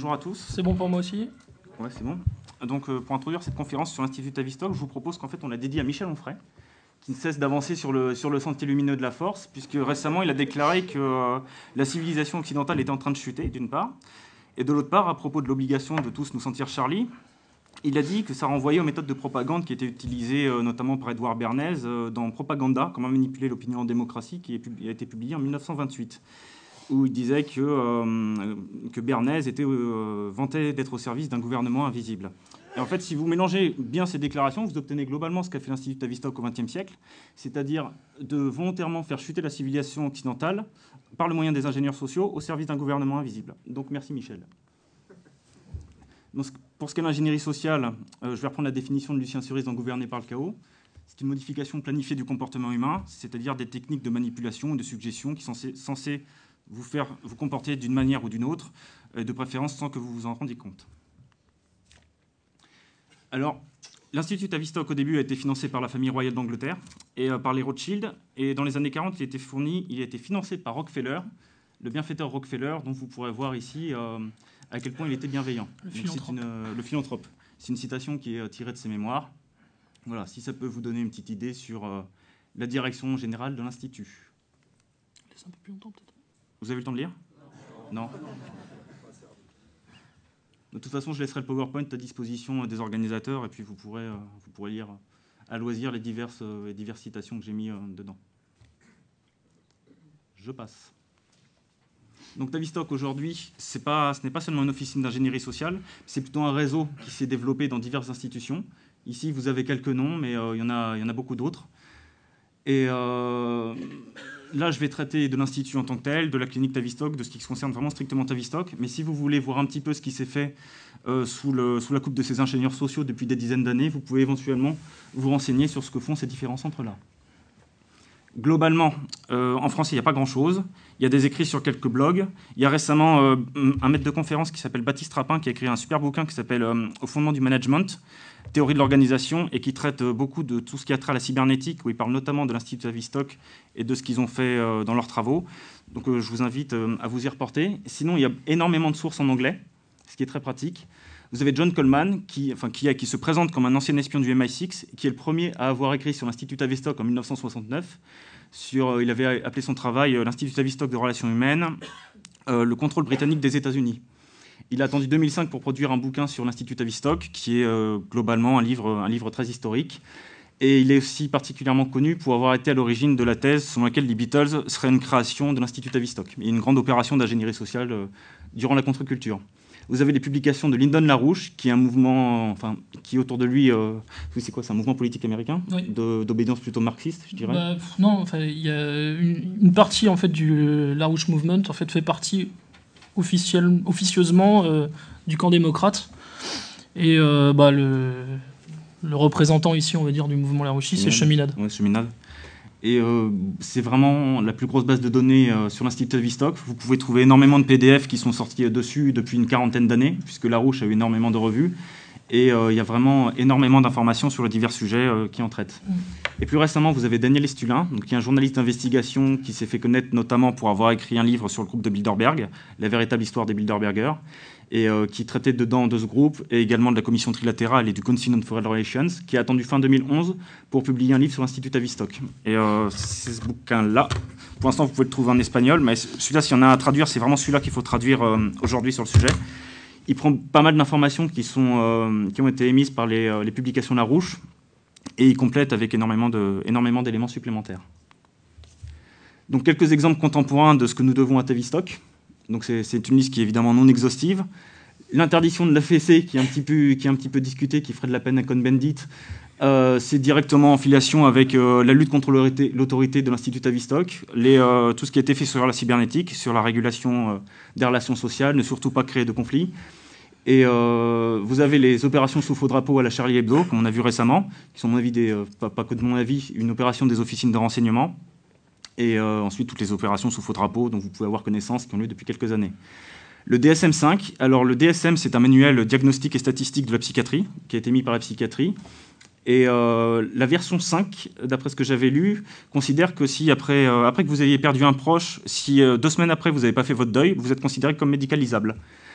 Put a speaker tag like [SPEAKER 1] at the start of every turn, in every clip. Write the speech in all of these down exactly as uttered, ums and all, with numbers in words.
[SPEAKER 1] bonjour à tous.
[SPEAKER 2] C'est bon pour moi aussi?
[SPEAKER 1] Ouais, c'est bon. Donc, euh, pour introduire cette conférence sur l'Institut Tavistock, je vous propose qu'en fait, on la dédie à Michel Onfray, qui ne cesse d'avancer sur le, sur le sentier lumineux de la force, puisque récemment, il a déclaré que euh, la civilisation occidentale était en train de chuter, d'une part, et de l'autre part, à propos de l'obligation de tous nous sentir Charlie, il a dit que ça renvoyait aux méthodes de propagande qui étaient utilisées euh, notamment par Edouard Bernays euh, dans Propaganda, comment manipuler l'opinion en démocratie, qui est, a été publié en mille neuf cent vingt-huit, où il disait que, euh, que Bernays était, euh, vantait d'être au service d'un gouvernement invisible. Et en fait, si vous mélangez bien ces déclarations, vous obtenez globalement ce qu'a fait l'Institut Tavistock au vingtième siècle, c'est-à-dire de volontairement faire chuter la civilisation occidentale par le moyen des ingénieurs sociaux au service d'un gouvernement invisible. Donc merci Michel. Donc, pour ce qui est de l'ingénierie sociale, euh, je vais reprendre la définition de Lucien Suris dans Gouverner par le chaos. C'est une modification planifiée du comportement humain, c'est-à-dire des techniques de manipulation et de suggestion qui sont censées vous faire vous comporter d'une manière ou d'une autre, euh, de préférence sans que vous vous en rendiez compte. Alors, l'Institut Tavistock, au début, a été financé par la famille royale d'Angleterre et euh, par les Rothschild. Et dans les années quarante, il a été fourni, il a été financé par Rockefeller, le bienfaiteur Rockefeller, dont vous pourrez voir ici euh, à quel point il était bienveillant.
[SPEAKER 2] Le
[SPEAKER 1] Donc,
[SPEAKER 2] philanthrope.
[SPEAKER 1] c'est une, euh, le philanthrope. C'est une citation qui est tirée de ses mémoires. Voilà, si ça peut vous donner une petite idée sur euh, la direction générale de l'Institut.
[SPEAKER 2] Laisse un peu plus longtemps, peut-être.
[SPEAKER 1] Vous avez le temps de lire? Non. De toute façon, je laisserai le PowerPoint à disposition des organisateurs et puis vous pourrez, euh, vous pourrez lire à loisir les diverses, euh, les diverses citations que j'ai mis euh, dedans. Je passe. Donc Tavistock, aujourd'hui, c'est pas, ce n'est pas seulement une officine d'ingénierie sociale, c'est plutôt un réseau qui s'est développé dans diverses institutions. Ici, vous avez quelques noms, mais euh, il y en a, il y en a beaucoup d'autres. Et euh, là, je vais traiter de l'Institut en tant que tel, de la clinique Tavistock, de ce qui se concerne vraiment strictement Tavistock. Mais si vous voulez voir un petit peu ce qui s'est fait euh, sous, le, sous la coupe de ces ingénieurs sociaux depuis des dizaines d'années, vous pouvez éventuellement vous renseigner sur ce que font ces différents centres-là. Globalement, euh, en français, il n'y a pas grand-chose. Il y a des écrits sur quelques blogs. Il y a récemment euh, un maître de conférence qui s'appelle Baptiste Rapin qui a écrit un super bouquin qui s'appelle euh, « Au fondement du management ». Théorie de l'organisation, et qui traite beaucoup de tout ce qui a trait à la cybernétique, où il parle notamment de l'Institut Tavistock et de ce qu'ils ont fait dans leurs travaux. Donc je vous invite à vous y reporter. Sinon, il y a énormément de sources en anglais, ce qui est très pratique. Vous avez John Coleman, qui, enfin, qui, a, qui se présente comme un ancien espion du M I six, qui est le premier à avoir écrit sur l'Institut Tavistock en mille neuf cent soixante-neuf. Sur, il avait appelé son travail « L'Institut Tavistock de relations humaines, euh, le contrôle britannique des États-Unis ». Il a attendu deux mille cinq pour produire un bouquin sur l'Institut Tavistock, qui est euh, globalement un livre, un livre très historique. Et il est aussi particulièrement connu pour avoir été à l'origine de la thèse selon laquelle les Beatles seraient une création de l'Institut Tavistock. Il y a une grande opération d'ingénierie sociale euh, durant la contre-culture. Vous avez les publications de Lyndon LaRouche, qui est un mouvement, enfin, qui autour de lui, euh, c'est quoi, c'est un mouvement politique américain,
[SPEAKER 2] oui.
[SPEAKER 1] d'obédience plutôt marxiste, je dirais.
[SPEAKER 2] Bah, non, enfin, il y a une, une partie en fait du LaRouche Movement en fait fait partie officiel, officieusement euh, du camp démocrate. Et euh, bah, le, le représentant ici, on va dire, du mouvement larouchiste, c'est Cheminade.
[SPEAKER 1] Oui, Cheminade. Et euh, c'est vraiment la plus grosse base de données euh, sur l'Institut Tavistock. Vous pouvez trouver énormément de P D F qui sont sortis dessus depuis une quarantaine d'années, puisque Larouche a eu énormément de revues. Et euh, il y a vraiment énormément d'informations sur les divers sujets euh, qui en traitent. Mmh. Et plus récemment, vous avez Daniel Estulin, donc, qui est un journaliste d'investigation qui s'est fait connaître notamment pour avoir écrit un livre sur le groupe de Bilderberg, La véritable histoire des Bilderbergers, et euh, qui traitait dedans de ce groupe, et également de la commission trilatérale et du Council on Foreign Relations, qui a attendu fin deux mille onze pour publier un livre sur l'Institut Tavistock. Et euh, c'est ce bouquin-là. Pour l'instant, vous pouvez le trouver en espagnol, mais celui-là, s'il y en a à traduire, c'est vraiment celui-là qu'il faut traduire euh, aujourd'hui sur le sujet. Il prend pas mal d'informations qui, sont, euh, qui ont été émises par les, euh, les publications Larouche, et il complète avec énormément de, énormément d'éléments supplémentaires. Donc quelques exemples contemporains de ce que nous devons à Tavistock. Donc c'est, c'est une liste qui est évidemment non exhaustive. L'interdiction de l'A F C, qui est un petit peu, qui est un petit peu discutée, qui ferait de la peine à Cohn-Bendit, euh, c'est directement en filiation avec euh, la lutte contre l'autorité, l'autorité de l'Institut Tavistock, les, euh, tout ce qui a été fait sur la cybernétique, sur la régulation euh, des relations sociales, ne surtout pas créer de conflits. Et euh, vous avez les opérations sous faux drapeau à la Charlie Hebdo, comme on a vu récemment, qui sont, à mon avis, des, euh, pas, pas que de mon avis, une opération des officines de renseignement. Et euh, ensuite, toutes les opérations sous faux drapeau dont vous pouvez avoir connaissance, qui ont lieu depuis quelques années. Le D S M cinq, alors le D S M, c'est un manuel diagnostique et statistique de la psychiatrie, qui a été mis par la psychiatrie. Et euh, la version cinq, d'après ce que j'avais lu, considère que si après, euh, après que vous ayez perdu un proche, si euh, deux semaines après vous n'avez pas fait votre deuil, vous êtes considéré comme médicalisable.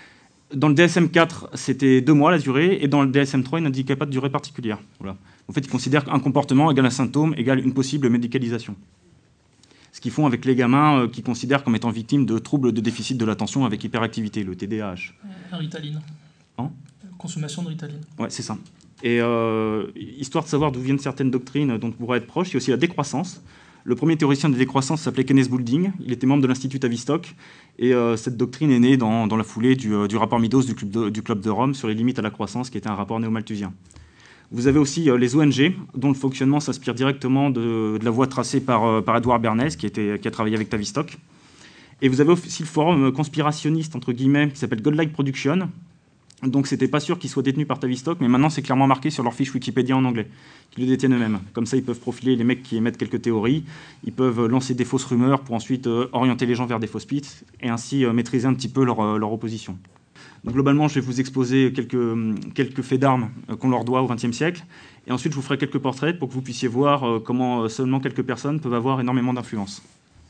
[SPEAKER 1] Dans le D S M quatre, c'était deux mois la durée, et dans le D S M trois, il n'indiquait pas de durée particulière. Voilà. En fait, ils considèrent qu'un comportement égale un symptôme égale une possible médicalisation. Ce qu'ils font avec les gamins euh, qui considèrent comme étant victimes de troubles de déficit de l'attention avec hyperactivité, le T D A H.
[SPEAKER 2] La Ritaline.
[SPEAKER 1] Hein
[SPEAKER 2] Consommation de Ritaline.
[SPEAKER 1] Ouais, c'est ça. Et euh, histoire de savoir d'où viennent certaines doctrines dont on pourrait être proche, il y a aussi la décroissance. Le premier théoricien de décroissance s'appelait Kenneth Boulding. Il était membre de l'Institut Tavistock. Et euh, cette doctrine est née dans, dans la foulée du, euh, du rapport Meadows du club, de, du club de Rome sur les limites à la croissance, qui était un rapport néo-malthusien. Vous avez aussi euh, les O N G, dont le fonctionnement s'inspire directement de, de la voie tracée par, euh, par Edward Bernays, qui, était, qui a travaillé avec Tavistock. Et vous avez aussi le forum conspirationniste, entre guillemets, qui s'appelle Godlike Production. Donc c'était pas sûr qu'ils soient détenus par Tavistock, mais maintenant c'est clairement marqué sur leur fiche Wikipédia en anglais, qu'ils le détiennent eux-mêmes. Comme ça, ils peuvent profiler les mecs qui émettent quelques théories, ils peuvent lancer des fausses rumeurs pour ensuite euh, orienter les gens vers des fausses pistes, et ainsi euh, maîtriser un petit peu leur, euh, leur opposition. Donc globalement, je vais vous exposer quelques, quelques faits d'armes euh, qu'on leur doit au vingtième siècle, et ensuite je vous ferai quelques portraits pour que vous puissiez voir euh, comment euh, seulement quelques personnes peuvent avoir énormément d'influence.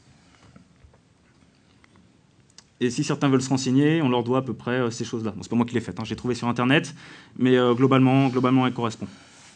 [SPEAKER 1] Et si certains veulent se renseigner, on leur doit à peu près euh, ces choses-là. Bon, c'est pas moi qui les ai faites, hein. J'ai trouvé sur Internet, mais euh, globalement, globalement, elles correspondent.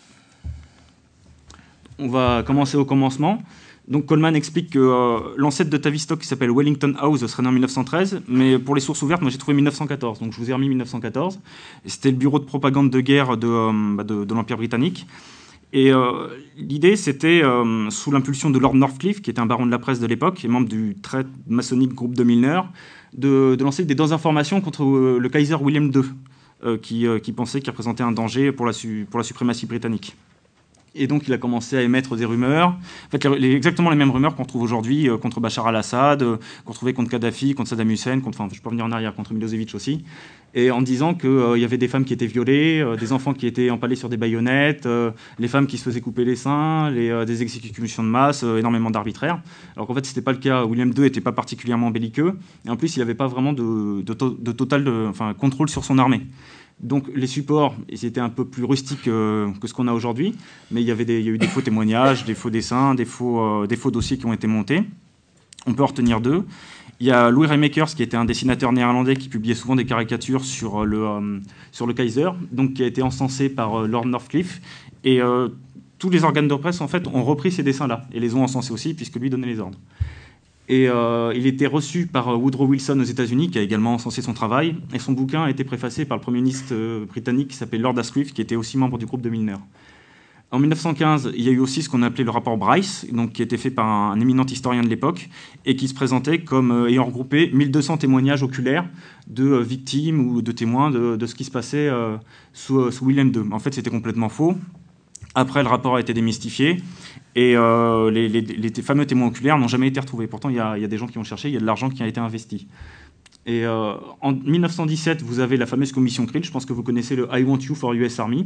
[SPEAKER 1] On va commencer au commencement. Donc Coleman explique que euh, l'ancêtre de Tavistock, qui s'appelle Wellington House, serait né en mille neuf cent treize, mais pour les sources ouvertes, moi j'ai trouvé mille neuf cent quatorze, donc je vous ai remis mille neuf cent quatorze. C'était le bureau de propagande de guerre de, euh, bah, de, de l'Empire britannique. Et euh, l'idée, c'était, euh, sous l'impulsion de Lord Northcliffe, qui était un baron de la presse de l'époque et membre du très maçonnique groupe de Milner, de, de lancer des désinformations contre euh, le Kaiser William deux, euh, qui, euh, qui pensait qu'il représentait un danger pour la, su, pour la suprématie britannique. Et donc, il a commencé à émettre des rumeurs, en fait, les, exactement les mêmes rumeurs qu'on trouve aujourd'hui euh, contre Bachar al-Assad, euh, qu'on trouvait contre Kadhafi, contre Saddam Hussein, contre, enfin, je peux revenir en arrière, contre Milosevic aussi, et en disant qu'il euh, y avait des femmes qui étaient violées, euh, des enfants qui étaient empalés sur des baïonnettes, euh, les femmes qui se faisaient couper les seins, les, euh, des exécutions de masse, euh, énormément d'arbitraires. Alors qu'en fait, ce n'était pas le cas. William deux n'était pas particulièrement belliqueux, et en plus, il n'avait pas vraiment de, de, to de total de, enfin, contrôle sur son armée. Donc les supports, ils étaient un peu plus rustiques euh, que ce qu'on a aujourd'hui, mais il y, avait des, il y a eu des faux témoignages, des faux dessins, des faux, euh, des faux dossiers qui ont été montés. On peut en retenir deux. Il y a Louis Raymakers, qui était un dessinateur néerlandais qui publiait souvent des caricatures sur le, euh, sur le Kaiser, donc qui a été encensé par euh, Lord Northcliffe. Et euh, tous les organes de presse, en fait, ont repris ces dessins-là, et les ont encensés aussi, puisque lui donnait les ordres. Et euh, il était reçu par Woodrow Wilson aux États-Unis, qui a également encensé son travail, et son bouquin a été préfacé par le premier ministre euh, britannique qui s'appelait Lord Asquith, qui était aussi membre du groupe de Milner. En mille neuf cent quinze, il y a eu aussi ce qu'on appelait le rapport Bryce, donc, qui a été fait par un, un éminent historien de l'époque, et qui se présentait comme euh, ayant regroupé mille deux cents témoignages oculaires de euh, victimes ou de témoins de, de ce qui se passait euh, sous, euh, sous William deux. En fait, c'était complètement faux. Après, le rapport a été démystifié, et euh, les, les, les fameux témoins oculaires n'ont jamais été retrouvés. Pourtant, il y, a, il y a des gens qui ont cherché, il y a de l'argent qui a été investi. Et euh, en mille neuf cent dix-sept, vous avez la fameuse commission Krill, je pense que vous connaissez le I Want You for U S Army.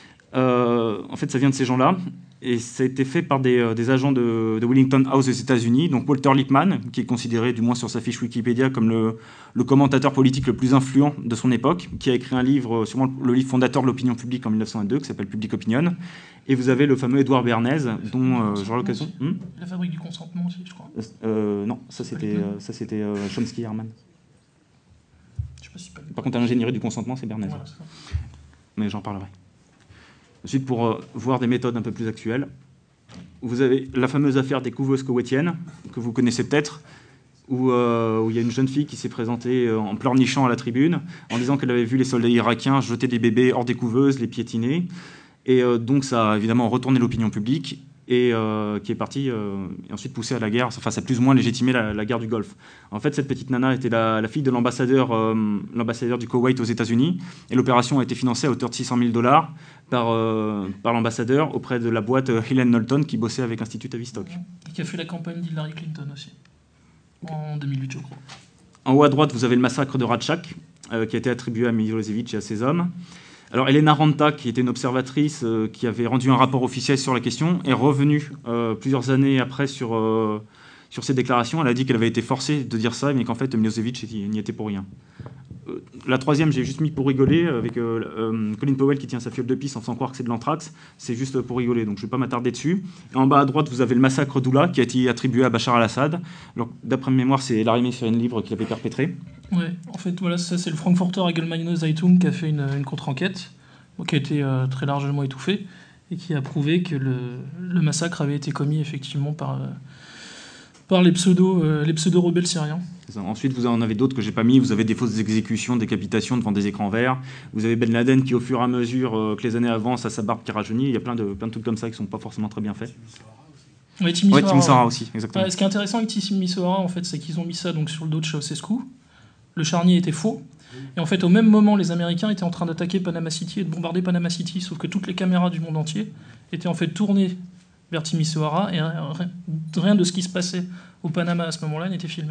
[SPEAKER 1] Euh, en fait, ça vient de ces gens-là, et ça a été fait par des, euh, des agents de, de Wellington House aux États-Unis. Donc Walter Lippmann, qui est considéré, du moins sur sa fiche Wikipédia, comme le, le commentateur politique le plus influent de son époque, qui a écrit un livre, sûrement le livre fondateur de l'opinion publique en mille neuf cent vingt-deux, qui s'appelle Public Opinion. Et vous avez le fameux Edward Bernays, dont euh, j'aurai l'occasion. Hmm
[SPEAKER 2] La fabrique du consentement aussi, je crois.
[SPEAKER 1] Euh, non, ça c'était euh, ça c'était euh, Chomsky Herman.
[SPEAKER 2] Je sais pas si pas...
[SPEAKER 1] Par contre, à l'ingénierie du consentement, c'est Bernays.
[SPEAKER 2] Voilà, c'est ça.
[SPEAKER 1] Mais j'en parlerai. Ensuite, pour euh, voir des méthodes un peu plus actuelles, vous avez la fameuse affaire des couveuses koweïtiennes, que vous connaissez peut-être, où, euh, où il y a une jeune fille qui s'est présentée euh, en pleurnichant à la tribune, en disant qu'elle avait vu les soldats irakiens jeter des bébés hors des couveuses, les piétiner. Et euh, donc ça a évidemment retourné l'opinion publique, et euh, qui est partie euh, et ensuite poussée à la guerre, enfin ça a plus ou moins légitimé la, la guerre du Golfe. En fait, cette petite nana était la, la fille de l'ambassadeur euh, l'ambassadeur du Koweït aux États-Unis, et l'opération a été financée à hauteur de six cent mille dollars par, euh, par l'ambassadeur auprès de la boîte euh, Helen Knowlton, qui bossait avec l'Institut Tavistock.
[SPEAKER 2] Et qui a fait la campagne d'Hillary Clinton aussi, en deux mille huit, je crois.
[SPEAKER 1] En haut à droite, vous avez le massacre de Radchak, euh, qui a été attribué à Milosevic et à ses hommes. Alors, Elena Ranta, qui était une observatrice euh, qui avait rendu un rapport officiel sur la question, est revenue euh, plusieurs années après sur, euh, sur ses déclarations. Elle a dit qu'elle avait été forcée de dire ça, mais qu'en fait, Milosevic n'y était pour rien. euh, la troisième, j'ai juste mis pour rigoler, avec euh, euh, Colin Powell qui tient sa fiole de pisse en faisant croire que c'est de l'anthrax. C'est juste pour rigoler, donc je ne vais pas m'attarder dessus. Et en bas à droite, vous avez le massacre d'Oula, qui a été attribué à Bachar al-Assad. D'après mémoire, c'est l'armée syrienne libre qui l'avait perpétré.
[SPEAKER 2] Ouais, en fait, voilà, ça c'est le Frankfurter Allgemeine Zeitung qui a fait une, une contre-enquête, qui a été euh, très largement étouffée, et qui a prouvé que le, le massacre avait été commis effectivement par, euh, par les pseudo, euh, les pseudo-rebelles syriens.
[SPEAKER 1] Ensuite, vous en avez d'autres que j'ai pas mis. Vous avez des fausses exécutions, décapitations devant des écrans verts. Vous avez Ben Laden qui, au fur et à mesure euh, que les années avancent, a sa barbe qui rajeunit. Il y a plein de, plein de trucs comme ça qui sont pas forcément très bien faits.
[SPEAKER 2] Ouais, Timisoara,
[SPEAKER 1] ouais, Timisoara
[SPEAKER 2] ouais.
[SPEAKER 1] aussi, exactement.
[SPEAKER 2] Ouais, ce qui est intéressant avec Timisoara, en fait, c'est qu'ils ont mis ça donc, sur le dos de Ceausescu. Le charnier était faux. Et en fait, au même moment, les Américains étaient en train d'attaquer Panama City et de bombarder Panama City, sauf que toutes les caméras du monde entier étaient en fait tournées vers Timisoara et rien de ce qui se passait au Panama à ce moment-là n'était filmé.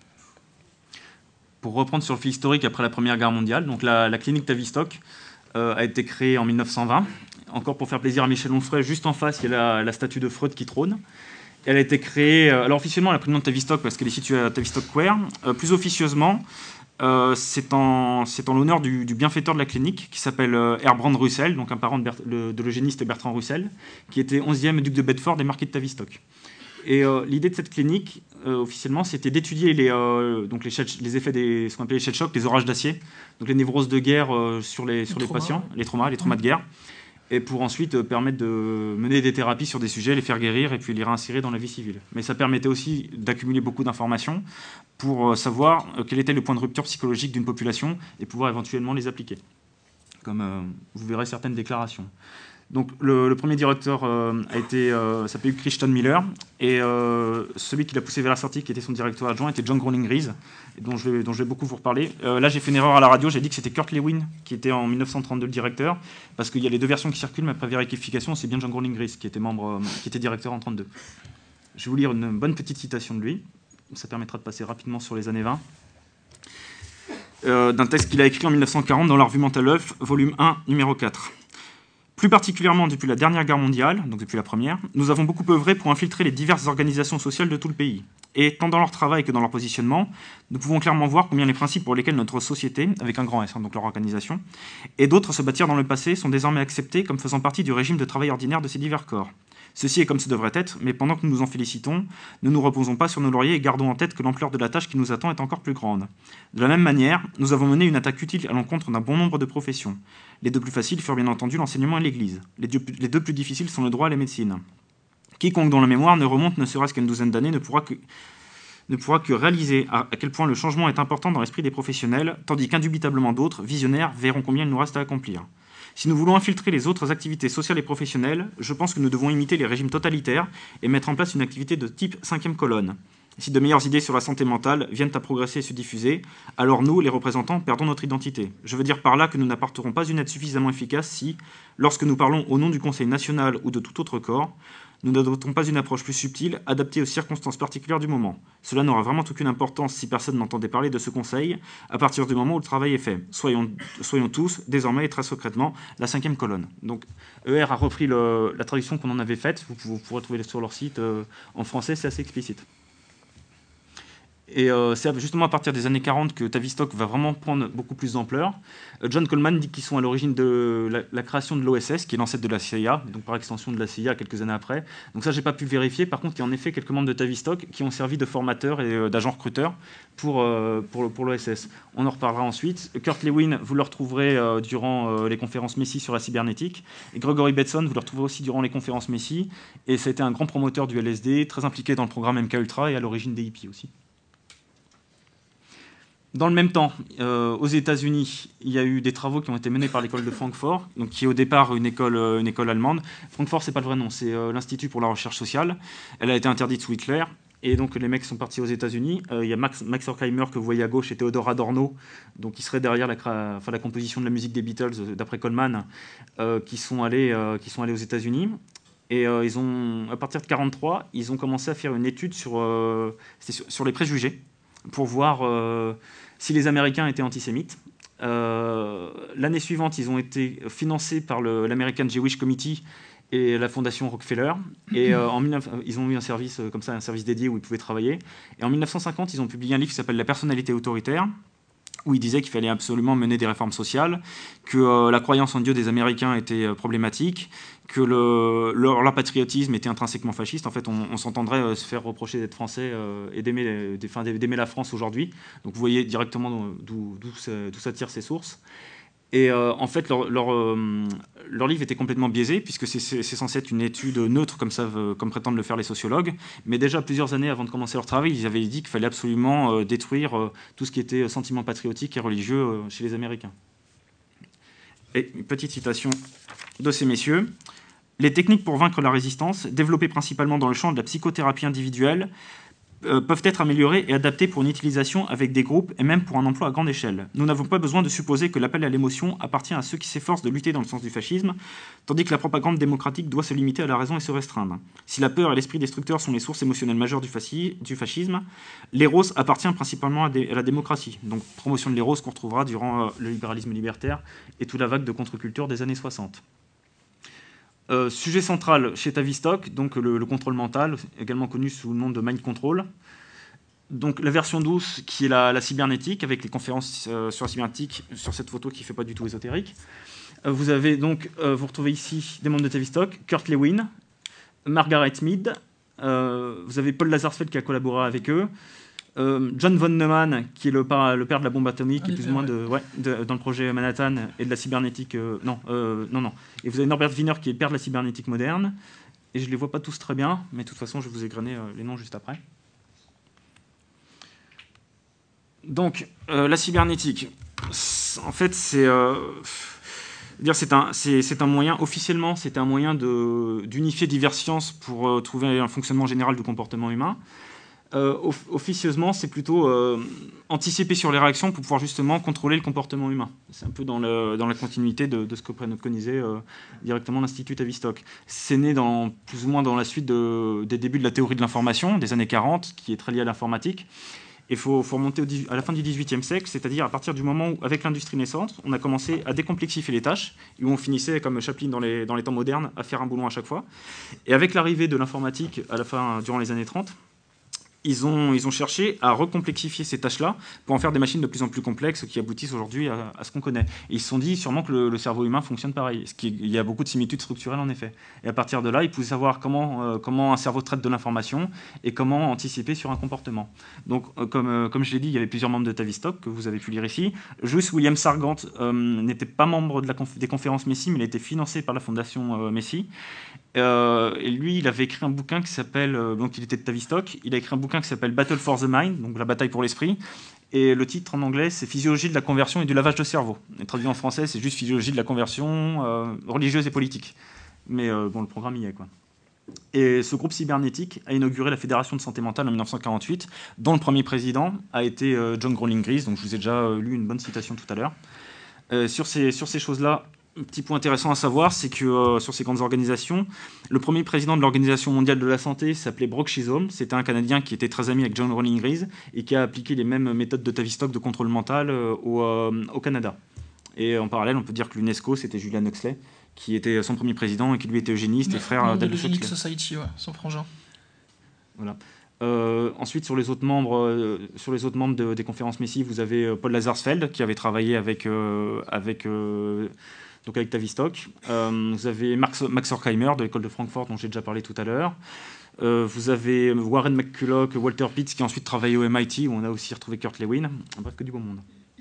[SPEAKER 1] Pour reprendre sur le fil historique après la Première Guerre mondiale, donc la, la clinique Tavistock euh, a été créée en mille neuf cent vingt. Encore pour faire plaisir à Michel Onfray, juste en face, il y a la, la statue de Freud qui trône. Elle a été créée, euh, alors officiellement, elle a pris le nom de Tavistock parce qu'elle est située à Tavistock Square. Euh, plus officieusement, euh, c'est en, en l'honneur du, du bienfaiteur de la clinique, qui s'appelle euh, Herbrand Russell, donc un parent de, Bert, le, de l'eugéniste Bertrand Russell, qui était onzième duc de Bedford et marquis de Tavistock. Et euh, l'idée de cette clinique, euh, officiellement, c'était d'étudier les, euh, donc les, les effets des ce qu'on appelait les shell shocks, les orages d'acier, donc les névroses de guerre euh, sur les, sur les, les patients, les traumas, les traumas de guerre, et pour ensuite euh, permettre de mener des thérapies sur des sujets, les faire guérir et puis les réinsérer dans la vie civile. Mais ça permettait aussi d'accumuler beaucoup d'informations pour euh, savoir euh, quel était le point de rupture psychologique d'une population et pouvoir éventuellement les appliquer, comme euh, vous verrez certaines déclarations. Donc le, le premier directeur euh, a été, euh, s'appelait Christian Miller, et euh, celui qui l'a poussé vers la sortie, qui était son directeur adjoint, était John Growling-Rees, dont je vais, dont je vais beaucoup vous reparler. Euh, là, j'ai fait une erreur à la radio, j'ai dit que c'était Kurt Lewin qui était en mille neuf cent trente-deux le directeur, parce qu'il y a les deux versions qui circulent, mais après vérification, c'est bien John Growling-Rees qui était membre, euh, qui était directeur en trente-deux. Je vais vous lire une bonne petite citation de lui, ça permettra de passer rapidement sur les années vingt. Euh, d'un texte qu'il a écrit en mille neuf cent quarante dans la revue Mental Health, volume un, numéro quatre. Plus particulièrement depuis la dernière guerre mondiale, donc depuis la première, nous avons beaucoup œuvré pour infiltrer les diverses organisations sociales de tout le pays. Et tant dans leur travail que dans leur positionnement, nous pouvons clairement voir combien les principes pour lesquels notre société, avec un grand S, hein, donc leur organisation, et d'autres se bâtirent dans le passé sont désormais acceptés comme faisant partie du régime de travail ordinaire de ces divers corps. Ceci est comme ce devrait être, mais pendant que nous nous en félicitons, ne nous reposons pas sur nos lauriers et gardons en tête que l'ampleur de la tâche qui nous attend est encore plus grande. De la même manière, nous avons mené une attaque utile à l'encontre d'un bon nombre de professions. Les deux plus faciles furent bien entendu l'enseignement et l'Église. Les deux, les deux plus difficiles sont le droit et la médecine. Quiconque dont la mémoire ne remonte ne serait-ce qu'à une douzaine d'années ne pourra que... ne pourra que réaliser à quel point le changement est important dans l'esprit des professionnels, tandis qu'indubitablement d'autres, visionnaires, verront combien il nous reste à accomplir. Si nous voulons infiltrer les autres activités sociales et professionnelles, je pense que nous devons imiter les régimes totalitaires et mettre en place une activité de type cinquième colonne. Si de meilleures idées sur la santé mentale viennent à progresser et se diffuser, alors nous, les représentants, perdons notre identité. Je veux dire par là que nous n'apporterons pas une aide suffisamment efficace si, lorsque nous parlons au nom du Conseil national ou de tout autre corps, nous n'adoptons pas une approche plus subtile, adaptée aux circonstances particulières du moment. Cela n'aura vraiment aucune importance si personne n'entendait parler de ce conseil à partir du moment où le travail est fait. Soyons, soyons tous, désormais et très secrètement, la cinquième colonne. Donc E R a repris le, la traduction qu'on en avait faite, vous, vous pourrez trouver sur leur site euh, en français, c'est assez explicite. Et euh, c'est justement à partir des années quarante que Tavistock va vraiment prendre beaucoup plus d'ampleur. Euh, John Coleman dit qu'ils sont à l'origine de la, la création de l'O S S, qui est l'ancêtre de la C I A, donc par extension de la C I A quelques années après. Donc ça, j'ai pas pu vérifier. Par contre, il y a en effet quelques membres de Tavistock qui ont servi de formateurs et euh, d'agents recruteurs pour, euh, pour, pour l'O S S. On en reparlera ensuite. Kurt Lewin, vous le retrouverez euh, durant euh, les conférences Messi sur la cybernétique. Et Gregory Bateson, vous le retrouverez aussi durant les conférences Messi. Et ça a été un grand promoteur du L S D, très impliqué dans le programme M K Ultra et à l'origine des hippies aussi. Dans le même temps, euh, aux États-Unis, il y a eu des travaux qui ont été menés par l'école de Francfort, donc qui est au départ une école, euh, une école allemande. Francfort, c'est pas le vrai nom, c'est euh, l'Institut pour la recherche sociale. Elle a été interdite sous Hitler, et donc les mecs sont partis aux États-Unis. Euh, il y a Max, Max Horkheimer que vous voyez à gauche et Theodor Adorno, donc qui serait derrière la, enfin, la composition de la musique des Beatles, d'après Coleman, euh, qui sont allés, euh, qui sont allés aux États-Unis. Et euh, ils ont, à partir de mille neuf cent quarante-trois, ils ont commencé à faire une étude sur, euh, sur, sur les préjugés, pour voir euh, si les Américains étaient antisémites. Euh, l'année suivante, ils ont été financés par le, l'American Jewish Committee et la fondation Rockefeller. Et euh, en mille neuf cents, ils ont eu un service euh, comme ça, un service dédié où ils pouvaient travailler. Et en mille neuf cent cinquante, ils ont publié un livre qui s'appelle « La personnalité autoritaire », où il disait qu'il fallait absolument mener des réformes sociales, que euh, la croyance en Dieu des Américains était euh, problématique, que le, leur, leur patriotisme était intrinsèquement fasciste. En fait, on, on s'entendrait euh, se faire reprocher d'être français euh, et d'aimer, d'aimer la France aujourd'hui. Donc vous voyez directement d'où ça tire ses sources. Et euh, en fait, leur, leur, euh, leur livre était complètement biaisé, puisque c'est censé être une étude neutre, comme, ça, comme prétendent le faire les sociologues. Mais déjà, plusieurs années avant de commencer leur travail, ils avaient dit qu'il fallait absolument euh, détruire euh, tout ce qui était sentiment patriotique et religieux euh, chez les Américains. Et une petite citation de ces messieurs. « Les techniques pour vaincre la résistance, développées principalement dans le champ de la psychothérapie individuelle, Euh, peuvent être améliorés et adaptés pour une utilisation avec des groupes et même pour un emploi à grande échelle. Nous n'avons pas besoin de supposer que l'appel à l'émotion appartient à ceux qui s'efforcent de lutter dans le sens du fascisme, tandis que la propagande démocratique doit se limiter à la raison et se restreindre. Si la peur et l'esprit destructeur sont les sources émotionnelles majeures du, du fascisme, l'éros appartient principalement à, des, à la démocratie. Donc promotion de l'éros qu'on retrouvera durant euh, le libéralisme libertaire et toute la vague de contre-culture des années soixante. Euh, sujet central chez Tavistock, donc le, le contrôle mental, également connu sous le nom de mind control. Donc la version douce qui est la, la cybernétique, avec les conférences euh, sur la cybernétique sur cette photo qui ne fait pas du tout ésotérique. Euh, vous avez donc, euh, vous retrouvez ici des membres de Tavistock, Kurt Lewin, Margaret Mead, euh, vous avez Paul Lazarsfeld qui a collaboré avec eux, Euh, John von Neumann, qui est le, par, le père de la bombe atomique, ah, et plus ou moins de, ouais, de, dans le projet Manhattan et de la cybernétique. Euh, non, euh, non, non. Et vous avez Norbert Wiener, qui est le père de la cybernétique moderne. Et je ne les vois pas tous très bien, mais de toute façon, je vais vous égrener euh, les noms juste après. Donc, euh, la cybernétique, en fait, c'est euh, c'est un, un moyen, officiellement, c'est un moyen d'unifier diverses sciences pour euh, trouver un fonctionnement général du comportement humain. Euh, officieusement, c'est plutôt euh, anticiper sur les réactions pour pouvoir justement contrôler le comportement humain. C'est un peu dans, le, dans la continuité de, de ce que préconisait euh, directement l'Institut Tavistock. C'est né dans, plus ou moins dans la suite de, des débuts de la théorie de l'information, des années quarante, qui est très liée à l'informatique. Il faut, faut remonter au, à la fin du dix-huitième siècle, c'est-à-dire à partir du moment où, avec l'industrie naissante, on a commencé à décomplexifier les tâches, et où on finissait, comme Chaplin dans les, dans les temps modernes, à faire un boulon à chaque fois. Et avec l'arrivée de l'informatique à la fin, durant les années trente, Ils ont, ils ont cherché à recomplexifier ces tâches-là pour en faire des machines de plus en plus complexes qui aboutissent aujourd'hui à, à ce qu'on connaît. Et ils se sont dit sûrement que le, le cerveau humain fonctionne pareil. Ce qui, il y a beaucoup de similitudes structurelles en effet. Et à partir de là, ils pouvaient savoir comment, euh, comment un cerveau traite de l'information et comment anticiper sur un comportement. Donc, euh, comme, euh, comme je l'ai dit, il y avait plusieurs membres de Tavistock que vous avez pu lire ici. Juste William Sargant euh, n'était pas membre de la conf des conférences Messi, mais il a été financé par la fondation euh, Messi. Euh, et lui, il avait écrit un bouquin qui s'appelle, euh, donc il était de Tavistock, il a écrit un bouquin qui s'appelle Battle for the Mind, donc la bataille pour l'esprit, et le titre en anglais c'est Physiologie de la conversion et du lavage de cerveau. Et traduit en français, c'est juste Physiologie de la conversion euh, religieuse et politique. Mais euh, bon, le programme y est, quoi. Et ce groupe cybernétique a inauguré la Fédération de santé mentale en mille neuf cent quarante-huit, dont le premier président a été euh, John Growling-Grise, donc je vous ai déjà euh, lu une bonne citation tout à l'heure. Euh, sur ces, sur ces choses-là, un petit point intéressant à savoir, c'est que euh, sur ces grandes organisations, le premier président de l'Organisation mondiale de la santé s'appelait Brock Chisholm. C'était un Canadien qui était très ami avec John Growling-Grise et qui a appliqué les mêmes méthodes de Tavistock de contrôle mental euh, au, euh, au Canada. Et en parallèle, on peut dire que l'UNESCO, c'était Julian Huxley, qui était son premier président et qui lui était eugéniste et frère d'Aldous Huxley.
[SPEAKER 2] Society, ouais, son frangin.
[SPEAKER 1] Voilà. Euh, ensuite, sur les autres membres, euh, sur les autres membres de, des conférences Messi, vous avez euh, Paul Lazarsfeld, qui avait travaillé avec... Euh, avec euh, donc avec Tavistock. Euh, vous avez Max, Max Horkheimer de l'école de Francfort, dont j'ai déjà parlé tout à l'heure. Euh, vous avez Warren McCulloch, Walter Pitts, qui a ensuite travaillé au M I T, où on a aussi retrouvé Kurt Lewin. Bref, que du beau monde.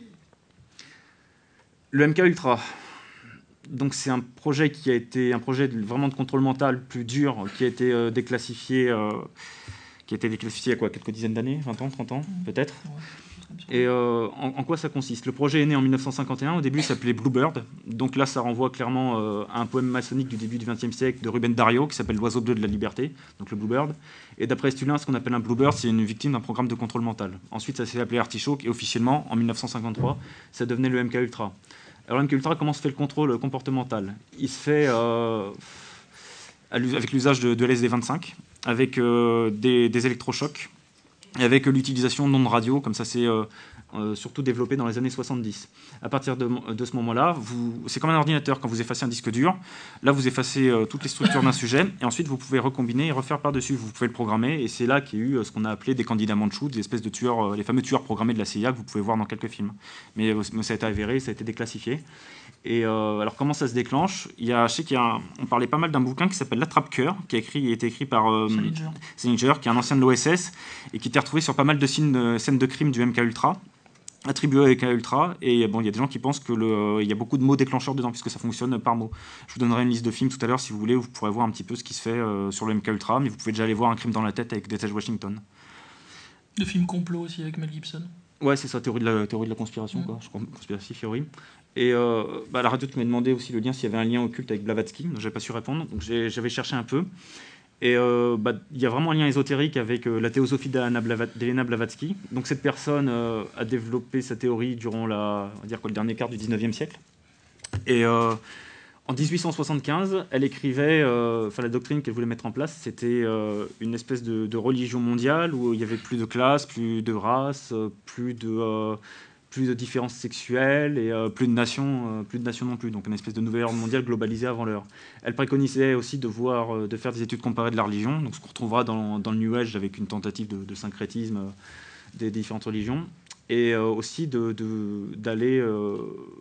[SPEAKER 1] Le M K Ultra. Donc c'est un projet qui a été un projet de, vraiment de contrôle mental plus dur, qui a été euh, déclassifié, euh, qui a été déclassifié il y a quoi, quelques dizaines d'années, vingt ans, trente ans, peut-être. Et euh, en, en quoi ça consiste? Le projet est né en mille neuf cent cinquante et un. Au début, il s'appelait Bluebird. Donc là, ça renvoie clairement euh, à un poème maçonnique du début du vingtième siècle de Ruben Dario qui s'appelle L'oiseau bleu de la liberté, donc le Bluebird. Et d'après Stulin, ce qu'on appelle un Bluebird, c'est une victime d'un programme de contrôle mental. Ensuite, ça s'est appelé Artichoke et officiellement, en mille neuf cent cinquante-trois, ça devenait le M K Ultra. Alors le M K Ultra, comment se fait le contrôle comportemental? Il se fait euh, avec l'usage de, de L S D vingt-cinq, avec euh, des, des électrochocs et avec l'utilisation d'ondes radio, comme ça c'est euh, euh, surtout développé dans les années soixante-dix. À partir de, de ce moment-là, vous, c'est comme un ordinateur, quand vous effacez un disque dur, là vous effacez euh, toutes les structures d'un sujet, et ensuite vous pouvez recombiner et refaire par-dessus, vous pouvez le programmer, et c'est là qu'il y a eu euh, ce qu'on a appelé des candidats Manchou, des espèces de tueurs, euh, les fameux tueurs programmés de la C I A que vous pouvez voir dans quelques films. Mais, euh, mais ça a été avéré, ça a été déclassifié. Et euh, alors comment ça se déclenche? Il y a, je sais qu'il y a, un, on parlait pas mal d'un bouquin qui s'appelle L'Attrape-Cœur, qui a, écrit, a été écrit par euh,
[SPEAKER 2] Salinger.
[SPEAKER 1] Salinger, qui est un ancien de l'O S S et qui était retrouvé sur pas mal de scènes de, scènes de crime du M K Ultra, attribué à M K Ultra. Et bon, il y a des gens qui pensent que le, euh, il y a beaucoup de mots déclencheurs dedans puisque ça fonctionne par mots. Je vous donnerai une liste de films tout à l'heure si vous voulez, où vous pourrez voir un petit peu ce qui se fait euh, sur le M K Ultra, mais vous pouvez déjà aller voir Un crime dans la tête avec Denzel Washington.
[SPEAKER 2] Le film Complot aussi avec Mel Gibson.
[SPEAKER 1] Ouais, c'est ça, théorie de la, théorie de la conspiration, mmh. quoi. Je crois, conspiracy theory. Et euh, bah, la radio qui m'a demandé aussi le lien, s'il y avait un lien occulte avec Blavatsky, donc j'avais pas su répondre, donc j'ai, j'avais cherché un peu. Et euh, bah, y a vraiment un lien ésotérique avec euh, la théosophie d'Elena Blava- Blavatsky. Donc cette personne euh, a développé sa théorie durant la, on va dire quoi, le dernier quart du dix-neuvième siècle. Et euh, en dix-huit cent soixante-quinze, elle écrivait, euh, enfin la doctrine qu'elle voulait mettre en place, c'était euh, une espèce de, de religion mondiale où il y avait plus de classes, plus de races, plus de euh, plus de différences sexuelles et euh, plus de nations, euh, plus de nations non plus. Donc une espèce de nouvel ordre mondial globalisé avant l'heure. Elle préconisait aussi de voir, euh, de faire des études comparées de la religion. Donc ce qu'on retrouvera dans, dans le New Age avec une tentative de, de syncrétisme euh, des différentes religions, et euh, aussi de, de, d'aller euh,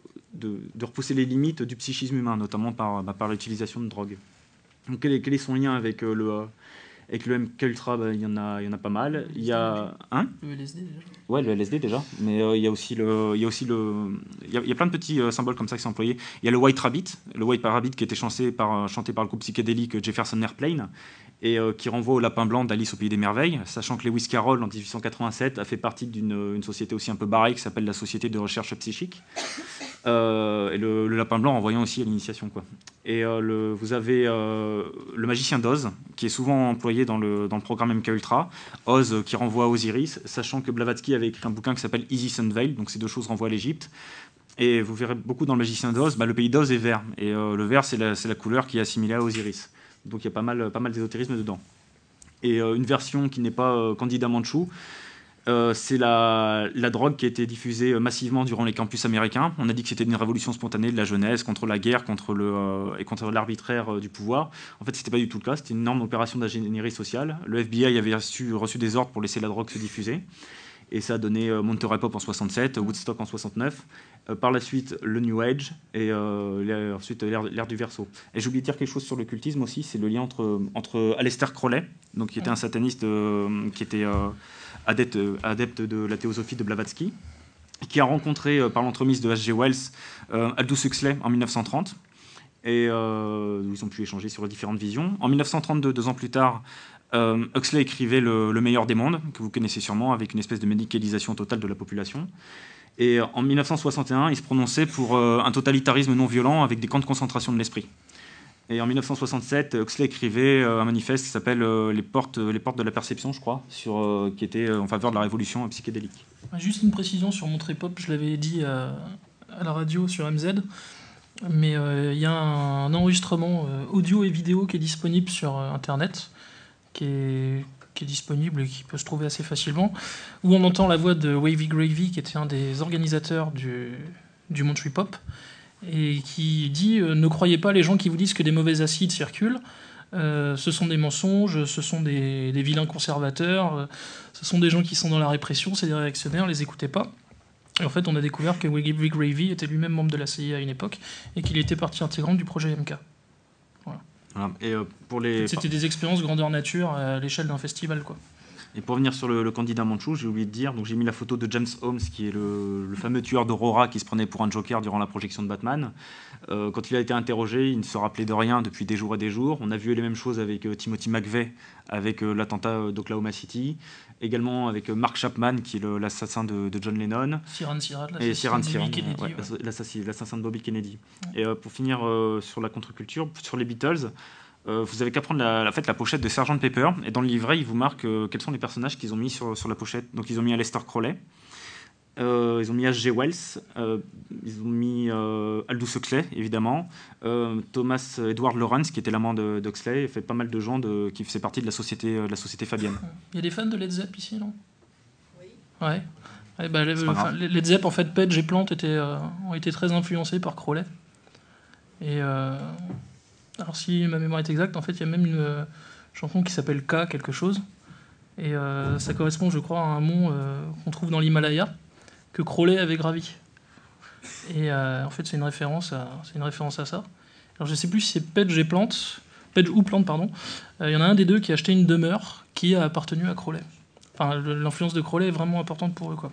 [SPEAKER 1] de, de repousser les limites du psychisme humain, notamment par, bah, par l'utilisation de drogue. Donc quel est, quel est son lien avec euh, le Avec le M K Ultra, bah, il y en a, il y en a pas mal. Il y a hein
[SPEAKER 2] le L S D déjà.
[SPEAKER 1] Ouais, le L S D déjà. Mais euh, il y a aussi le, il y a aussi le, il y a, il y a plein de petits euh, symboles comme ça qui sont employés. Il y a le White Rabbit, le White Rabbit qui était chanté par, chanté par le groupe psychédélique Jefferson Airplane et euh, qui renvoie au lapin blanc d'Alice au pays des merveilles, sachant que Lewis Carroll en dix-huit cent quatre-vingt-sept a fait partie d'une une société aussi un peu barrée qui s'appelle la Société de recherche psychique. Euh, et le, le lapin blanc renvoyant aussi à l'initiation, quoi. Et euh, le, vous avez euh, le magicien d'Oz, qui est souvent employé dans le, dans le programme M K Ultra. Oz euh, qui renvoie à Osiris, sachant que Blavatsky avait écrit un bouquin qui s'appelle Isis Unveiled, donc ces deux choses renvoient à l'Égypte. Et vous verrez beaucoup dans le magicien d'Oz, bah, le pays d'Oz est vert. Et euh, le vert, c'est la, c'est la couleur qui est assimilée à Osiris. Donc il y a pas mal, pas mal d'ésotérisme dedans. Et euh, une version qui n'est pas euh, Candida Manchou, Euh, c'est la, la drogue qui a été diffusée massivement durant les campus américains. On a dit que c'était une révolution spontanée de la jeunesse contre la guerre contre le, euh, et contre l'arbitraire euh, du pouvoir. En fait, ce n'était pas du tout le cas. C'était une énorme opération d'ingénierie sociale. Le F B I avait reçu, reçu des ordres pour laisser la drogue se diffuser. Et ça a donné euh, Monterey Pop en soixante-sept, Woodstock en soixante-neuf. Euh, par la suite, le New Age et euh, ensuite l'ère, l'ère du Verseau. Et j'ai oublié de dire quelque chose sur l'occultisme aussi. C'est le lien entre, entre Aleister Crowley, donc, qui était un sataniste euh, qui était... Euh, Adepte, adepte de la théosophie de Blavatsky, qui a rencontré euh, par l'entremise de H G Wells euh, Aldous Huxley en dix-neuf cent trente, et euh, ils ont pu échanger sur les différentes visions. En dix-neuf cent trente-deux, deux ans plus tard, euh, Huxley écrivait le, le meilleur des mondes, que vous connaissez sûrement, avec une espèce de médicalisation totale de la population. Et en dix-neuf cent soixante et un, il se prononçait pour euh, un totalitarisme non violent avec des camps de concentration de l'esprit. Et en dix-neuf cent soixante-sept, Huxley écrivait euh, un manifeste qui s'appelle euh, les, portes, les portes de la perception, je crois, sur, euh, qui était euh, en faveur de la révolution psychédélique.
[SPEAKER 2] Juste une précision sur Monterey Pop, je l'avais dit à, à la radio sur M Z, mais il euh, y a un enregistrement euh, audio et vidéo qui est disponible sur euh, Internet, qui est, qui est disponible et qui peut se trouver assez facilement, où on entend la voix de Wavy Gravy, qui était un des organisateurs du, du Monterey Pop, et qui dit euh, « Ne croyez pas les gens qui vous disent que des mauvais acides circulent, euh, ce sont des mensonges, ce sont des, des vilains conservateurs, euh, ce sont des gens qui sont dans la répression, c'est des réactionnaires, les écoutez pas. » Et en fait, on a découvert que Wavy Gravy était lui-même membre de la C I A à une époque, et qu'il était partie intégrante du projet M K. Voilà.
[SPEAKER 1] Voilà. Et euh, pour les...
[SPEAKER 2] C'était des expériences grandeur nature à l'échelle d'un festival, quoi.
[SPEAKER 1] Et pour revenir sur le, le candidat Manchou, j'ai oublié de dire, donc j'ai mis la photo de James Holmes, qui est le, le fameux tueur d'Aurora qui se prenait pour un Joker durant la projection de Batman. Euh, quand il a été interrogé, il ne se rappelait de rien depuis des jours et des jours. On a vu les mêmes choses avec euh, Timothy McVeigh, avec euh, l'attentat d'Oklahoma City, également avec euh, Mark Chapman, qui est le, l'assassin de, de John Lennon.
[SPEAKER 2] Ciaran Ciaran,
[SPEAKER 1] et Ciaran Ciaran,
[SPEAKER 2] Kennedy,
[SPEAKER 1] ouais,
[SPEAKER 2] ouais.
[SPEAKER 1] l'assassin, l'assassin de Bobby Kennedy.
[SPEAKER 2] Ouais.
[SPEAKER 1] Et euh, pour finir euh, sur la contre-culture, sur les Beatles, Euh, vous avez qu'à prendre la, la, fait, la pochette de sergent Pepper, et dans le livret, ils vous marquent euh, quels sont les personnages qu'ils ont mis sur, sur la pochette. Donc, ils ont mis Aleister Crowley, euh, ils ont mis H G Wells, euh, ils ont mis euh, Aldous Huxley, évidemment, euh, Thomas Edward Lawrence, qui était l'amant de, d'Huxley, et fait pas mal de gens de, qui faisaient partie de la société, de la société fabienne.
[SPEAKER 2] Il y a des fans de Led Zepp ici, non ? Ouais. Ouais, bah, les,
[SPEAKER 1] C'est pas grave.
[SPEAKER 2] les Led Zepp, en fait, Page et Plant étaient, euh, ont été très influencés par Crowley. Et euh, alors, si ma mémoire est exacte, en fait, il y a même une euh, chanson qui s'appelle K quelque chose. Et euh, ça correspond, je crois, à un mont euh, qu'on trouve dans l'Himalaya, que Crowley avait gravi. Et euh, en fait, c'est une référence à, c'est une référence à ça. Alors, je sais plus si c'est Page et Plant, Page ou Plant, pardon. Il euh, y en a un des deux qui a acheté une demeure qui a appartenu à Crowley. Enfin, l'influence de Crowley est vraiment importante pour eux, quoi.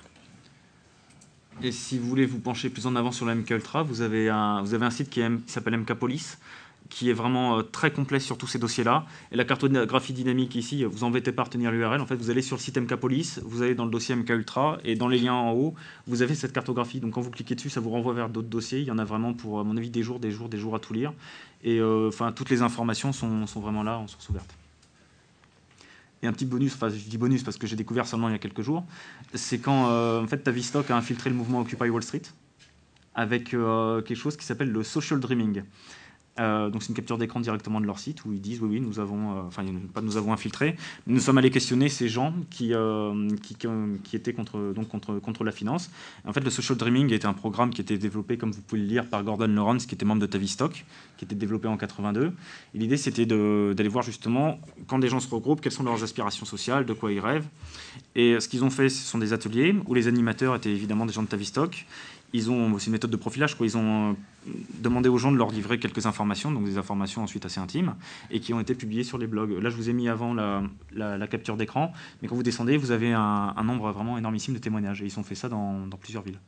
[SPEAKER 1] Et si vous voulez vous pencher plus en avant sur le M K Ultra, vous avez un, vous avez un site qui, est, qui s'appelle M K Police, qui est vraiment euh, très complet sur tous ces dossiers-là. Et la cartographie dynamique ici, vous embêtez pas à retenir l'U R L. En fait, vous allez sur le site M K Police, vous allez dans le dossier M K Ultra, et dans les liens en haut, vous avez cette cartographie. Donc quand vous cliquez dessus, ça vous renvoie vers d'autres dossiers. Il y en a vraiment pour, à mon avis, des jours, des jours, des jours à tout lire. Et euh, enfin, toutes les informations sont, sont vraiment là en source ouverte. Et un petit bonus, enfin je dis bonus parce que j'ai découvert seulement il y a quelques jours, c'est quand euh, en fait, Tavistock a infiltré le mouvement Occupy Wall Street avec euh, quelque chose qui s'appelle le social dreaming. Euh, donc c'est une capture d'écran directement de leur site où ils disent oui oui nous avons euh, enfin pas nous avons infiltré, nous sommes allés questionner ces gens qui euh, qui, qui, qui étaient contre donc contre contre la finance. Et en fait, le social dreaming était un programme qui était développé, comme vous pouvez le lire, par Gordon Lawrence, qui était membre de Tavistock, qui était développé en quatre-vingt-deux. Et l'idée, c'était de, d'aller voir justement quand des gens se regroupent, quelles sont leurs aspirations sociales, de quoi ils rêvent. Et ce qu'ils ont fait, ce sont des ateliers où les animateurs étaient évidemment des gens de Tavistock. Ils ont, c'est une méthode de profilage, quoi. Ils ont demandé aux gens de leur livrer quelques informations, donc des informations ensuite assez intimes, et qui ont été publiées sur les blogs. Là, je vous ai mis avant la, la, la capture d'écran, mais quand vous descendez, vous avez un, un nombre vraiment énormissime de témoignages, et ils ont fait ça dans, dans plusieurs villes.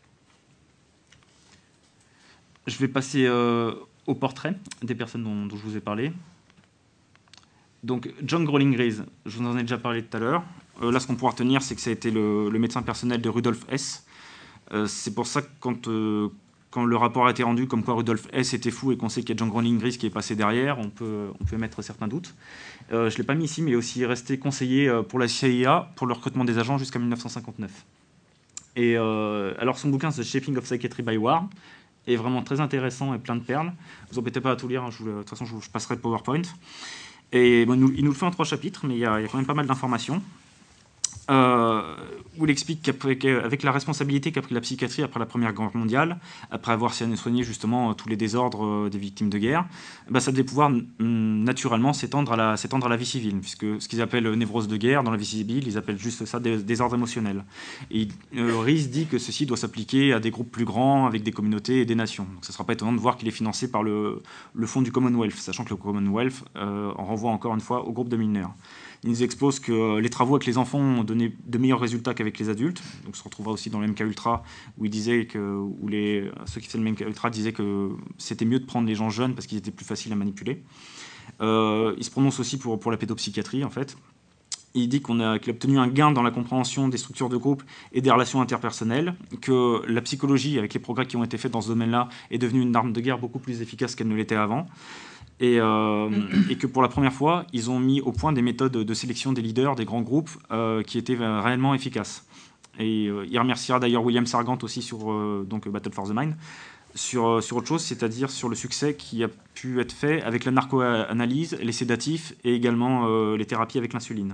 [SPEAKER 1] Je vais passer euh, au portrait des personnes dont, dont je vous ai parlé. Donc, John Growling Grise, je vous en ai déjà parlé tout à l'heure. Euh, là, ce qu'on pourra retenir, c'est que ça a été le, le médecin personnel de Rudolf Hess. Euh, c'est pour ça que quand, euh, quand le rapport a été rendu comme quoi Rudolf Hess était fou et qu'on sait qu'il y a John Growling Grise qui est passé derrière, on peut, on peut émettre certains doutes. Euh, je ne l'ai pas mis ici, mais il est aussi resté conseiller pour la C I A pour le recrutement des agents jusqu'à mille neuf cent cinquante-neuf. Et euh, alors son bouquin, The Shaping of Psychiatry by War, est vraiment très intéressant et plein de perles. Vous embêtez pas à tout lire, hein, je vous, de toute façon je, vous, je passerai le PowerPoint. Et bon, il nous le fait en trois chapitres, mais il y a, il y a quand même pas mal d'informations. Euh, où il explique qu'avec la responsabilité qu'a pris la psychiatrie après la Première Guerre mondiale, après avoir soigné justement tous les désordres des victimes de guerre, bah, ça devait pouvoir naturellement s'étendre à, la, s'étendre à la vie civile, puisque ce qu'ils appellent névrose de guerre, dans la vie civile, ils appellent juste ça des désordres émotionnels. Et euh, Rees dit que ceci doit s'appliquer à des groupes plus grands, avec des communautés et des nations. Donc ce ne sera pas étonnant de voir qu'il est financé par le, le fonds du Commonwealth, sachant que le Commonwealth euh, en renvoie encore une fois au groupe de Milner. Il nous expose que les travaux avec les enfants ont donné de meilleurs résultats qu'avec les adultes. Donc, ça se retrouvera aussi dans le M K Ultra, où il disait que, où les, ceux qui faisaient le M K Ultra disaient que c'était mieux de prendre les gens jeunes parce qu'ils étaient plus faciles à manipuler. Euh, il se prononce aussi pour, pour la pédopsychiatrie, en fait. Il dit qu'on a, qu'il a obtenu un gain dans la compréhension des structures de groupe et des relations interpersonnelles, que la psychologie, avec les progrès qui ont été faits dans ce domaine-là, est devenue une arme de guerre beaucoup plus efficace qu'elle ne l'était avant. Et, euh, et que pour la première fois, ils ont mis au point des méthodes de sélection des leaders, des grands groupes, euh, qui étaient réellement efficaces. Et euh, il remerciera d'ailleurs William Sargant aussi sur euh, donc Battle for the Mind, sur, sur autre chose, c'est-à-dire sur le succès qui a pu être fait avec la narco-analyse, les sédatifs et également euh, les thérapies avec l'insuline.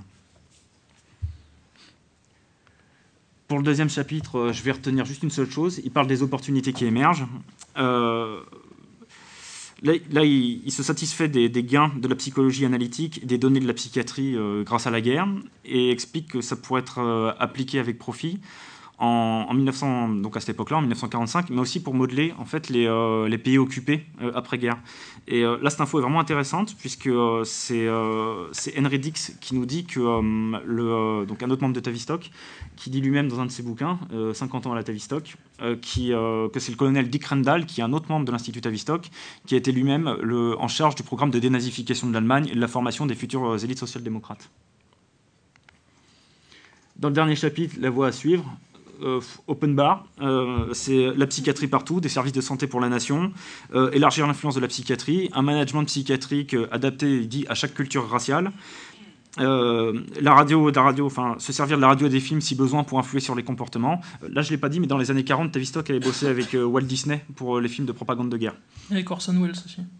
[SPEAKER 1] Pour le deuxième chapitre, je vais retenir juste une seule chose. Il parle des opportunités qui émergent. Euh, Là, là il, il se satisfait des, des gains de la psychologie analytique, des données de la psychiatrie euh, grâce à la guerre, et explique que ça pourrait être euh, appliqué avec profit en, en mille neuf cents, donc à cette époque-là, en mille neuf cent quarante-cinq, mais aussi pour modeler en fait les, euh, les pays occupés euh, après-guerre. Et euh, là, cette info est vraiment intéressante puisque euh, c'est, euh, c'est Henry Dix qui nous dit que euh, le, euh, donc un autre membre de Tavistock, qui dit lui-même dans un de ses bouquins, euh, cinquante ans à la Tavistock, euh, qui, euh, que c'est le colonel Dick Rendall, qui est un autre membre de l'Institut Tavistock, qui a été lui-même le, en charge du programme de dénazification de l'Allemagne et de la formation des futures élites social-démocrates. Dans le dernier chapitre, la voie à suivre, Euh, open bar, euh, c'est la psychiatrie partout, des services de santé pour la nation, euh, élargir l'influence de la psychiatrie, un management psychiatrique euh, adapté, il dit, à chaque culture raciale, euh, la radio, la radio, enfin, se servir de la radio et des films si besoin pour influer sur les comportements. Euh, là, je l'ai pas dit, mais dans les années quarante, Tavistock avait bossé avec euh, Walt Disney pour euh, les films de propagande de guerre.
[SPEAKER 2] Et avec Orson Welles aussi.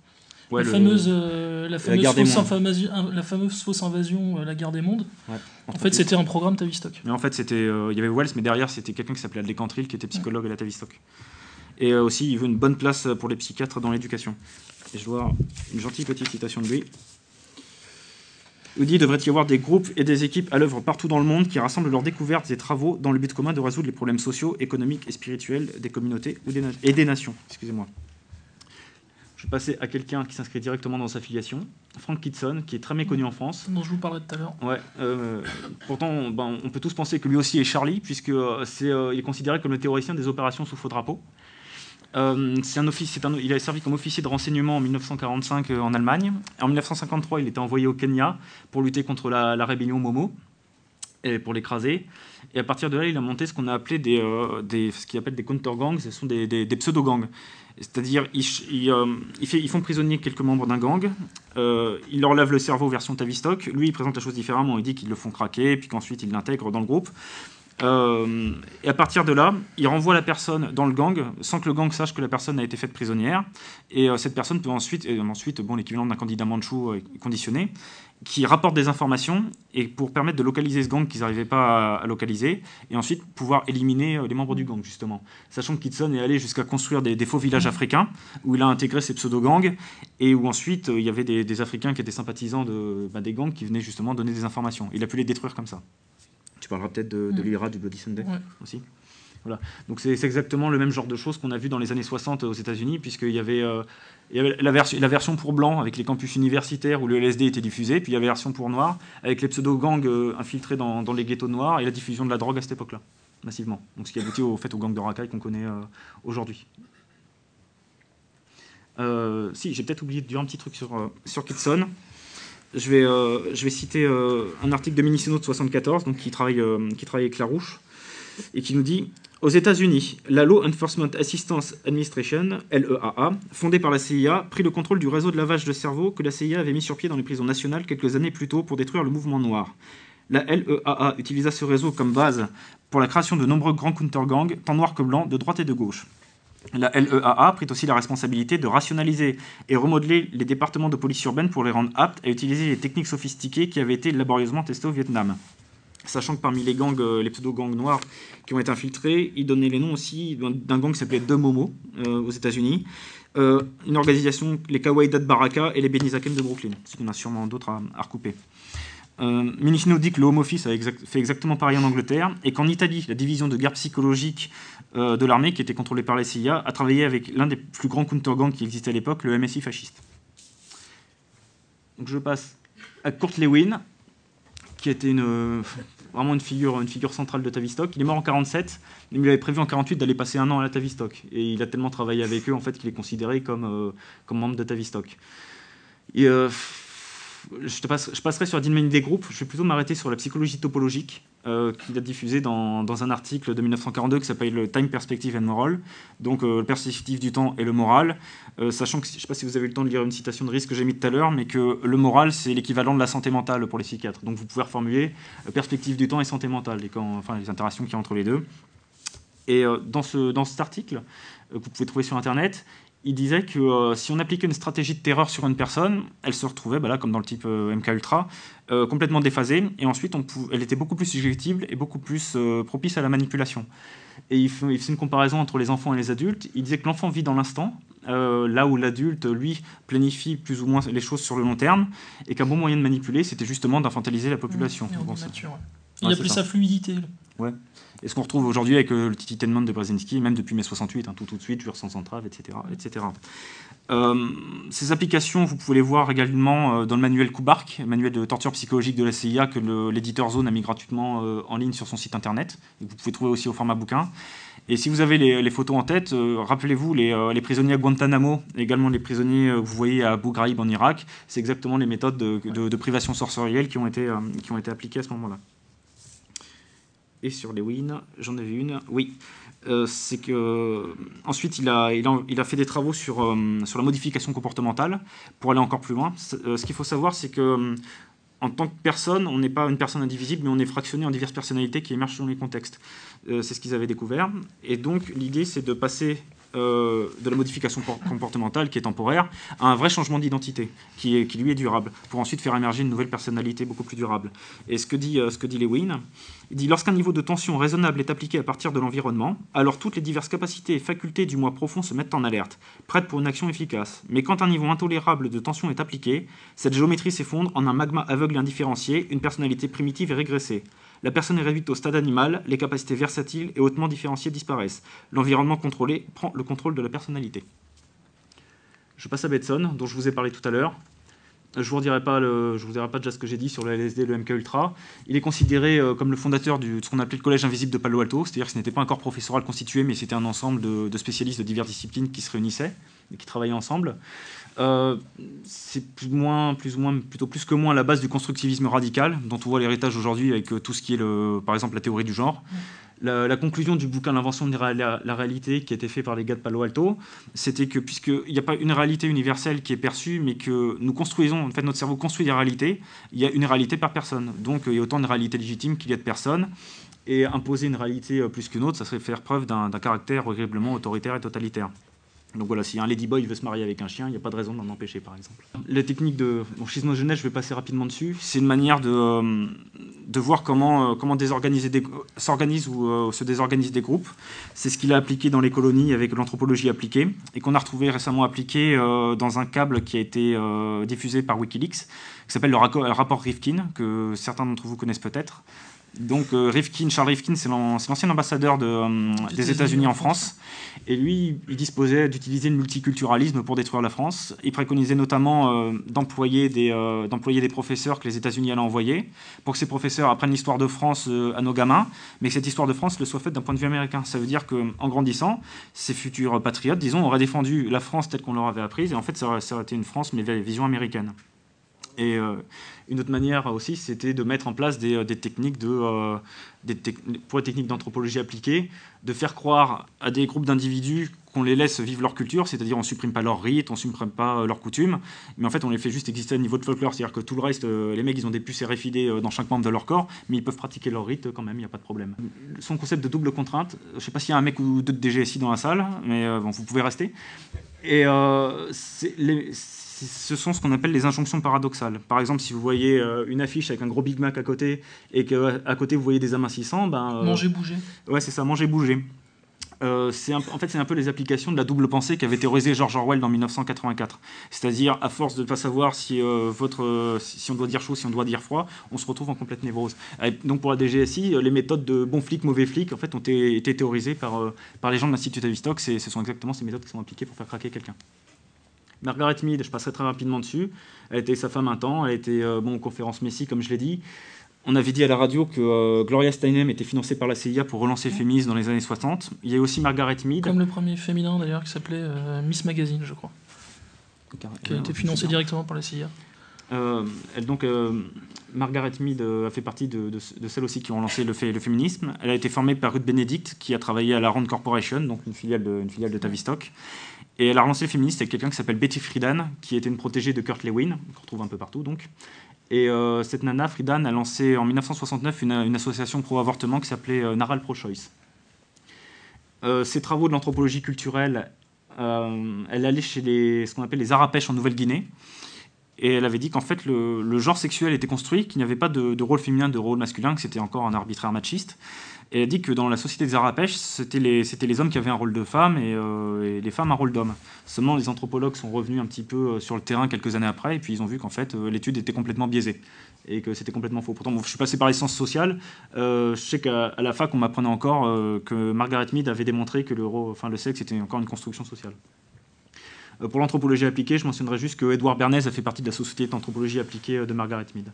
[SPEAKER 1] Ouais,
[SPEAKER 2] la,
[SPEAKER 1] le...
[SPEAKER 2] fameuse, euh, la, fameuse
[SPEAKER 1] la,
[SPEAKER 2] fausse invasion, la fameuse fausse invasion, euh, la guerre des mondes.
[SPEAKER 1] Ouais,
[SPEAKER 2] en fait, c'était un programme Tavistock.
[SPEAKER 1] Mais en fait, c'était, euh, il y avait Wells, mais derrière, c'était quelqu'un qui s'appelait Aldec Cantril, qui était psychologue ouais. à la Tavistock. Et euh, aussi, il veut une bonne place pour les psychiatres dans l'éducation. Et je vois une gentille petite citation de lui. Il dit, devrait y avoir des groupes et des équipes à l'œuvre partout dans le monde qui rassemblent leurs découvertes et travaux dans le but commun de résoudre les problèmes sociaux, économiques et spirituels des communautés ou des et des nations. Excusez-moi. Je vais passer à quelqu'un qui s'inscrit directement dans sa filiation, Frank Kitson, qui est très méconnu en France.
[SPEAKER 2] Dont je vous parlais tout à l'heure.
[SPEAKER 1] Ouais, euh, pourtant, ben, on peut tous penser que lui aussi est Charlie, puisque c'est, euh, il est considéré comme le théoricien des opérations sous faux drapeau. Euh, c'est un office, c'est un, il a servi comme officier de renseignement en mille neuf cent quarante-cinq euh, en Allemagne. En mille neuf cent cinquante-trois, il était envoyé au Kenya pour lutter contre la, la rébellion Momo et pour l'écraser. Et à partir de là, il a monté ce qu'on a appelé des, euh, des, ce qu'il appelle des counter-gangs, ce sont des, des, des pseudo-gangs. C'est-à-dire, ils, ils, euh, ils, fait, ils font prisonnier quelques membres d'un gang, euh, ils leur lavent le cerveau version Tavistock. Lui, il présente la chose différemment, il dit qu'ils le font craquer, puis qu'ensuite ils l'intègrent dans le groupe. Euh, et à partir de là, il renvoie la personne dans le gang sans que le gang sache que la personne a été faite prisonnière. Et euh, cette personne peut ensuite, et ensuite bon, l'équivalent d'un candidat mandchou euh, conditionné, qui rapporte des informations et pour permettre de localiser ce gang qu'ils n'arrivaient pas à, à localiser, et ensuite pouvoir éliminer euh, les membres du gang, justement. Sachant que Kitson est allé jusqu'à construire des, des faux villages africains, où il a intégré ces pseudo-gangs, et où ensuite euh, il y avait des, des Africains qui étaient sympathisants de, bah, des gangs qui venaient justement donner des informations. Il a pu les détruire comme ça. Tu parleras peut-être de, de l'I R A, du Bloody Sunday ouais. aussi. Voilà. Donc c'est exactement le même genre de choses qu'on a vu dans les années soixante aux États-Unis, puisqu'il y avait, euh, il y avait la, vers la version pour blancs avec les campus universitaires où le L S D était diffusé, puis il y avait la version pour noirs avec les pseudo-gangs euh, infiltrés dans, dans les ghettos noirs et la diffusion de la drogue à cette époque-là, massivement. Donc ce qui aboutit au fait aux gangs de racailles qu'on connaît euh, aujourd'hui. Euh, si, j'ai peut-être oublié de dire un petit truc sur, euh, sur Kitson. Je vais, euh, je vais citer euh, un article de Miniceno de soixante-quatorze, donc qui travaille, euh, qui travaille avec Larouche, et qui nous dit « Aux États-Unis, la Law Enforcement Assistance Administration, L E A A, fondée par la C I A, prit le contrôle du réseau de lavage de cerveau que la C I A avait mis sur pied dans les prisons nationales quelques années plus tôt pour détruire le mouvement noir. La L E A A utilisa ce réseau comme base pour la création de nombreux grands counter-gangs, tant noirs que blancs, de droite et de gauche. La L E A A prit aussi la responsabilité de rationaliser et remodeler les départements de police urbaine pour les rendre aptes à utiliser les techniques sophistiquées qui avaient été laborieusement testées au Vietnam. Sachant que parmi les gangs, les pseudo-gangs noirs qui ont été infiltrés, ils donnaient les noms aussi d'un gang qui s'appelait De Momo euh, aux États-Unis, euh, une organisation, les Kawaidat Baraka et les Benizaken de Brooklyn. Il y en a sûrement d'autres à, à recouper. Euh, Minicino dit que le Home Office a exact, fait exactement pareil en Angleterre et qu'en Italie, la division de guerre psychologique euh, de l'armée, qui était contrôlée par la C I A, a travaillé avec l'un des plus grands counter-gangs qui existait à l'époque, le M S I fasciste. Donc je passe à Kurt Lewin, qui était une, vraiment une figure, une figure centrale de Tavistock. Il est mort en quarante-sept, mais il avait prévu en quarante-huit d'aller passer un an à la Tavistock. Et il a tellement travaillé avec eux en fait, qu'il est considéré comme, euh, comme membre de Tavistock. Et, euh, Je, te passe, je passerai sur la dynamique des groupes. Je vais plutôt m'arrêter sur la psychologie topologique euh, qu'il a diffusée dans, dans un article de mille neuf cent quarante-deux qui s'appelle le Time Perspective and Moral, donc euh, le perspective du temps et le moral, euh, sachant que, je ne sais pas si vous avez eu le temps de lire une citation de Rice que j'ai mise tout à l'heure, mais que le moral, c'est l'équivalent de la santé mentale pour les psychiatres. Donc vous pouvez reformuler euh, perspective du temps et santé mentale, les, quand, enfin, les interactions qu'il y a entre les deux. Et euh, dans, ce, dans cet article, euh, que vous pouvez trouver sur Internet, il disait que euh, si on appliquait une stratégie de terreur sur une personne, elle se retrouvait, bah là, comme dans le type euh, M K Ultra, euh, complètement déphasée, et ensuite on pouvait, elle était beaucoup plus suggestible et beaucoup plus euh, propice à la manipulation. Et il, fait, il faisait une comparaison entre les enfants et les adultes. Il disait que l'enfant vit dans l'instant, euh, là où l'adulte, lui, planifie plus ou moins les choses sur le long terme, et qu'un bon moyen de manipuler, c'était justement d'infantiliser la population.
[SPEAKER 2] Mmh,
[SPEAKER 1] bon,
[SPEAKER 2] nature, ouais. Il ouais, a pris sa fluidité. Là.
[SPEAKER 1] Ouais. Et ce qu'on retrouve aujourd'hui avec euh, le Titi Tenement de Brzezinski, même depuis mai soixante-huit, hein, tout, tout de suite, Jure sans entrave, et cetera et cetera. Euh, ces applications, vous pouvez les voir également euh, dans le manuel Kubark, manuel de torture psychologique de la C I A, que l'éditeur Zone a mis gratuitement euh, en ligne sur son site internet, et que vous pouvez trouver aussi au format bouquin. Et si vous avez les, les photos en tête, euh, rappelez-vous les, euh, les prisonniers à Guantanamo, également les prisonniers euh, que vous voyez à Abu Ghraib en Irak, c'est exactement les méthodes de, de, de privation sensorielle qui ont été, euh, qui ont été appliquées à ce moment-là. Et sur Lewin, j'en avais une, oui. Euh, c'est que euh, ensuite il a, il, a, il a fait des travaux sur, euh, sur la modification comportementale pour aller encore plus loin. Euh, ce qu'il faut savoir, c'est que euh, en tant que personne, on n'est pas une personne indivisible, mais on est fractionné en diverses personnalités qui émergent selon les contextes. Euh, c'est ce qu'ils avaient découvert. Et donc l'idée, c'est de passer euh, de la modification comportementale qui est temporaire à un vrai changement d'identité qui, est, qui lui est durable, pour ensuite faire émerger une nouvelle personnalité beaucoup plus durable. Et ce que dit, euh, ce que dit Lewin, il dit « Lorsqu'un niveau de tension raisonnable est appliqué à partir de l'environnement, alors toutes les diverses capacités et facultés du moi profond se mettent en alerte, prêtes pour une action efficace. Mais quand un niveau intolérable de tension est appliqué, cette géométrie s'effondre en un magma aveugle et indifférencié, une personnalité primitive et régressée. La personne est réduite au stade animal, les capacités versatiles et hautement différenciées disparaissent. L'environnement contrôlé prend le contrôle de la personnalité. » Je passe à Bateson, dont je vous ai parlé tout à l'heure. Je ne vous redirai pas, le, je vous dirai pas déjà ce que j'ai dit sur le L S D et le M K Ultra. Il est considéré euh, comme le fondateur du, de ce qu'on appelait le Collège invisible de Palo Alto, c'est-à-dire que ce n'était pas un corps professoral constitué, mais c'était un ensemble de, de spécialistes de diverses disciplines qui se réunissaient et qui travaillaient ensemble. Euh, c'est plus ou moins, plus ou moins, plutôt plus que moins la base du constructivisme radical, dont on voit l'héritage aujourd'hui avec euh, tout ce qui est, le, par exemple, la théorie du genre. La, la conclusion du bouquin L'invention de la, la, la réalité, qui a été fait par les gars de Palo Alto, c'était que puisqu'il n'y a pas une réalité universelle qui est perçue, mais que nous construisons, en fait notre cerveau construit des réalités, il y a une réalité par personne. Donc il y a autant de réalités légitimes qu'il y a de personnes. Et imposer une réalité plus qu'une autre, ça serait faire preuve d'un d'un caractère horriblement autoritaire et totalitaire. Donc voilà, si un ladyboy veut se marier avec un chien, il n'y a pas de raison d'en empêcher, par exemple. La technique de bon, schismogenèse, je vais passer rapidement dessus. C'est une manière de, euh, de voir comment, euh, comment désorganiser des, s'organisent ou euh, se désorganisent des groupes. C'est ce qu'il a appliqué dans les colonies avec l'anthropologie appliquée, et qu'on a retrouvé récemment appliqué euh, dans un câble qui a été euh, diffusé par Wikileaks, qui s'appelle le, le rapport Rifkin, que certains d'entre vous connaissent peut-être. Donc euh, Rifkin, Charles Rifkin, c'est l'ancien ambassadeur de, euh, des États-Unis en France. Et lui, il disposait d'utiliser le multiculturalisme pour détruire la France. Il préconisait notamment euh, d'employer des, euh, d'employer des professeurs que les États-Unis allaient envoyer pour que ces professeurs apprennent l'histoire de France euh, à nos gamins, mais que cette histoire de France le soit faite d'un point de vue américain. Ça veut dire qu'en grandissant, ces futurs patriotes, disons, auraient défendu la France telle qu'on leur avait apprise, et en fait, ça aurait, ça aurait été une France, mais vision américaine. Et euh, une autre manière aussi, c'était de mettre en place des, des techniques de, euh, des te pour les techniques d'anthropologie appliquée, de faire croire à des groupes d'individus qu'on les laisse vivre leur culture, c'est-à-dire on ne supprime pas leurs rites, on ne supprime pas leurs coutumes, mais en fait on les fait juste exister à niveau de folklore, c'est-à-dire que tout le reste, les mecs ils ont des puces R F I D dans chaque membre de leur corps, mais ils peuvent pratiquer leurs rites quand même, il n'y a pas de problème. Son concept de double contrainte, je ne sais pas s'il y a un mec ou deux de D G S I dans la salle, mais euh, bon, vous pouvez rester. Et euh, les, ce sont ce qu'on appelle les injonctions paradoxales. Par exemple, si vous voyez euh, une affiche avec un gros Big Mac à côté et qu'à côté vous voyez des amincissants, ben, euh,
[SPEAKER 2] manger, bouger.
[SPEAKER 1] Ouais, c'est ça, manger, bouger. Euh, un, en fait, c'est un peu les applications de la double pensée qu'avait théorisé George Orwell dans mille neuf cent quatre-vingt-quatre. C'est-à-dire, à force de ne pas savoir si, euh, votre, euh, si on doit dire chaud, si on doit dire froid, on se retrouve en complète névrose. Et donc pour la D G S I, les méthodes de bon flic, mauvais flic, en fait, ont été, été théorisées par, euh, par les gens de l'Institut Tavistock. Ce sont exactement ces méthodes qui sont appliquées pour faire craquer quelqu'un. Margaret Mead, je passerai très rapidement dessus. Elle était sa femme un temps, elle était euh, bon, aux conférences Messi, comme je l'ai dit. On avait dit à la radio que euh, Gloria Steinem était financée par la C I A pour relancer le féminisme dans les années soixante. Il y a aussi Margaret Mead.
[SPEAKER 2] Comme le premier féminin d'ailleurs, qui s'appelait euh, Miss Magazine, je crois. Car, qui a euh, été financé directement par la C I A.
[SPEAKER 1] Euh, elle, donc, euh, Margaret Mead euh, a fait partie de, de, de celles aussi qui ont lancé le, fait, le féminisme. Elle a été formée par Ruth Benedict, qui a travaillé à la Rand Corporation, donc une filiale de, une filiale de Tavistock. Et elle a relancé le féminisme avec quelqu'un qui s'appelle Betty Friedan, qui était une protégée de Kurt Lewin, qu'on retrouve un peu partout donc. Et euh, cette nana, Friedan, a lancé en mille neuf cent soixante-neuf une, une association pro-avortement qui s'appelait euh, Naral Pro-Choice. Euh, ses travaux de l'anthropologie culturelle, euh, elle allait chez les, ce qu'on appelle les Arapèches en Nouvelle-Guinée, et elle avait dit qu'en fait le, le genre sexuel était construit, qu'il n'y avait pas de, de rôle féminin, de rôle masculin, que c'était encore un arbitraire machiste. Et elle a dit que dans la société des Arapèches, c'était les, c'était les hommes qui avaient un rôle de femme et, euh, et les femmes un rôle d'homme. Seulement, les anthropologues sont revenus un petit peu sur le terrain quelques années après, et puis ils ont vu qu'en fait, l'étude était complètement biaisée et que c'était complètement faux. Pourtant, bon, je suis passé par les sciences sociales. Euh, je sais qu'à la fac, on m'apprenait encore euh, que Margaret Mead avait démontré que le, enfin, le sexe était encore une construction sociale. Euh, pour l'anthropologie appliquée, je mentionnerai juste que Edouard Bernays a fait partie de la société d'anthropologie appliquée de Margaret Mead.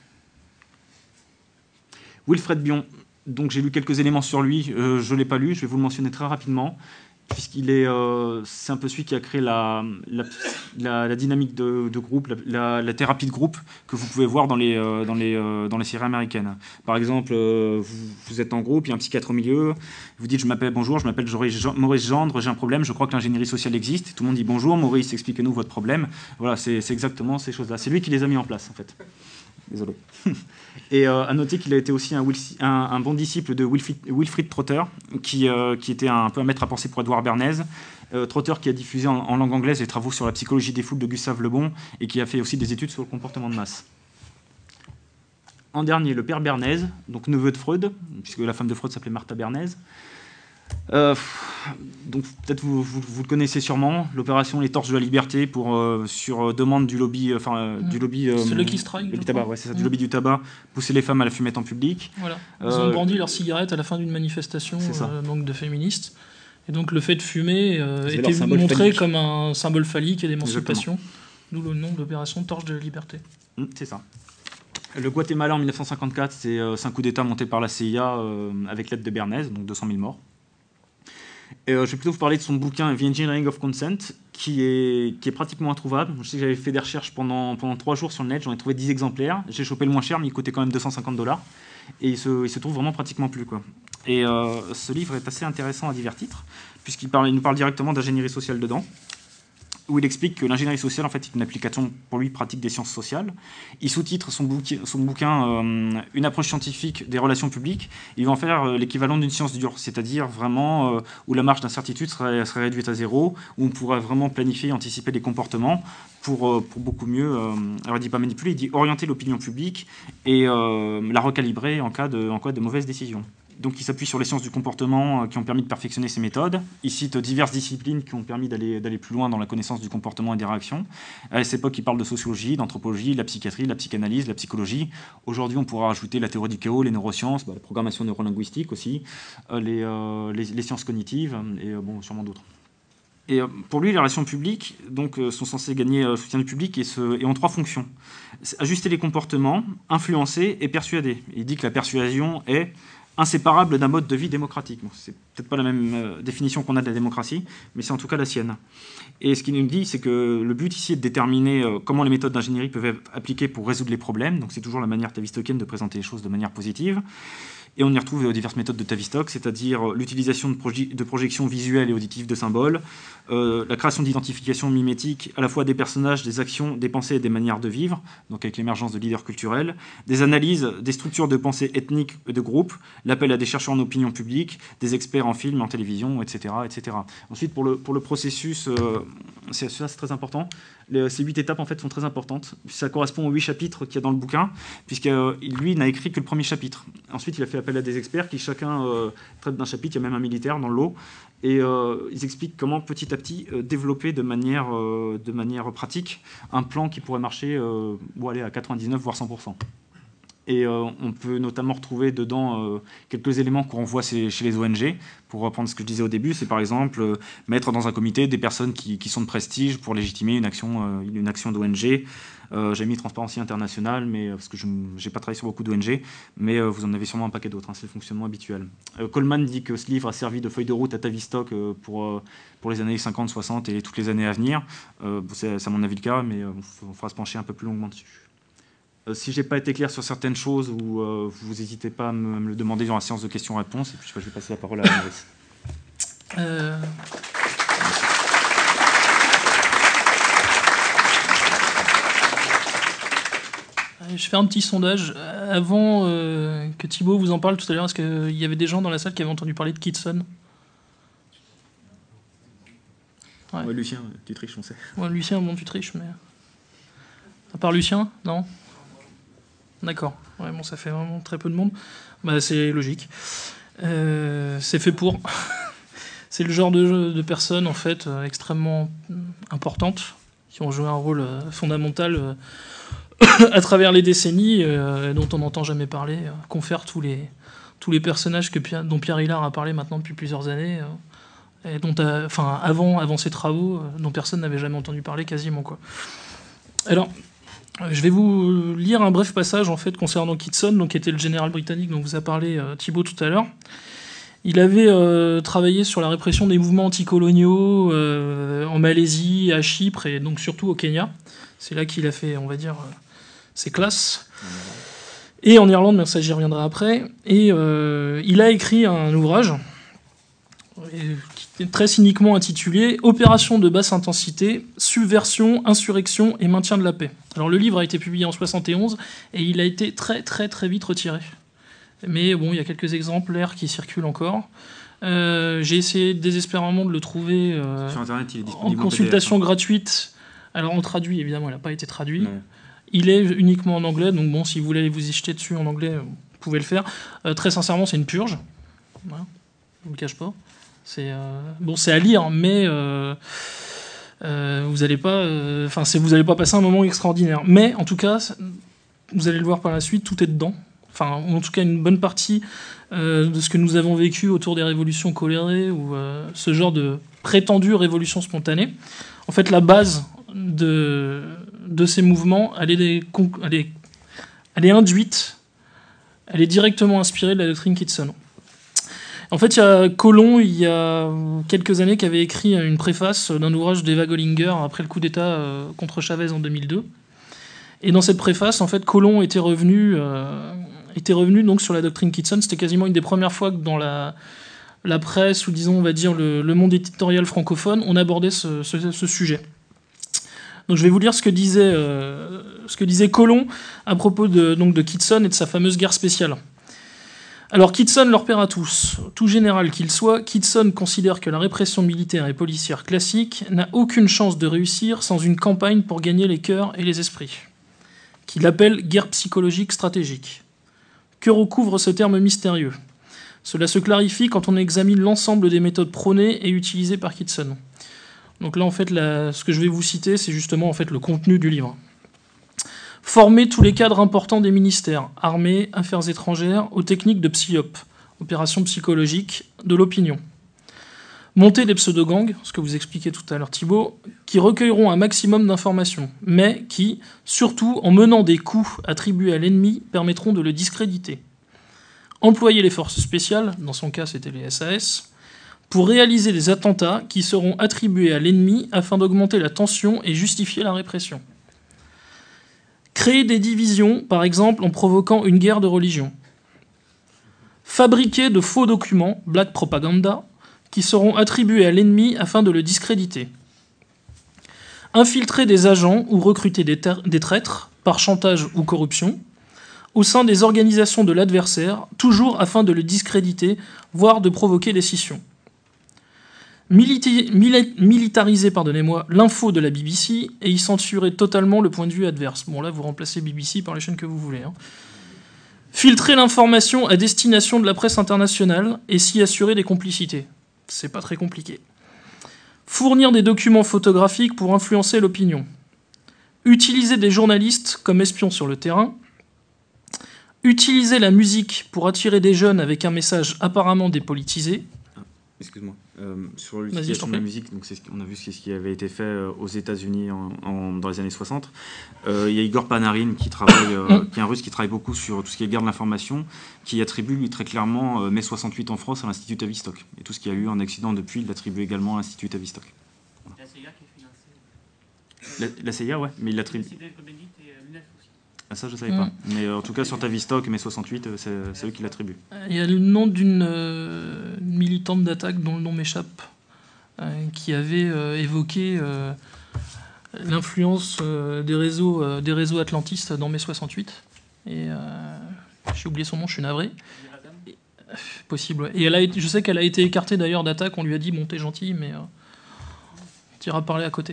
[SPEAKER 1] Wilfred Bion. Donc j'ai lu quelques éléments sur lui, euh, je ne l'ai pas lu, je vais vous le mentionner très rapidement, puisqu'il est, euh, c'est un peu celui qui a créé la, la, la, la dynamique de, de groupe, la, la, la thérapie de groupe que vous pouvez voir dans les, euh, dans les, euh, dans les séries américaines. Par exemple, euh, vous, vous êtes en groupe, il y a un psychiatre au milieu, vous dites je m'appelle bonjour, je m'appelle Maurice Gendre, j'ai un problème, je crois que l'ingénierie sociale existe, tout le monde dit bonjour Maurice, expliquez-nous votre problème. Voilà, c'est exactement ces choses-là. C'est lui qui les a mis en place en fait. Désolé. Et euh, à noter qu'il a été aussi un, un, un bon disciple de Wilfried, Wilfried Trotter, qui, euh, qui était un peu un maître à penser pour Édouard Bernays. Euh, Trotter qui a diffusé en, en langue anglaise les travaux sur la psychologie des foules de Gustave Le Bon et qui a fait aussi des études sur le comportement de masse. En dernier, le père Bernays, donc neveu de Freud, puisque la femme de Freud s'appelait Martha Bernays. Euh, donc peut-être vous, vous, vous le connaissez sûrement, l'opération Les Torches de la Liberté pour euh, sur demande du lobby, enfin euh, mmh. du lobby. Euh,
[SPEAKER 2] c'est le Lucky Strike.
[SPEAKER 1] Du tabac, ouais, c'est ça, mmh. du lobby du tabac, pousser les femmes à la fumette en public.
[SPEAKER 2] Voilà. Ils euh, ont brandi leurs cigarettes à la fin d'une manifestation, euh, donc de féministes. Et donc le fait de fumer euh, était montré phallique. Comme un symbole phallique et d'émancipation, d'où le nom de l'opération Torche de la Liberté.
[SPEAKER 1] Mmh, c'est ça. Le Guatemala en mille neuf cent cinquante-quatre, c'est euh, un coup d'État monté par la C I A euh, avec l'aide de Bernays, donc deux cent mille morts. Et, euh, je vais plutôt vous parler de son bouquin The Engineering of Consent, qui est, qui est pratiquement introuvable. Je sais que j'avais fait des recherches pendant, pendant trois jours sur le net, j'en ai trouvé dix exemplaires. J'ai chopé le moins cher, mais il coûtait quand même deux cent cinquante dollars. Et il se, il se trouve vraiment pratiquement plus, quoi. Et euh, ce livre est assez intéressant à divers titres, puisqu'il parle, il nous parle directement d'ingénierie sociale dedans, où il explique que l'ingénierie sociale, en fait, est une application, pour lui, pratique des sciences sociales. Il sous-titre son, bouquin, son bouquin euh, « Une approche scientifique des relations publiques ». Il va en faire euh, l'équivalent d'une science dure, c'est-à-dire vraiment euh, où la marge d'incertitude serait, serait réduite à zéro, où on pourrait vraiment planifier et anticiper les comportements pour, euh, pour beaucoup mieux, euh, alors il dit pas manipuler, il dit orienter l'opinion publique et euh, la recalibrer en cas de, en cas de mauvaises décisions. Donc il s'appuie sur les sciences du comportement qui ont permis de perfectionner ces méthodes. Il cite diverses disciplines qui ont permis d'aller d'aller plus loin dans la connaissance du comportement et des réactions. À cette époque, il parle de sociologie, d'anthropologie, de la psychiatrie, de la psychanalyse, de la psychologie. Aujourd'hui, on pourra rajouter la théorie du chaos, les neurosciences, bah, la programmation neurolinguistique aussi, euh, les, euh, les, les sciences cognitives et euh, bon, sûrement d'autres. Et euh, pour lui, les relations publiques donc, euh, sont censées gagner le euh, soutien du public et, ce, et ont trois fonctions. Ajuster les comportements, influencer et persuader. Il dit que la persuasion est inséparable d'un mode de vie démocratique. Bon, c'est peut-être pas la même euh, définition qu'on a de la démocratie, mais c'est en tout cas la sienne. Et ce qu'il nous dit, c'est que le but ici est de déterminer euh, comment les méthodes d'ingénierie peuvent être appliquées pour résoudre les problèmes. Donc c'est toujours la manière tavistockienne de présenter les choses de manière positive. Et on y retrouve diverses méthodes de Tavistock, c'est-à-dire l'utilisation de, proje de projections visuelles et auditives de symboles, euh, la création d'identifications mimétiques à la fois des personnages, des actions, des pensées et des manières de vivre, donc avec l'émergence de leaders culturels, des analyses, des structures de pensée ethniques et de groupes, l'appel à des chercheurs en opinion publique, des experts en film, en télévision, et cetera et cetera. Ensuite, pour le, pour le processus, euh, c'est, ça c'est très important. Les, ces huit étapes en fait sont très importantes. Ça correspond aux huit chapitres qu'il y a dans le bouquin, puisque euh, lui n'a écrit que le premier chapitre. Ensuite, il a fait appel à des experts qui chacun euh, traite d'un chapitre. Il y a même un militaire dans le lot, et euh, ils expliquent comment petit à petit euh, développer de manière, euh, de manière pratique un plan qui pourrait marcher, euh, ou aller à quatre-vingt-dix-neuf voire cent pour cent. Et euh, on peut notamment retrouver dedans euh, quelques éléments qu'on voit chez les O N G. Pour reprendre ce que je disais au début, c'est par exemple euh, mettre dans un comité des personnes qui, qui sont de prestige pour légitimer une action, euh, une action d'O N G. Euh, j'ai mis Transparency International, mais, parce que je n'ai pas travaillé sur beaucoup d'O N G, mais euh, vous en avez sûrement un paquet d'autres, hein, c'est le fonctionnement habituel. Euh, Coleman dit que ce livre a servi de feuille de route à Tavistock euh, pour, euh, pour les années cinquante, soixante et toutes les années à venir. Euh, c'est à mon avis le cas, mais euh, on fera se pencher un peu plus longuement dessus. Euh, si je n'ai pas été clair sur certaines choses, ou euh, vous n'hésitez pas à me, me le demander dans la séance de questions-réponses, et puis je vais passer la parole à Maurice.
[SPEAKER 2] Euh... Je fais un petit sondage. Avant euh, que Thibaut vous en parle tout à l'heure, est-ce qu'il y avait des gens dans la salle qui avaient entendu parler de Kitson?
[SPEAKER 1] Ouais. Ouais, Lucien, tu triches, on sait.
[SPEAKER 2] Ouais, Lucien, bon, tu triches, mais... À part Lucien, non? D'accord. Ouais, bon, ça fait vraiment très peu de monde. Bah, c'est logique. Euh, c'est fait pour. C'est le genre de, de personnes, en fait, euh, extrêmement importantes, qui ont joué un rôle euh, fondamental euh, à travers les décennies, euh, dont on n'entend jamais parler, euh, confère tous les, tous les personnages que Pierre, dont Pierre Hillard a parlé maintenant depuis plusieurs années, euh, et dont, enfin, avant, avant ses travaux, euh, dont personne n'avait jamais entendu parler quasiment, quoi. Alors, je vais vous lire un bref passage en fait concernant Kitson, donc qui était le général britannique dont vous a parlé euh, Thibaut tout à l'heure. Il avait euh, travaillé sur la répression des mouvements anticoloniaux euh, en Malaisie, à Chypre et donc surtout au Kenya. C'est là qu'il a fait, on va dire, euh, ses classes. Et en Irlande, mais ça j'y reviendrai après. Et euh, il a écrit un ouvrage qui est très cyniquement intitulé « Opération de basse intensité, subversion, insurrection et maintien de la paix ». Alors le livre a été publié en soixante et onze et il a été très très très vite retiré. Mais bon, il y a quelques exemplaires qui circulent encore. Euh, j'ai essayé désespérément de le trouver euh,
[SPEAKER 1] sur Internet, il est disponible
[SPEAKER 2] en consultation
[SPEAKER 1] en P D F, hein.
[SPEAKER 2] gratuite. Alors en traduit, évidemment, il n'a pas été traduit.
[SPEAKER 1] Non.
[SPEAKER 2] Il est uniquement en anglais, donc bon, si vous voulez vous y jeter dessus en anglais, vous pouvez le faire. Euh, très sincèrement, c'est une purge. Voilà. Je vous le cache pas. C'est euh... bon, c'est à lire, mais euh... Euh, vous n'allez pas, enfin, euh, vous n'allez pas passer un moment extraordinaire. Mais en tout cas, vous allez le voir par la suite, tout est dedans. Enfin, en tout cas, une bonne partie euh, de ce que nous avons vécu autour des révolutions colorées ou euh, ce genre de prétendue révolution spontanée. En fait, la base de, de ces mouvements, elle est, des, elle, est, elle est induite, elle est directement inspirée de la doctrine Kitson. En fait, il y a Colomb, il y a quelques années, qui avait écrit une préface d'un ouvrage d'Eva Gollinger après le coup d'État contre Chavez en deux mille deux. Et dans cette préface, en fait, Colomb était revenu, euh, était revenu donc sur la doctrine Kitson. C'était quasiment une des premières fois que dans la, la presse, ou disons, on va dire, le, le monde éditorial francophone, on abordait ce, ce, ce sujet. Donc je vais vous lire ce que disait, euh, ce que disait Colomb à propos de, donc, de Kitson et de sa fameuse guerre spéciale. Alors Kitson leur perd à tous. Tout général qu'il soit, Kitson considère que la répression militaire et policière classique n'a aucune chance de réussir sans une campagne pour gagner les cœurs et les esprits, qu'il appelle guerre psychologique stratégique. Que recouvre ce terme mystérieux ? Cela se clarifie quand on examine l'ensemble des méthodes prônées et utilisées par Kitson. Donc là, en fait, la, ce que je vais vous citer, c'est justement en fait, le contenu du livre. Former tous les cadres importants des ministères, armée, affaires étrangères, aux techniques de psyop, opérations psychologiques, de l'opinion. Monter des pseudo-gangs, ce que vous expliquez tout à l'heure Thibault, qui recueilleront un maximum d'informations, mais qui, surtout en menant des coups attribués à l'ennemi, permettront de le discréditer. Employer les forces spéciales, dans son cas c'était les S A S, pour réaliser des attentats qui seront attribués à l'ennemi afin d'augmenter la tension et justifier la répression. Créer des divisions, par exemple en provoquant une guerre de religion. Fabriquer de faux documents, black propaganda, qui seront attribués à l'ennemi afin de le discréditer. Infiltrer des agents ou recruter des, des traîtres, par chantage ou corruption, au sein des organisations de l'adversaire, toujours afin de le discréditer, voire de provoquer des scissions. Milita- mili- militariser pardonnez-moi, l'info de la B B C et y censurer totalement le point de vue adverse. Bon là, vous remplacez B B C par les chaînes que vous voulez. Hein. Filtrer l'information à destination de la presse internationale et s'y assurer des complicités. C'est pas très compliqué. Fournir des documents photographiques pour influencer l'opinion. Utiliser des journalistes comme espions sur le terrain. Utiliser la musique pour attirer des jeunes avec un message apparemment dépolitisé.
[SPEAKER 1] Excuse-moi. Euh, sur l'utilisation de la musique, donc c'est ce on a vu ce qui avait été fait euh, aux États-Unis en, en, dans les années soixante. Euh, il y a Igor Panarin qui travaille, euh, qui est un Russe qui travaille beaucoup sur tout ce qui est guerre de l'information, qui attribue lui très clairement euh, mai soixante-huit en France à l'Institut Tavistock. Et tout ce qui a eu en accident depuis, il l'attribue également à l'Institut Tavistock. Voilà. La C I A qui est financée. La, la C I A, ouais, mais il l'attribue. Ah, ça, je ne savais mmh. pas. Mais euh, en tout cas, sur Tavistock, mai soixante-huit, c'est, c'est eux qui l'attribuent.
[SPEAKER 2] Il y a le nom d'une euh, militante d'attaque dont le nom m'échappe, euh, qui avait euh, évoqué euh, l'influence euh, des, réseaux, euh, des réseaux atlantistes dans mai soixante-huit. Et euh, j'ai oublié son nom, je suis navré. Et, euh, possible, ouais. Et elle a été, je sais qu'elle a été écartée d'ailleurs d'attaque. On lui a dit, bon, t'es gentil, mais euh, tu iras parler à côté.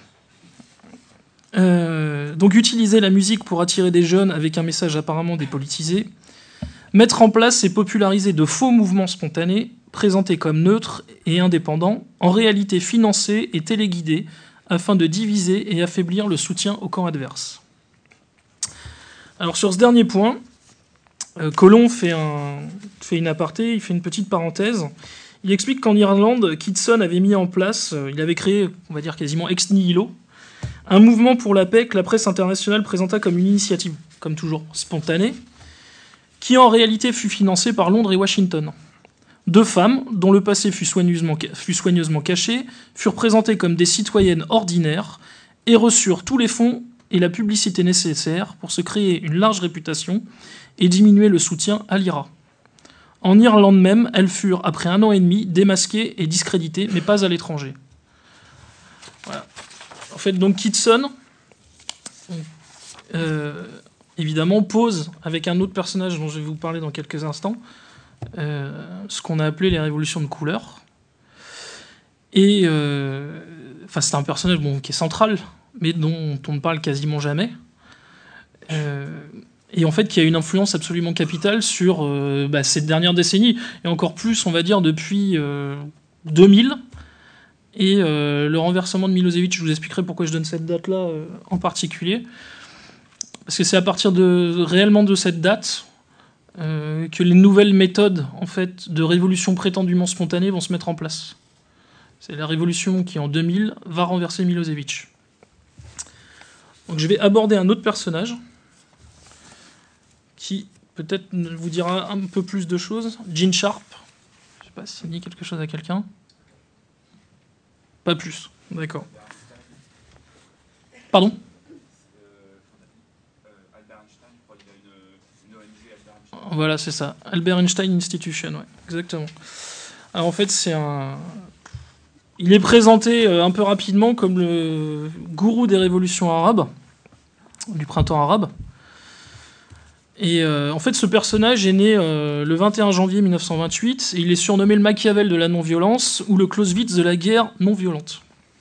[SPEAKER 2] Euh, donc utiliser la musique pour attirer des jeunes avec un message apparemment dépolitisé, mettre en place et populariser de faux mouvements spontanés, présentés comme neutres et indépendants, en réalité financés et téléguidés, afin de diviser et affaiblir le soutien au camp adverse. Alors sur ce dernier point, euh, Colomb fait, un, fait une aparté, il fait une petite parenthèse. Il explique qu'en Irlande, Kitson avait mis en place, euh, il avait créé, on va dire quasiment ex nihilo, un mouvement pour la paix que la presse internationale présenta comme une initiative, comme toujours, spontanée, qui en réalité fut financée par Londres et Washington. Deux femmes, dont le passé fut soigneusement, fut soigneusement caché, furent présentées comme des citoyennes ordinaires et reçurent tous les fonds et la publicité nécessaires pour se créer une large réputation et diminuer le soutien à l'I R A. En Irlande même, elles furent, après un an et demi, démasquées et discréditées, mais pas à l'étranger. Voilà. En fait, donc Kitson, euh, évidemment, pose, avec un autre personnage dont je vais vous parler dans quelques instants, euh, ce qu'on a appelé les révolutions de couleur. Et euh, enfin, c'est un personnage bon, qui est central, mais dont on ne parle quasiment jamais. Euh, et en fait, qui a une influence absolument capitale sur euh, bah, ces dernières décennies, et encore plus, on va dire, depuis euh, deux mille. Et euh, le renversement de Milosevic, je vous expliquerai pourquoi je donne cette date-là euh, en particulier. Parce que c'est à partir de, réellement de cette date euh, que les nouvelles méthodes en fait, de révolution prétendument spontanée vont se mettre en place. C'est la révolution qui, en deux mille, va renverser Milosevic. Donc je vais aborder un autre personnage qui peut-être vous dira un peu plus de choses. Gene Sharp. Je ne sais pas s'il dit quelque chose à quelqu'un. Pas plus. D'accord. Pardon ? Voilà, c'est ça. Albert Einstein Institution, ouais, exactement. Alors en fait, c'est un... Il est présenté un peu rapidement comme le gourou des révolutions arabes, du printemps arabe. Et euh, en fait, ce personnage est né euh, le vingt et un janvier mille neuf cent vingt-huit, et il est surnommé le Machiavel de la non-violence ou le Clausewitz de la guerre non-violente.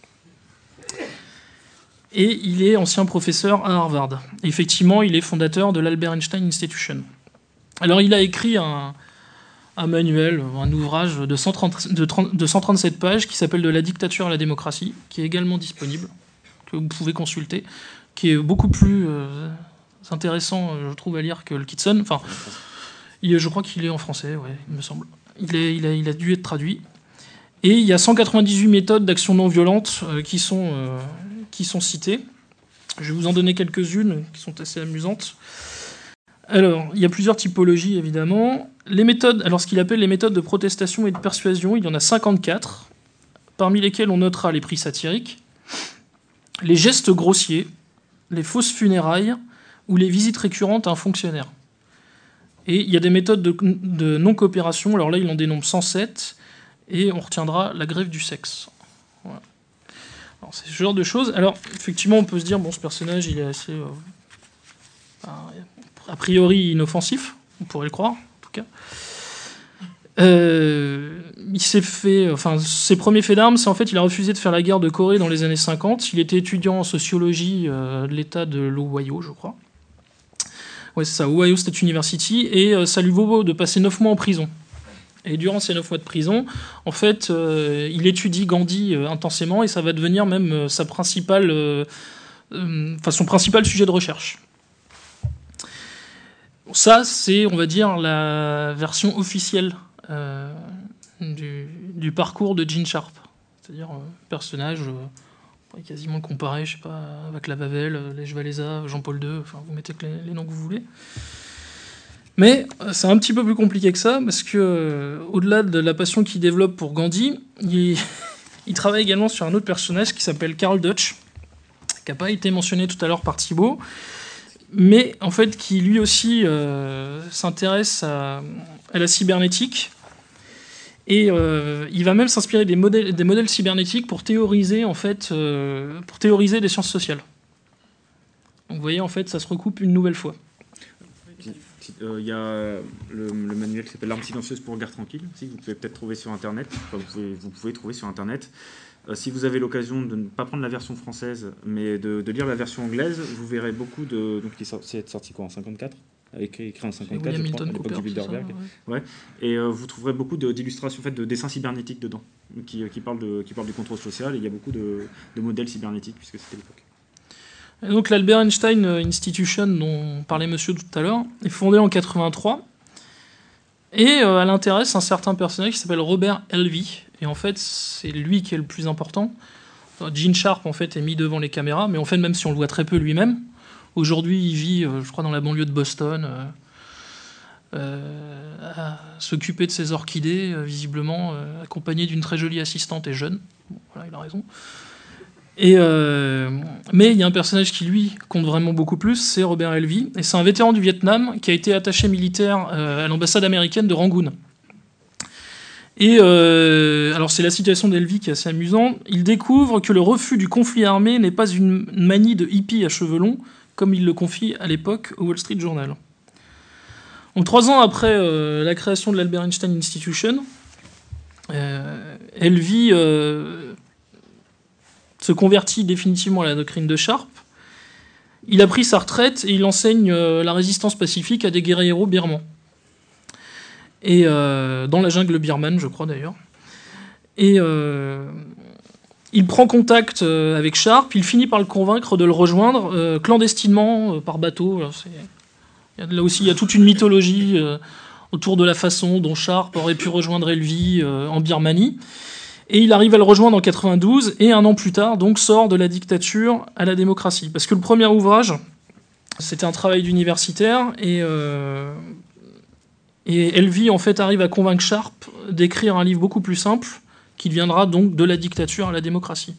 [SPEAKER 2] Et il est ancien professeur à Harvard. Et effectivement, il est fondateur de l'Albert Einstein Institution. Alors, il a écrit un, un manuel, un ouvrage de, cent trente, de, trente, de cent trente-sept pages qui s'appelle « De la dictature à la démocratie », qui est également disponible, que vous pouvez consulter, qui est beaucoup plus euh, intéressant, je trouve, à lire que le Kitson. Enfin, il, je crois qu'il est en français, ouais, il me semble. Il, est, il, a, il a dû être traduit. Et il y a cent quatre-vingt-dix-huit méthodes d'action non violente euh, qui, sont, euh, qui sont citées. Je vais vous en donner quelques-unes qui sont assez amusantes. Alors, il y a plusieurs typologies, évidemment. Les méthodes, alors ce qu'il appelle les méthodes de protestation et de persuasion, il y en a cinquante-quatre, parmi lesquelles on notera les prix satiriques, les gestes grossiers, les fausses funérailles ou les visites récurrentes à un fonctionnaire. Et il y a des méthodes de, de non-coopération, alors là, il en dénombre cent sept, et on retiendra la grève du sexe. Voilà. Alors, c'est ce genre de choses. Alors, effectivement, on peut se dire, bon, ce personnage, il est assez... Euh, a priori inoffensif, on pourrait le croire, en tout cas. Euh, il s'est fait, enfin, ses premiers faits d'armes, c'est en fait, il a refusé de faire la guerre de Corée dans les années cinquante. Il était étudiant en sociologie euh, de l'État de l'Ohio, je crois. Ouais, c'est ça, Ohio State University, et euh, ça lui vaut de passer neuf mois en prison. Et durant ces neuf mois de prison, en fait, euh, il étudie Gandhi euh, intensément, et ça va devenir même euh, sa principale, euh, euh, enfin, son principal sujet de recherche. Ça, c'est, on va dire, la version officielle euh, du, du parcours de Gene Sharp. C'est-à-dire un euh, personnage, euh, on pourrait quasiment le comparer, je sais pas, à Václav Havel, Lech Walesa, Jean-Paul deux, enfin, vous mettez les, les noms que vous voulez. Mais euh, c'est un petit peu plus compliqué que ça, parce que, euh, au-delà de la passion qu'il développe pour Gandhi, il, il travaille également sur un autre personnage qui s'appelle Karl Deutsch, qui n'a pas été mentionné tout à l'heure par Thibaut, mais en fait qui lui aussi euh, s'intéresse à, à la cybernétique, et euh, il va même s'inspirer des modèles, des modèles cybernétiques pour théoriser, en fait, euh, pour théoriser des sciences sociales. Donc vous voyez, en fait, ça se recoupe une nouvelle fois.
[SPEAKER 1] Il euh, y a le, le manuel qui s'appelle L'arme silencieuse pour le regard tranquille, aussi, que vous pouvez peut-être trouver sur Internet, enfin, vous, pouvez, vous pouvez trouver sur Internet. Euh, si vous avez l'occasion de ne pas prendre la version française, mais de, de lire la version anglaise, vous verrez beaucoup de... Donc, c'est sorti quoi, en cinquante-quatre ? Écrit, écrit en cinquante-quatre, je crois, à l'époque du Bilderberg. Ouais. Ouais. Et euh, vous trouverez beaucoup d'illustrations, en fait, de dessins cybernétiques dedans, qui, qui, parlent de, qui parlent du contrôle social, et il y a beaucoup de, de modèles cybernétiques, puisque c'était l'époque.
[SPEAKER 2] Et donc l'Albert Einstein Institution, dont parlait monsieur tout à l'heure, est fondée en quatre-vingt-trois, et euh, elle intéresse un certain personnage qui s'appelle Robert Elvey. Et en fait, c'est lui qui est le plus important. Gene Sharp, en fait, est mis devant les caméras, mais en fait, même si on le voit très peu lui-même, aujourd'hui, il vit, euh, je crois, dans la banlieue de Boston, euh, euh, à s'occuper de ses orchidées, euh, visiblement, euh, accompagné d'une très jolie assistante et jeune. Bon, voilà, il a raison. Et euh, mais il y a un personnage qui, lui, compte vraiment beaucoup plus, c'est Robert Elvey. Et c'est un vétéran du Vietnam qui a été attaché militaire euh, à l'ambassade américaine de Rangoon. Et euh, alors c'est la situation d'Elvey qui est assez amusante. Il découvre que le refus du conflit armé n'est pas une manie de hippie à cheveux longs, comme il le confie à l'époque au Wall Street Journal. Donc, trois ans après euh, la création de l'Albert Einstein Institution, euh, Elvy euh, se convertit définitivement à la doctrine de Sharp. Il a pris sa retraite et il enseigne euh, la résistance pacifique à des guerrieros birmans. Et euh, dans la jungle birmane, je crois d'ailleurs. Et euh, il prend contact euh, avec Sharp, il finit par le convaincre de le rejoindre euh, clandestinement euh, par bateau. Alors, c'est... Là aussi, il y a toute une mythologie euh, autour de la façon dont Sharp aurait pu rejoindre Elvy euh, en Birmanie. Et il arrive à le rejoindre en quatre-vingt-douze, et un an plus tard, donc, sort de la dictature à la démocratie. Parce que le premier ouvrage, c'était un travail d'universitaire, et, euh, et Elvy, en fait, arrive à convaincre Sharp d'écrire un livre beaucoup plus simple, qui viendra donc de la dictature à la démocratie.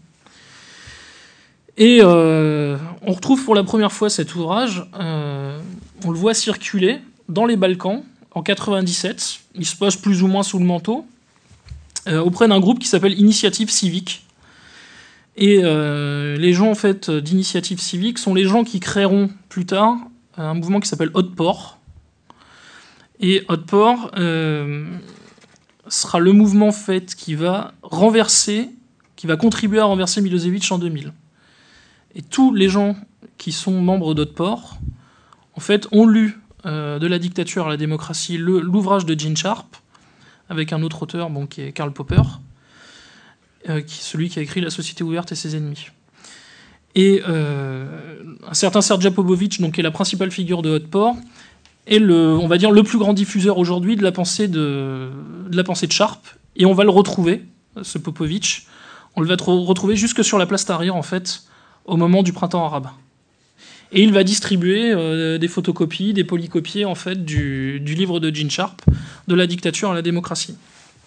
[SPEAKER 2] Et euh, on retrouve pour la première fois cet ouvrage, euh, on le voit circuler dans les Balkans, en quatre-vingt-dix-sept, il se passe plus ou moins sous le manteau, Euh, auprès d'un groupe qui s'appelle Initiative Civique. Et euh, les gens en fait d'Initiative Civique sont les gens qui créeront plus tard un mouvement qui s'appelle Otpor. Et Otpor euh, sera le mouvement en fait qui va renverser, qui va contribuer à renverser Milosevic en deux mille. Et tous les gens qui sont membres d'Otpor, en fait, ont lu euh, de la dictature à la démocratie le, l'ouvrage de Gene Sharp, avec un autre auteur, bon, qui est Karl Popper, euh, qui, celui qui a écrit La Société ouverte et ses ennemis. Et euh, un certain Serja Popovic, donc, qui est la principale figure de Otpor, est le, on va dire, le plus grand diffuseur aujourd'hui de la pensée de, de la pensée de Sharp, et on va le retrouver, ce Popovic, on le va retrouver jusque sur la place Tahrir, en fait, au moment du printemps arabe. Et il va distribuer euh, des photocopies, des polycopiés en fait, du, du livre de Gene Sharp, de la dictature à la démocratie.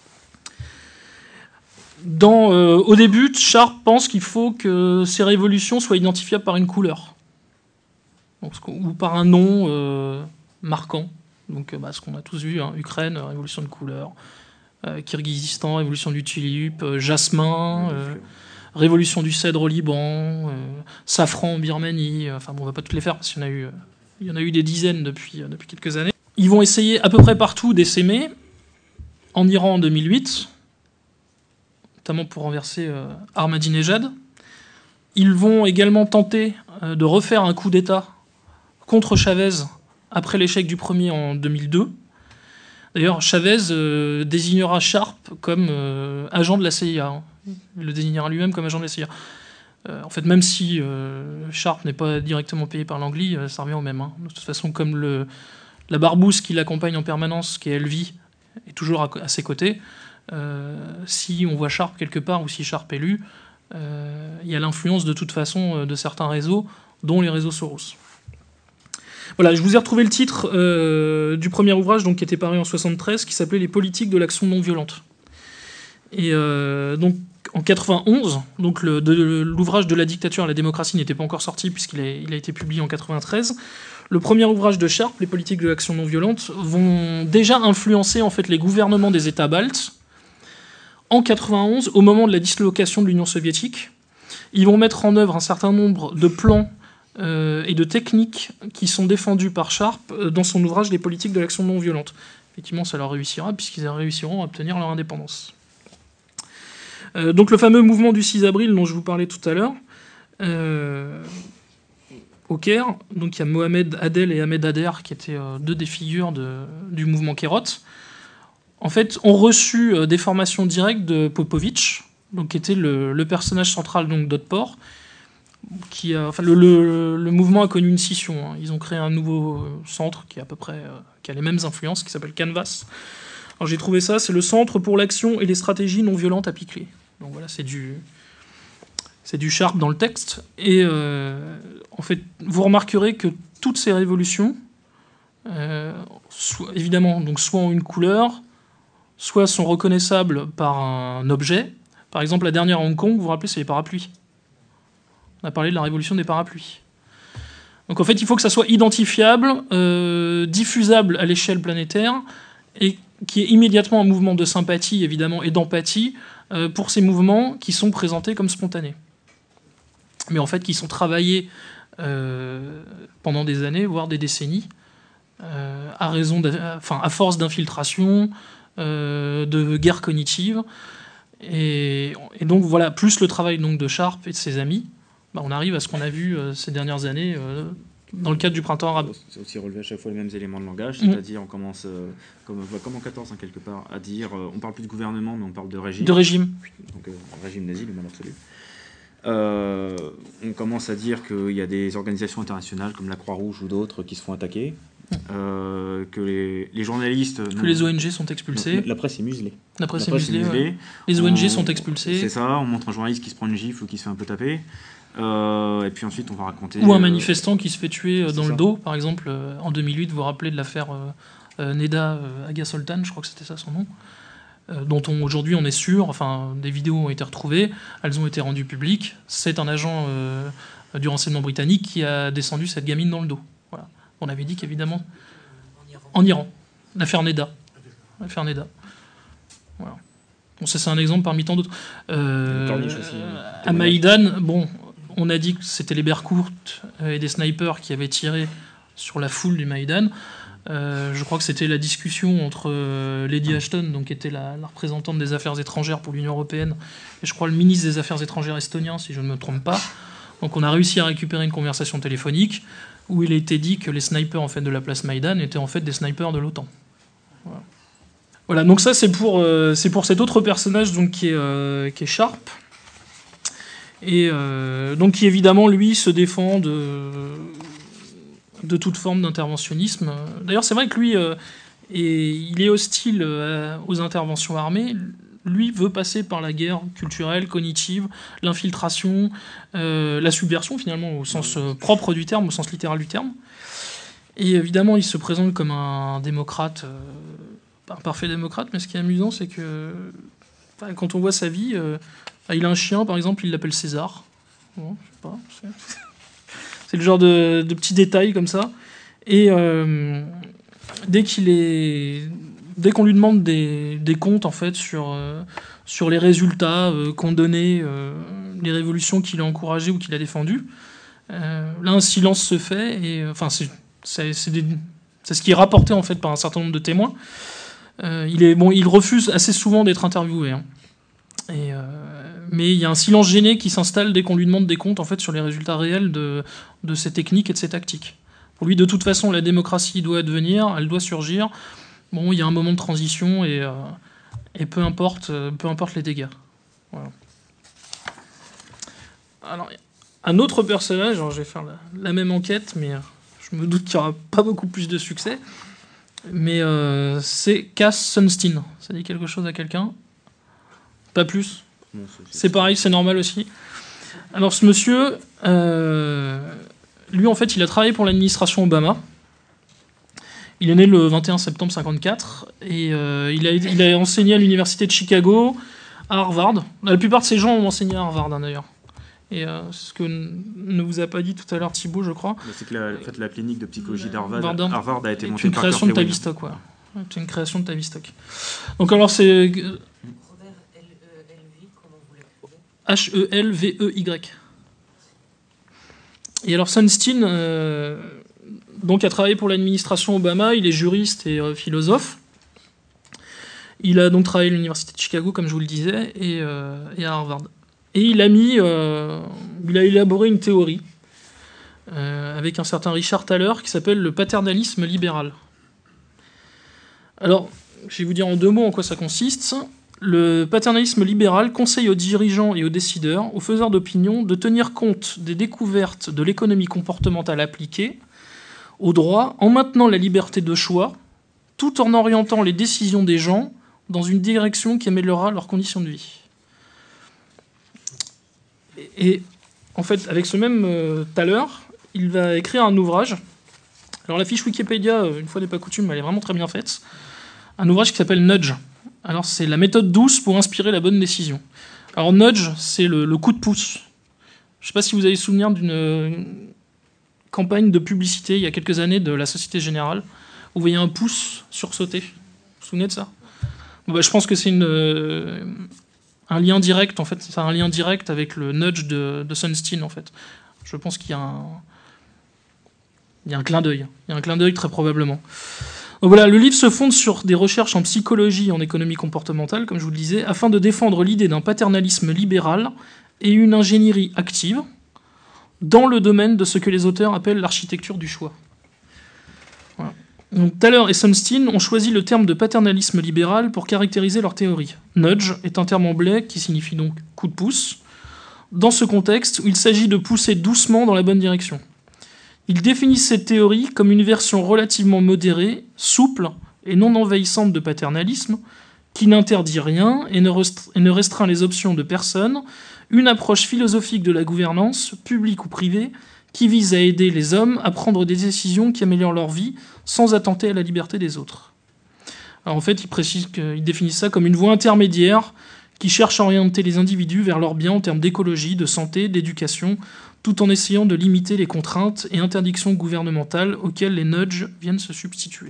[SPEAKER 2] Dans, euh, au début, Sharp pense qu'il faut que ces révolutions soient identifiables par une couleur, donc, ou par un nom euh, marquant. Donc, bah, ce qu'on a tous vu, hein, Ukraine, révolution de couleur, euh, Kirghizistan, révolution du tulipe, euh, jasmin... Euh, Révolution du cèdre au Liban, euh, safran en Birmanie, enfin bon, on va pas toutes les faire parce qu'il y en a eu, euh, il y en a eu des dizaines depuis, euh, depuis quelques années. Ils vont essayer à peu près partout d'essaimer, en Iran en deux mille huit, notamment pour renverser euh, Ahmadinejad. Ils vont également tenter euh, de refaire un coup d'État contre Chavez après l'échec du premier en deux mille deux. D'ailleurs, Chavez euh, désignera Sharp comme euh, agent de la C I A. Hein. Il le désignera lui-même comme agent de la C I A. Euh, en fait, même si euh, Sharp n'est pas directement payé par l'Angli, euh, ça revient au même. Hein. De toute façon, comme le, la barbouze qui l'accompagne en permanence, qui est Elvy, est toujours à, à ses côtés, euh, si on voit Sharp quelque part ou si Sharp est lu, euh, il y a l'influence de toute façon de certains réseaux, dont les réseaux Soros. Voilà, je vous ai retrouvé le titre euh, du premier ouvrage donc, qui était paru en soixante-treize, qui s'appelait « Les politiques de l'action non violente ». Et euh, donc, en quatre-vingt-onze, donc le, de, l'ouvrage de la dictature à la démocratie n'était pas encore sorti puisqu'il a, il a été publié en quatre-vingt-treize. Le premier ouvrage de Sharp, Les politiques de l'action non violente, vont déjà influencer en fait, les gouvernements des États baltes en quatre-vingt-onze, au moment de la dislocation de l'Union soviétique. Ils vont mettre en œuvre un certain nombre de plans euh, et de techniques qui sont défendus par Sharp dans son ouvrage Les politiques de l'action non violente. Effectivement, ça leur réussira puisqu'ils réussiront à obtenir leur indépendance. Euh, donc le fameux mouvement du six avril dont je vous parlais tout à l'heure, euh, au Caire, donc il y a Mohamed Adel et Ahmed Ader qui étaient euh, deux des figures de, du mouvement Kérot, en fait, ont reçu euh, des formations directes de Popovic, donc qui était le, le personnage central donc d'Otpor. Qui a, enfin, le, le, le mouvement a connu une scission. Hein. Ils ont créé un nouveau centre qui, est à peu près, euh, qui a les mêmes influences, qui s'appelle Canvas. Alors j'ai trouvé ça, c'est le Centre pour l'action et les stratégies non violentes appliquées. Donc voilà, c'est du, c'est du Sharp dans le texte. Et euh, en fait, vous remarquerez que toutes ces révolutions, euh, soit, évidemment, donc soit ont une couleur, soit sont reconnaissables par un objet. Par exemple, la dernière à Hong Kong, vous vous rappelez, c'est les parapluies. On a parlé de la révolution des parapluies. Donc en fait, il faut que ça soit identifiable, euh, diffusable à l'échelle planétaire, et qui est immédiatement un mouvement de sympathie, évidemment, et d'empathie euh, pour ces mouvements qui sont présentés comme spontanés. Mais en fait, qui sont travaillés euh, pendant des années, voire des décennies, euh, à, raison enfin, à force d'infiltration, euh, de guerre cognitive. Et, et donc voilà, plus le travail donc, de Sharp et de ses amis, bah, on arrive à ce qu'on a vu euh, ces dernières années euh, dans le cadre du printemps arabe.
[SPEAKER 1] C'est aussi relevé à chaque fois les mêmes éléments de langage,
[SPEAKER 2] Mmh.
[SPEAKER 1] c'est-à-dire on commence, euh, comme, comme en quatorze hein, quelque part, à dire, euh, on parle plus de gouvernement mais on parle de régime.
[SPEAKER 2] De régime.
[SPEAKER 1] Donc euh, régime nazi, le mal absolu. Euh, on commence à dire qu'il y a des organisations internationales comme la Croix-Rouge ou d'autres qui se font attaquer, euh, que les, les journalistes...
[SPEAKER 2] Que
[SPEAKER 1] non,
[SPEAKER 2] les O N G sont expulsés.
[SPEAKER 1] La presse est muselée.
[SPEAKER 2] La presse,
[SPEAKER 1] La presse
[SPEAKER 2] est muselée,
[SPEAKER 1] est muselée.
[SPEAKER 2] ouais. Les O N G
[SPEAKER 1] On-
[SPEAKER 2] sont expulsés.
[SPEAKER 1] C'est ça, on montre un journaliste qui se prend une gifle ou qui se fait un peu taper. Euh, et puis ensuite, on va raconter...
[SPEAKER 2] Ou un
[SPEAKER 1] euh,
[SPEAKER 2] manifestant qui se fait tuer euh,
[SPEAKER 1] c'est
[SPEAKER 2] dans
[SPEAKER 1] ça.
[SPEAKER 2] le dos, par exemple, euh, en deux mille huit, vous vous rappelez de l'affaire euh, euh, Neda euh, Aga Soltan, je crois que c'était ça son nom, euh, dont on, aujourd'hui on est sûr, enfin des vidéos ont été retrouvées, elles ont été rendues publiques, c'est un agent euh, du renseignement britannique qui a descendu cette gamine dans le dos. Voilà. On avait dit qu'évidemment... En Iran. L'affaire Neda. L'affaire Neda. Voilà. Bon, ça c'est un exemple parmi tant d'autres. Euh,
[SPEAKER 1] Corniche aussi, hein.
[SPEAKER 2] à Maïdan, bon, on a dit que c'était les Berkourt et des snipers qui avaient tiré sur la foule du Maïdan. Euh, je crois que c'était la discussion entre euh, Lady Ashton, donc, qui était la, la représentante des affaires étrangères pour l'Union européenne, et je crois le ministre des Affaires étrangères estonien, si je ne me trompe pas. Donc on a réussi à récupérer une conversation téléphonique où il a été dit que les snipers en fait, de la place Maïdan étaient en fait des snipers de l'OTAN. Voilà. Voilà, donc ça c'est pour, euh, c'est pour cet autre personnage donc, qui, est, euh, qui est Sharp. Et euh, donc qui évidemment lui se défend de, de toute forme d'interventionnisme. D'ailleurs c'est vrai que lui, euh, est, il est hostile euh, aux interventions armées. Lui veut passer par la guerre culturelle, cognitive, l'infiltration, euh, la subversion finalement au sens euh, propre du terme, au sens littéral du terme. Et évidemment il se présente comme un démocrate... Euh, un parfait démocrate, mais ce qui est amusant, c'est que enfin, quand on voit sa vie, euh, il a un chien, par exemple, il l'appelle César. Bon, je sais pas. C'est, c'est le genre de, de petits détails comme ça. Et euh, dès qu'il est, dès qu'on lui demande des, des comptes en fait sur euh, sur les résultats euh, qu'ont donné euh, les révolutions qu'il a encouragées ou qu'il a défendues, euh, là un silence se fait. Et enfin, c'est c'est, c'est, des, c'est ce qui est rapporté en fait par un certain nombre de témoins. Euh, il, est, bon, il refuse assez souvent d'être interviewé. Hein. Et, euh, mais il y a un silence gêné qui s'installe dès qu'on lui demande des comptes en fait, sur les résultats réels de, de ses techniques et de ses tactiques. Pour lui, de toute façon, la démocratie doit advenir, elle doit surgir. Bon, il y a un moment de transition et, euh, et peu, importe, euh, peu importe les dégâts. Voilà. Alors, un autre personnage, alors je vais faire la, la même enquête, mais je me doute qu'il n'y aura pas beaucoup plus de succès. Mais euh, c'est Cass Sunstein. Ça dit quelque chose à quelqu'un? Pas plus?
[SPEAKER 1] Non, c'est, c'est,
[SPEAKER 2] c'est pareil, c'est normal aussi. Alors ce monsieur, euh, lui en fait, il a travaillé pour l'administration Obama. Il est né le vingt et un septembre cinquante-quatre et euh, il, a, il a enseigné à l'université de Chicago, à Harvard. La plupart de ces gens ont enseigné à Harvard hein, d'ailleurs. Et euh, ce que ne vous a pas dit tout à l'heure Thibaut, je crois.
[SPEAKER 1] c'est que la, en fait, la clinique de psychologie d'Harvard
[SPEAKER 2] Harvard,
[SPEAKER 1] Harvard a été montée
[SPEAKER 2] une
[SPEAKER 1] par
[SPEAKER 2] création de Tavistock, ouais. C'est une création de Tavistock. Donc alors c'est H E L V E Y. Et alors Sunstein, euh, donc a travaillé pour l'administration Obama. Il est juriste et euh, philosophe. Il a donc travaillé à l'université de Chicago, comme je vous le disais, et, euh, et à Harvard. Et il a mis, euh, il a élaboré une théorie euh, avec un certain Richard Thaler qui s'appelle le paternalisme libéral. Alors, je vais vous dire en deux mots en quoi ça consiste. Le paternalisme libéral conseille aux dirigeants et aux décideurs, aux faiseurs d'opinion, de tenir compte des découvertes de l'économie comportementale appliquée au droit en maintenant la liberté de choix, tout en orientant les décisions des gens dans une direction qui améliorera leurs conditions de vie. Et en fait, avec ce même euh, Thaler, il va écrire un ouvrage. Alors la fiche Wikipédia, une fois n'est pas coutume, elle est vraiment très bien faite. Un ouvrage qui s'appelle Nudge. Alors c'est la méthode douce pour inspirer la bonne décision. Alors Nudge, c'est le, le coup de pouce. Je ne sais pas si vous avez souvenir d'une euh, campagne de publicité il y a quelques années de la Société Générale, où vous voyez un pouce sursauter. Vous vous souvenez de ça? Bon, bah, je pense que c'est une... Euh, un lien direct, en fait, c'est un lien direct avec le nudge de, de Sunstein, en fait. Je pense qu'il y a un, Il y a un clin d'œil. Il y a un clin d'œil très probablement. Donc voilà, le livre se fonde sur des recherches en psychologie et en économie comportementale, comme je vous le disais, afin de défendre l'idée d'un paternalisme libéral et une ingénierie active dans le domaine de ce que les auteurs appellent l'architecture du choix. Voilà. Donc, Thaler et Sunstein ont choisi le terme de paternalisme libéral pour caractériser leur théorie. Nudge est un terme anglais qui signifie donc coup de pouce, dans ce contexte où il s'agit de pousser doucement dans la bonne direction. Ils définissent cette théorie comme une version relativement modérée, souple et non envahissante de paternalisme, qui n'interdit rien et ne, restreint, et ne restreint les options de personne, une approche philosophique de la gouvernance, publique ou privée, qui vise à aider les hommes à prendre des décisions qui améliorent leur vie sans attenter à la liberté des autres. Alors en fait, ils précisent qu'ils définissent ça comme une voie intermédiaire qui cherche à orienter les individus vers leur bien en termes d'écologie, de santé, d'éducation, tout en essayant de limiter les contraintes et interdictions gouvernementales auxquelles les nudges viennent se substituer.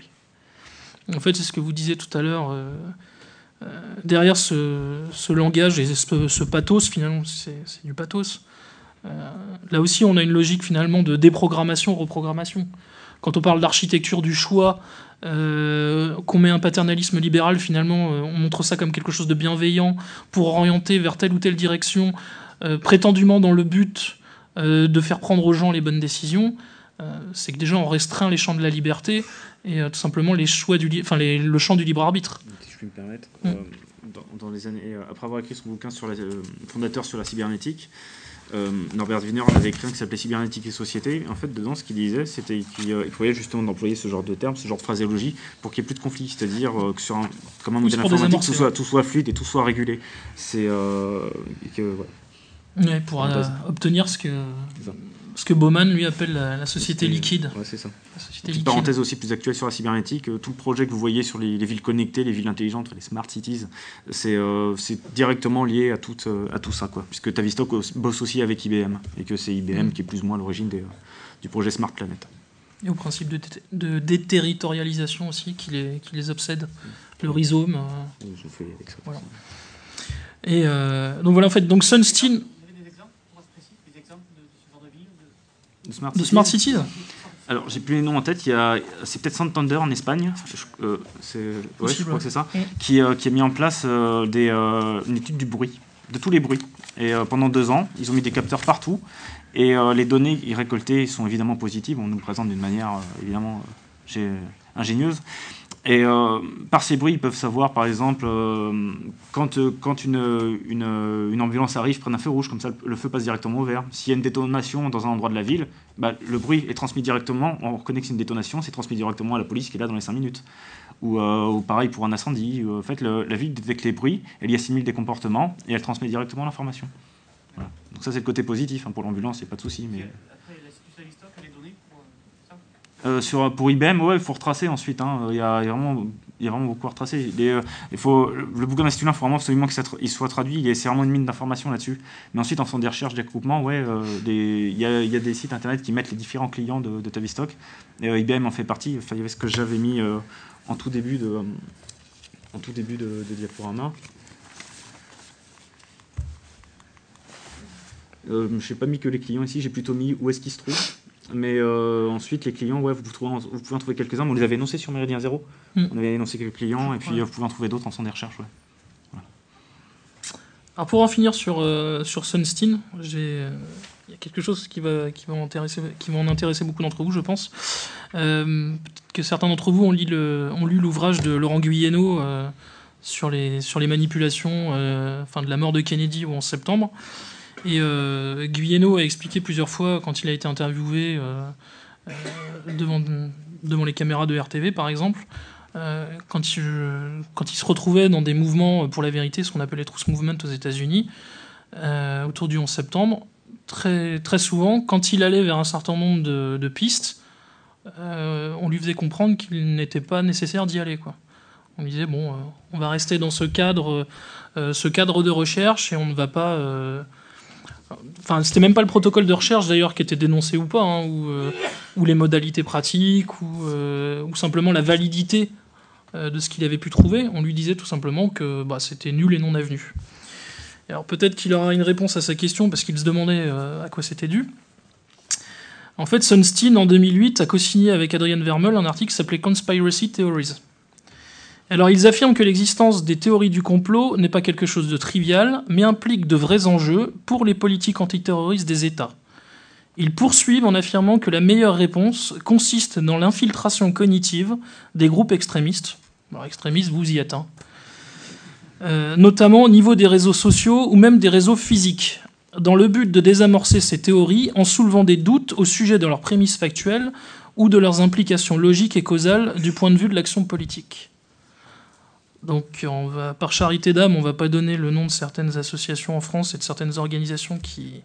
[SPEAKER 2] En fait, c'est ce que vous disiez tout à l'heure. Euh, euh, derrière ce, ce langage et ce, ce pathos, finalement, c'est, c'est du pathos. Euh, là aussi, on a une logique finalement de déprogrammation, reprogrammation. Quand on parle d'architecture du choix, euh, qu'on met un paternalisme libéral, finalement, euh, on montre ça comme quelque chose de bienveillant pour orienter vers telle ou telle direction, euh, prétendument dans le but euh, de faire prendre aux gens les bonnes décisions. Euh, c'est que déjà on restreint les champs de la liberté et euh, tout simplement les choix du li- enfin, les, le champ du libre arbitre.
[SPEAKER 1] Si je puis me permettre,
[SPEAKER 2] Mm.
[SPEAKER 1] euh, dans, dans les années, après avoir écrit son bouquin sur la, euh, fondateur sur la cybernétique, Euh, Norbert Wiener avait écrit un qui s'appelait Cybernétique et Société. En fait, dedans, ce qu'il disait, c'était qu'il euh, croyait justement d'employer ce genre de termes, ce genre de phraséologie, pour qu'il n'y ait plus de conflit. C'est-à-dire euh, que sur un, comme un modèle
[SPEAKER 2] Oui,
[SPEAKER 1] informatique, tout soit, tout soit fluide et tout soit régulé. C'est euh, que, ouais.
[SPEAKER 2] Ouais, pour euh, obtenir ce que, ce que Bauman lui appelle la, la société
[SPEAKER 1] C'était,
[SPEAKER 2] liquide.
[SPEAKER 1] Ouais, c'est ça.
[SPEAKER 2] La société
[SPEAKER 1] Petite
[SPEAKER 2] liquide.
[SPEAKER 1] parenthèse aussi plus actuelle sur la cybernétique, euh, tout le projet que vous voyez sur les, les villes connectées, les villes intelligentes, les smart cities, c'est, euh, c'est directement lié à tout, euh, à tout ça, quoi. Puisque Tavistock bosse aussi avec I B M, et que c'est I B M mmh. qui est plus ou moins à l'origine des, euh, du projet Smart Planet.
[SPEAKER 2] Et au principe de, dé- de déterritorialisation aussi, qui les, qui les obsède. Mmh. Le rhizome. Euh,
[SPEAKER 1] oui, je fais avec ça.
[SPEAKER 2] Voilà. Et euh, donc voilà, en fait, donc Sunstein...
[SPEAKER 1] De Smart
[SPEAKER 2] de
[SPEAKER 1] Cities,
[SPEAKER 2] Smart Cities.
[SPEAKER 1] Alors, j'ai plus les noms en tête. Il y a, c'est peut-être Santander en Espagne. Je, euh, c'est, ouais, je crois que c'est ça. Mm. Qui, euh, qui a mis en place euh, des, euh, une étude du bruit, de tous les bruits. Et euh, pendant deux ans, ils ont mis des capteurs partout. Et euh, les données récoltées sont évidemment positives. On nous le présente d'une manière euh, évidemment euh, ingénieuse. Et euh, par ces bruits, ils peuvent savoir, par exemple, euh, quand, euh, quand une, une, une ambulance arrive, prenne un feu rouge, comme ça le feu passe directement au vert. S'il y a une détonation dans un endroit de la ville, bah, le bruit est transmis directement, on reconnaît que c'est une détonation, c'est transmis directement à la police qui est là dans les cinq minutes. Ou, euh, ou pareil pour un incendie. En fait, le, la ville détecte les bruits, elle y assimile des comportements et elle transmet directement l'information. Voilà. Donc ça, c'est le côté positif. Hein, pour l'ambulance, il n'y a pas de souci. Mais... Euh, sur, pour I B M, ouais, il faut retracer ensuite. Il hein. y, y, a vraiment, y a vraiment beaucoup à retracer. Les, euh, il faut, le bouquin d'Institut, il faut vraiment absolument qu'il soit traduit. Il y a, c'est vraiment une mine d'informations là-dessus. Mais ensuite, en faisant des recherches, des recoupements, ouais, euh, il y, y a des sites internet qui mettent les différents clients de, de Tavistock. Et euh, I B M en fait partie. Enfin, il y avait ce que j'avais mis euh, en tout début de, euh, en tout début de, de diaporama. Euh, je n'ai pas mis que les clients ici, j'ai plutôt mis où est-ce qu'ils se trouvent. Mais euh, ensuite, les clients, ouais, vous, trouvez, vous pouvez en trouver quelques-uns. On les avait énoncés sur Méridien Zéro. Mm. On avait énoncé quelques clients, et puis ouais. Vous pouvez en trouver d'autres en faisant des recherches. Ouais. Voilà.
[SPEAKER 2] Alors pour en finir sur, euh, sur Sunstein, il euh, y a quelque chose qui va, qui, va intéresser, qui va en intéresser beaucoup d'entre vous, je pense. Euh, peut-être que certains d'entre vous ont, lit le, ont lu l'ouvrage de Laurent Guyeno euh, sur, les, sur les manipulations euh, enfin, de la mort de Kennedy au onze septembre. Et euh, Guyeno a expliqué plusieurs fois, quand il a été interviewé euh, euh, devant, devant les caméras de R T V, par exemple, euh, quand, il, quand il se retrouvait dans des mouvements pour la vérité, ce qu'on appelle les Truth Movement aux États-Unis, euh, autour du onze septembre, très, très souvent, quand il allait vers un certain nombre de, de pistes, euh, on lui faisait comprendre qu'il n'était pas nécessaire d'y aller, quoi. On lui disait, bon, euh, on va rester dans ce cadre, euh, ce cadre de recherche et on ne va pas... Euh, Enfin, c'était même pas le protocole de recherche d'ailleurs qui était dénoncé ou pas, hein, ou, euh, ou les modalités pratiques, ou, euh, ou simplement la validité euh, de ce qu'il avait pu trouver. On lui disait tout simplement que bah, c'était nul et non avenu. Et alors peut-être qu'il aura une réponse à sa question parce qu'il se demandait euh, à quoi c'était dû. En fait, Sunstein, en deux mille huit, a co-signé avec Adrian Vermeul un article qui s'appelait Conspiracy Theories. Alors, ils affirment que l'existence des théories du complot n'est pas quelque chose de trivial, mais implique de vrais enjeux pour les politiques antiterroristes des États. Ils poursuivent en affirmant que la meilleure réponse consiste dans l'infiltration cognitive des groupes extrémistes. Alors, extrémistes, vous y êtes, hein. Euh, notamment au niveau des réseaux sociaux ou même des réseaux physiques, dans le but de désamorcer ces théories en soulevant des doutes au sujet de leurs prémices factuelles ou de leurs implications logiques et causales du point de vue de l'action politique. Donc, on va, par charité d'âme, on ne va pas donner le nom de certaines associations en France et de certaines organisations qui,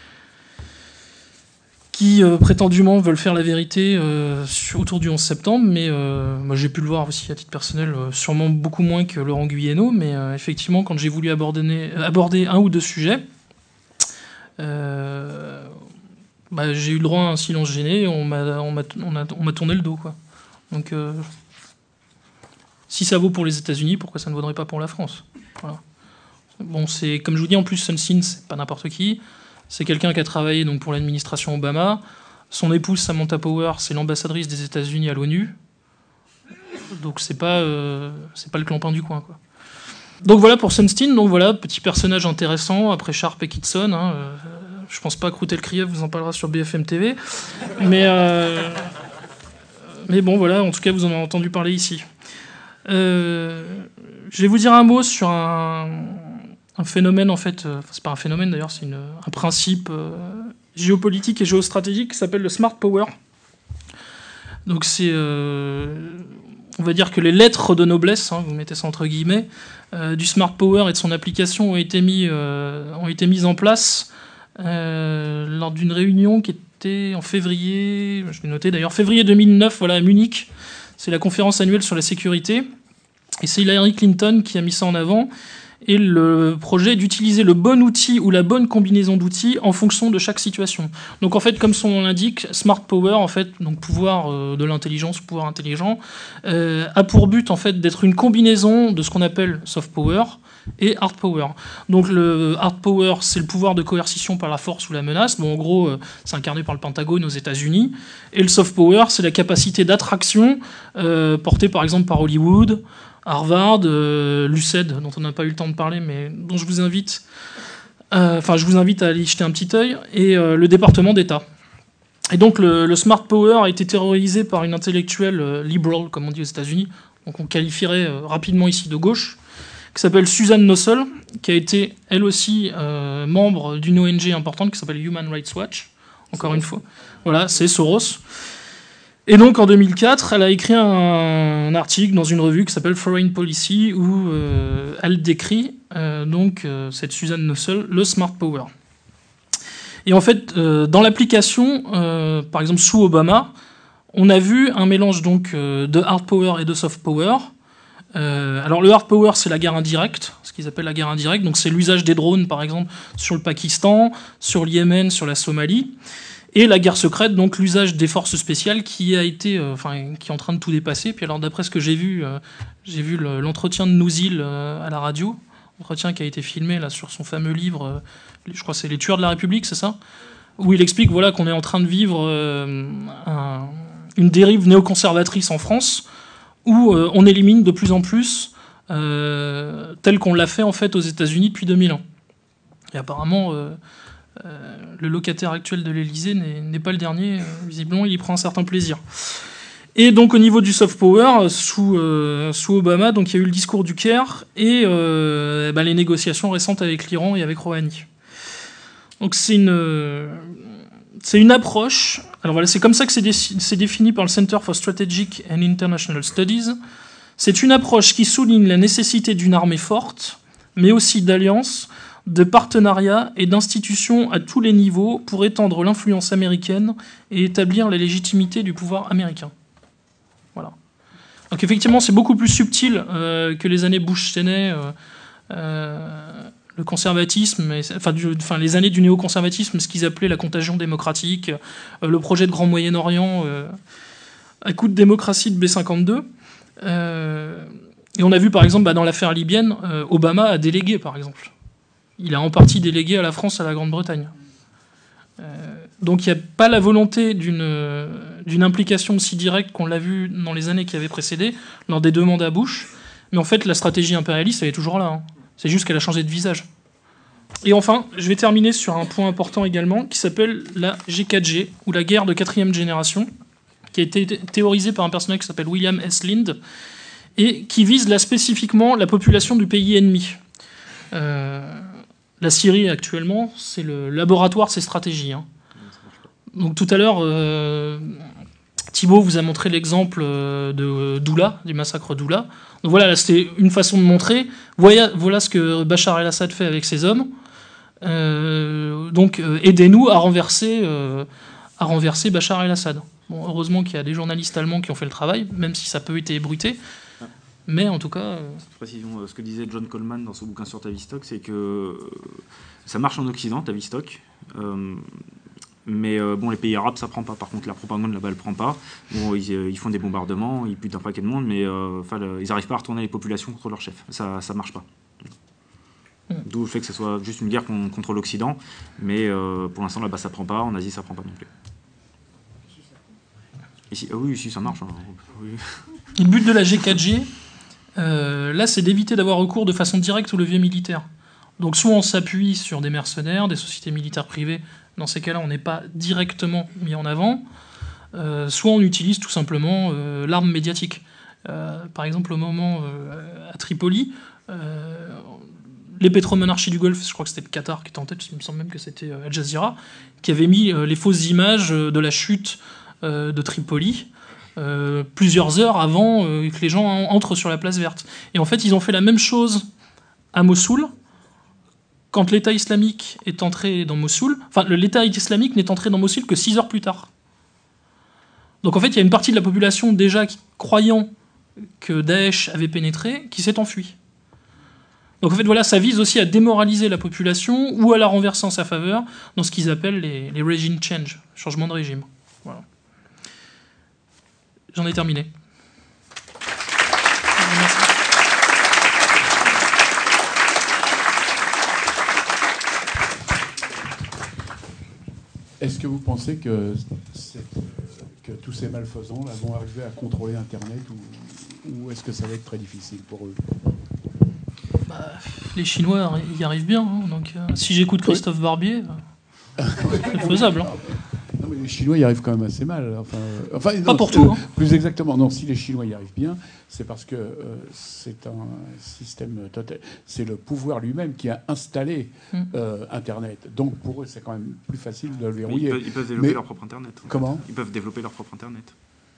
[SPEAKER 2] qui euh, prétendument veulent faire la vérité euh, sur, autour du onze septembre, mais euh, moi, j'ai pu le voir aussi à titre personnel, euh, sûrement beaucoup moins que Laurent Guyeno, mais euh, effectivement, quand j'ai voulu aborder, aborder un ou deux sujets, euh, bah, j'ai eu le droit à un silence gêné et on m'a, on m'a, on a, on m'a tourné le dos, quoi. Donc... Euh, Si ça vaut pour les États-Unis, pourquoi ça ne vaudrait pas pour la France? Voilà. Bon, c'est comme je vous dis, en plus, Sunstein, c'est pas n'importe qui. C'est quelqu'un qui a travaillé donc pour l'administration Obama. Son épouse Samantha Power, c'est l'ambassadrice des États-Unis à l'ONU. Donc c'est pas, euh, c'est pas le clampin du coin, quoi. Donc voilà pour Sunstein. Donc voilà, petit personnage intéressant après Sharp et Kitson. Hein, euh, je pense pas que Routel-Krief vous en parlera sur B F M T V, mais euh, mais bon, voilà. En tout cas, vous en avez entendu parler ici. Euh, je vais vous dire un mot sur un, un phénomène, en fait, euh, c'est pas un phénomène d'ailleurs, c'est une, un principe euh, géopolitique et géostratégique qui s'appelle le Smart Power. Donc c'est, euh, on va dire que les lettres de noblesse, hein, vous mettez ça entre guillemets, euh, du Smart Power et de son application ont été, mis, euh, ont été mises en place euh, lors d'une réunion qui était en février, je l'ai noté d'ailleurs, février deux mille neuf, voilà, à Munich. C'est la conférence annuelle sur la sécurité. Et c'est Hillary Clinton qui a mis ça en avant. Et le projet est d'utiliser le bon outil ou la bonne combinaison d'outils en fonction de chaque situation. Donc en fait, comme son nom l'indique, Smart Power, en fait, donc pouvoir euh, de l'intelligence, pouvoir intelligent, euh, a pour but en fait d'être une combinaison de ce qu'on appelle soft power et hard power. Donc le hard power, c'est le pouvoir de coercition par la force ou la menace. Bon, en gros, euh, c'est incarné par le Pentagone aux États-Unis. Et le soft power, c'est la capacité d'attraction euh, portée par exemple par Hollywood, Harvard, euh, l'U C E D, dont on n'a pas eu le temps de parler, mais dont je vous invite, euh, enfin, je vous invite à aller y jeter un petit œil, et euh, le département d'État. Et donc, le, le Smart Power a été terrorisé par une intellectuelle euh, liberal, comme on dit aux États-Unis, donc on qualifierait euh, rapidement ici de gauche, qui s'appelle Suzanne Nossel, qui a été, elle aussi, euh, membre d'une O N G importante qui s'appelle Human Rights Watch, encore une fois. Voilà, c'est Soros. Et donc en deux mille quatre, elle a écrit un, un article dans une revue qui s'appelle Foreign Policy où euh, elle décrit euh, donc euh, cette Suzanne Nossel le Smart Power. Et en fait, euh, dans l'application, euh, par exemple sous Obama, on a vu un mélange donc euh, de hard power et de soft power. Euh, alors le hard power, c'est la guerre indirecte, ce qu'ils appellent la guerre indirecte. Donc c'est l'usage des drones, par exemple, sur le Pakistan, sur le Yémen, sur la Somalie. Et la guerre secrète, donc l'usage des forces spéciales qui a été, euh, enfin, qui est en train de tout dépasser. Puis alors d'après ce que j'ai vu, euh, j'ai vu le, l'entretien de Nouzil euh, à la radio, entretien qui a été filmé là sur son fameux livre, euh, je crois que c'est Les Tueurs de la République, c'est ça, où il explique voilà qu'on est en train de vivre euh, un, une dérive néoconservatrice en France, où euh, on élimine de plus en plus, euh, tel qu'on l'a fait en fait aux États-Unis depuis deux mille un. Et apparemment. Euh, Euh, le locataire actuel de l'Élysée n'est, n'est pas le dernier. Euh, visiblement, il y prend un certain plaisir. Et donc, au niveau du soft power, sous, euh, sous Obama, donc, il y a eu le discours du Caire et euh, bah, les négociations récentes avec l'Iran et avec Rouhani. Donc, c'est une, euh, c'est une approche. Alors voilà, c'est comme ça que c'est, dé- c'est défini par le Center for Strategic and International Studies. C'est une approche qui souligne la nécessité d'une armée forte, mais aussi d'alliances, de partenariats et d'institutions à tous les niveaux pour étendre l'influence américaine et établir la légitimité du pouvoir américain. Voilà. Donc effectivement, c'est beaucoup plus subtil euh, que les années Bush-Cheney, euh, euh, le conservatisme, et, enfin, du, enfin les années du néoconservatisme, ce qu'ils appelaient la contagion démocratique, euh, le projet de Grand Moyen-Orient euh, à coup de démocratie de B cinquante-deux. Euh, et on a vu par exemple bah, dans l'affaire libyenne, euh, Obama a délégué par exemple. Il a en partie délégué à la France, à la Grande-Bretagne. Euh, donc il n'y a pas la volonté d'une d'une implication aussi directe qu'on l'a vu dans les années qui avaient précédé, lors des deux mandats Bush. Mais en fait, la stratégie impérialiste, elle est toujours là. Hein. C'est juste qu'elle a changé de visage. Et enfin, je vais terminer sur un point important également, qui s'appelle la G quatre G, ou la guerre de quatrième génération, qui a été théorisée par un personnage qui s'appelle William S. Lind, et qui vise là spécifiquement la population du pays ennemi. Euh, la Syrie, actuellement, c'est le laboratoire de ces stratégies. Hein. Donc tout à l'heure, euh, Thibaut vous a montré l'exemple de Doula, du massacre Doula. Donc voilà, c'était une façon de montrer, voilà, voilà ce que Bachar el-Assad fait avec ses hommes. Euh, donc euh, aidez-nous à renverser, euh, à renverser Bachar el-Assad. Bon, heureusement qu'il y a des journalistes allemands qui ont fait le travail, même si ça peut être ébruité. Mais en tout cas... Euh...
[SPEAKER 1] Précision, ce que disait John Coleman dans son bouquin sur Tavistock, c'est que ça marche en Occident, Tavistock. Euh, mais euh, bon, les pays arabes, ça prend pas. Par contre, la propagande là-bas, elle prend pas. Bon, ils, ils font des bombardements, ils butent un paquet de monde, mais euh, le, ils n'arrivent pas à retourner les populations contre leur chef. Ça, ça marche pas. Mm. D'où le fait que ce soit juste une guerre contre l'Occident. Mais euh, pour l'instant, là-bas, ça prend pas. En Asie, ça prend pas non plus. Ici, ah oui, ici, ça marche. Hein. Oui.
[SPEAKER 2] Le but de la G quatre G, euh, là, c'est d'éviter d'avoir recours de façon directe au levier militaire. Donc, soit on s'appuie sur des mercenaires, des sociétés militaires privées. Dans ces cas-là, on n'est pas directement mis en avant. Euh, soit on utilise tout simplement euh, l'arme médiatique. Euh, par exemple, au moment euh, à Tripoli, euh, les pétromonarchies du Golfe, je crois que c'était le Qatar qui était en tête, il me semble même que c'était Al Jazeera, qui avait mis euh, les fausses images de la chute euh, de Tripoli euh, plusieurs heures avant euh, que les gens entrent sur la place verte. Et en fait, ils ont fait la même chose à Mossoul. Quand l'État islamique est entré dans Mossoul, enfin, l'État islamique n'est entré dans Mossoul que six heures plus tard. Donc en fait, il y a une partie de la population déjà qui, croyant que Daesh avait pénétré, qui s'est enfuie. Donc en fait, voilà, ça vise aussi à démoraliser la population ou à la renverser en sa faveur dans ce qu'ils appellent les, les regime change, changement de régime. Voilà. J'en ai terminé. Merci.
[SPEAKER 3] Est-ce que vous pensez que, que tous ces malfaisants là, vont arriver à contrôler Internet ou, ou est-ce que ça va être très difficile pour eux?
[SPEAKER 2] Bah, les Chinois y arrivent bien. Hein, donc, euh, si j'écoute Christophe oui. Barbier, euh, c'est faisable. Hein.
[SPEAKER 3] Non, mais les Chinois y arrivent quand même assez mal. Enfin, enfin,
[SPEAKER 2] Pas
[SPEAKER 3] non,
[SPEAKER 2] pour tout. Hein.
[SPEAKER 3] Plus exactement. Non, si les Chinois y arrivent bien, c'est parce que euh, c'est un système total. C'est le pouvoir lui-même qui a installé mm. euh, Internet. Donc pour eux, c'est quand même plus facile de le verrouiller.
[SPEAKER 1] Ils peuvent, ils peuvent développer
[SPEAKER 3] mais,
[SPEAKER 1] leur propre Internet.
[SPEAKER 3] Comment?
[SPEAKER 1] Ils peuvent développer leur propre Internet.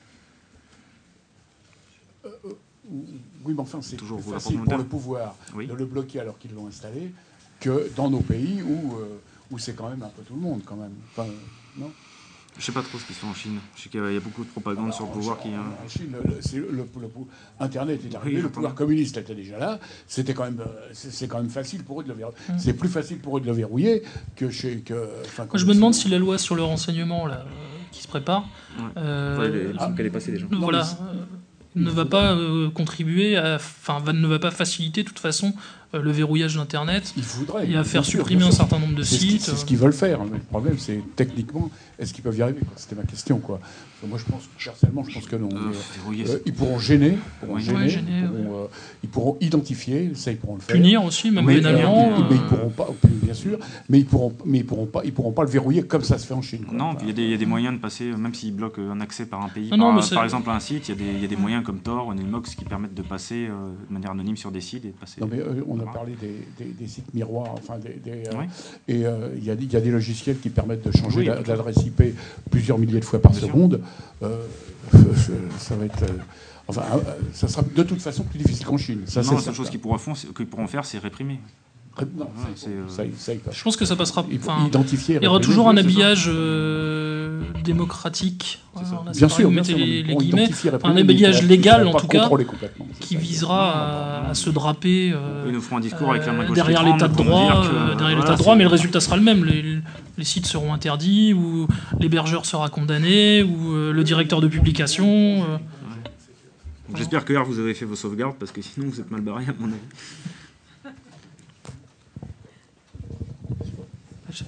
[SPEAKER 3] Euh, oui, mais enfin, c'est
[SPEAKER 1] toujours
[SPEAKER 3] plus facile pour le pouvoir oui. de le bloquer alors qu'ils l'ont installé que dans nos pays où, euh, où c'est quand même un peu tout le monde, quand même. Enfin, non?
[SPEAKER 1] Je sais pas trop ce qui se fait en Chine. Je sais qu'il y a beaucoup de propagande ah bah, sur le pouvoir
[SPEAKER 3] en,
[SPEAKER 1] qui...
[SPEAKER 3] En Chine, le, le, le, le, le, Internet est arrivé, oui, le pouvoir communiste était déjà là. C'était quand même, c'est quand même facile pour eux de le verrouiller. Mmh. C'est plus facile pour eux de le verrouiller que chez... Que,
[SPEAKER 2] Moi, je me demande si la loi sur le renseignement là, qui se prépare...
[SPEAKER 1] Ouais. Euh, enfin, il ah, qu'elle est passée déjà.
[SPEAKER 2] Voilà. Non, ne va pas euh, contribuer, enfin ne va pas faciliter de toute façon euh, le verrouillage d'Internet et à faire
[SPEAKER 3] sûr,
[SPEAKER 2] supprimer un certain nombre de sites.
[SPEAKER 3] C'est ce qu'ils veulent faire. Le problème, c'est techniquement, est-ce qu'ils peuvent y arriver? C'était ma question, quoi. Moi, je pense, personnellement, je pense que non.
[SPEAKER 1] Euh,
[SPEAKER 3] mais, euh, ils pourront gêner, pourront
[SPEAKER 2] ouais,
[SPEAKER 3] gêner,
[SPEAKER 2] ouais, gêner
[SPEAKER 3] ils, pourront,
[SPEAKER 2] ouais.
[SPEAKER 3] euh, ils pourront identifier, ça, ils pourront le faire.
[SPEAKER 2] Punir aussi, même pénalement.
[SPEAKER 3] Mais, mais ils pourront pas, bien sûr, mais ils pourront, mais ils pourront pas, ils pourront pas le verrouiller comme ça se fait en Chine. Quoi.
[SPEAKER 1] Non, il y, y a des moyens de passer, même s'ils bloquent un accès par un pays, non, par, non, par exemple à un site, il y, y a des moyens comme Tor ou Nilmox qui permettent de passer euh, de manière anonyme sur des sites et de passer.
[SPEAKER 3] Non, mais euh, on a parlé des, des, des sites miroirs, enfin des, des euh, oui. et il euh, y, y a des logiciels qui permettent de changer oui, l'adresse I P plusieurs milliers de fois par seconde. Euh, ça va être. Euh, enfin, euh, ça sera de toute façon plus difficile qu'en Chine. Ça,
[SPEAKER 1] non, la seule chose qu'ils pourront, qu'ils pourront faire, c'est réprimer.
[SPEAKER 3] Non, ouais, ça, euh... ça, ça, ça,
[SPEAKER 2] je pense que ça passera. Enfin,
[SPEAKER 3] identifier.
[SPEAKER 2] Il y aura toujours un habillage euh, démocratique. Voilà,
[SPEAKER 3] bien sûr,
[SPEAKER 2] vous mettez les, les guillemets. Un habillage légal, en tout cas, qui visera à, à se draper euh,
[SPEAKER 1] Ils nous feront un discours avec la main gauche
[SPEAKER 2] derrière l'état de droit, euh, derrière l'état de droit, mais le résultat sera le même. Les, les sites seront interdits, ou l'hébergeur sera condamné, ou euh, le directeur de publication. Euh,
[SPEAKER 1] ouais. J'espère que hier vous avez fait vos sauvegardes, parce que sinon vous êtes mal barré à mon avis.
[SPEAKER 2] Je sais pas.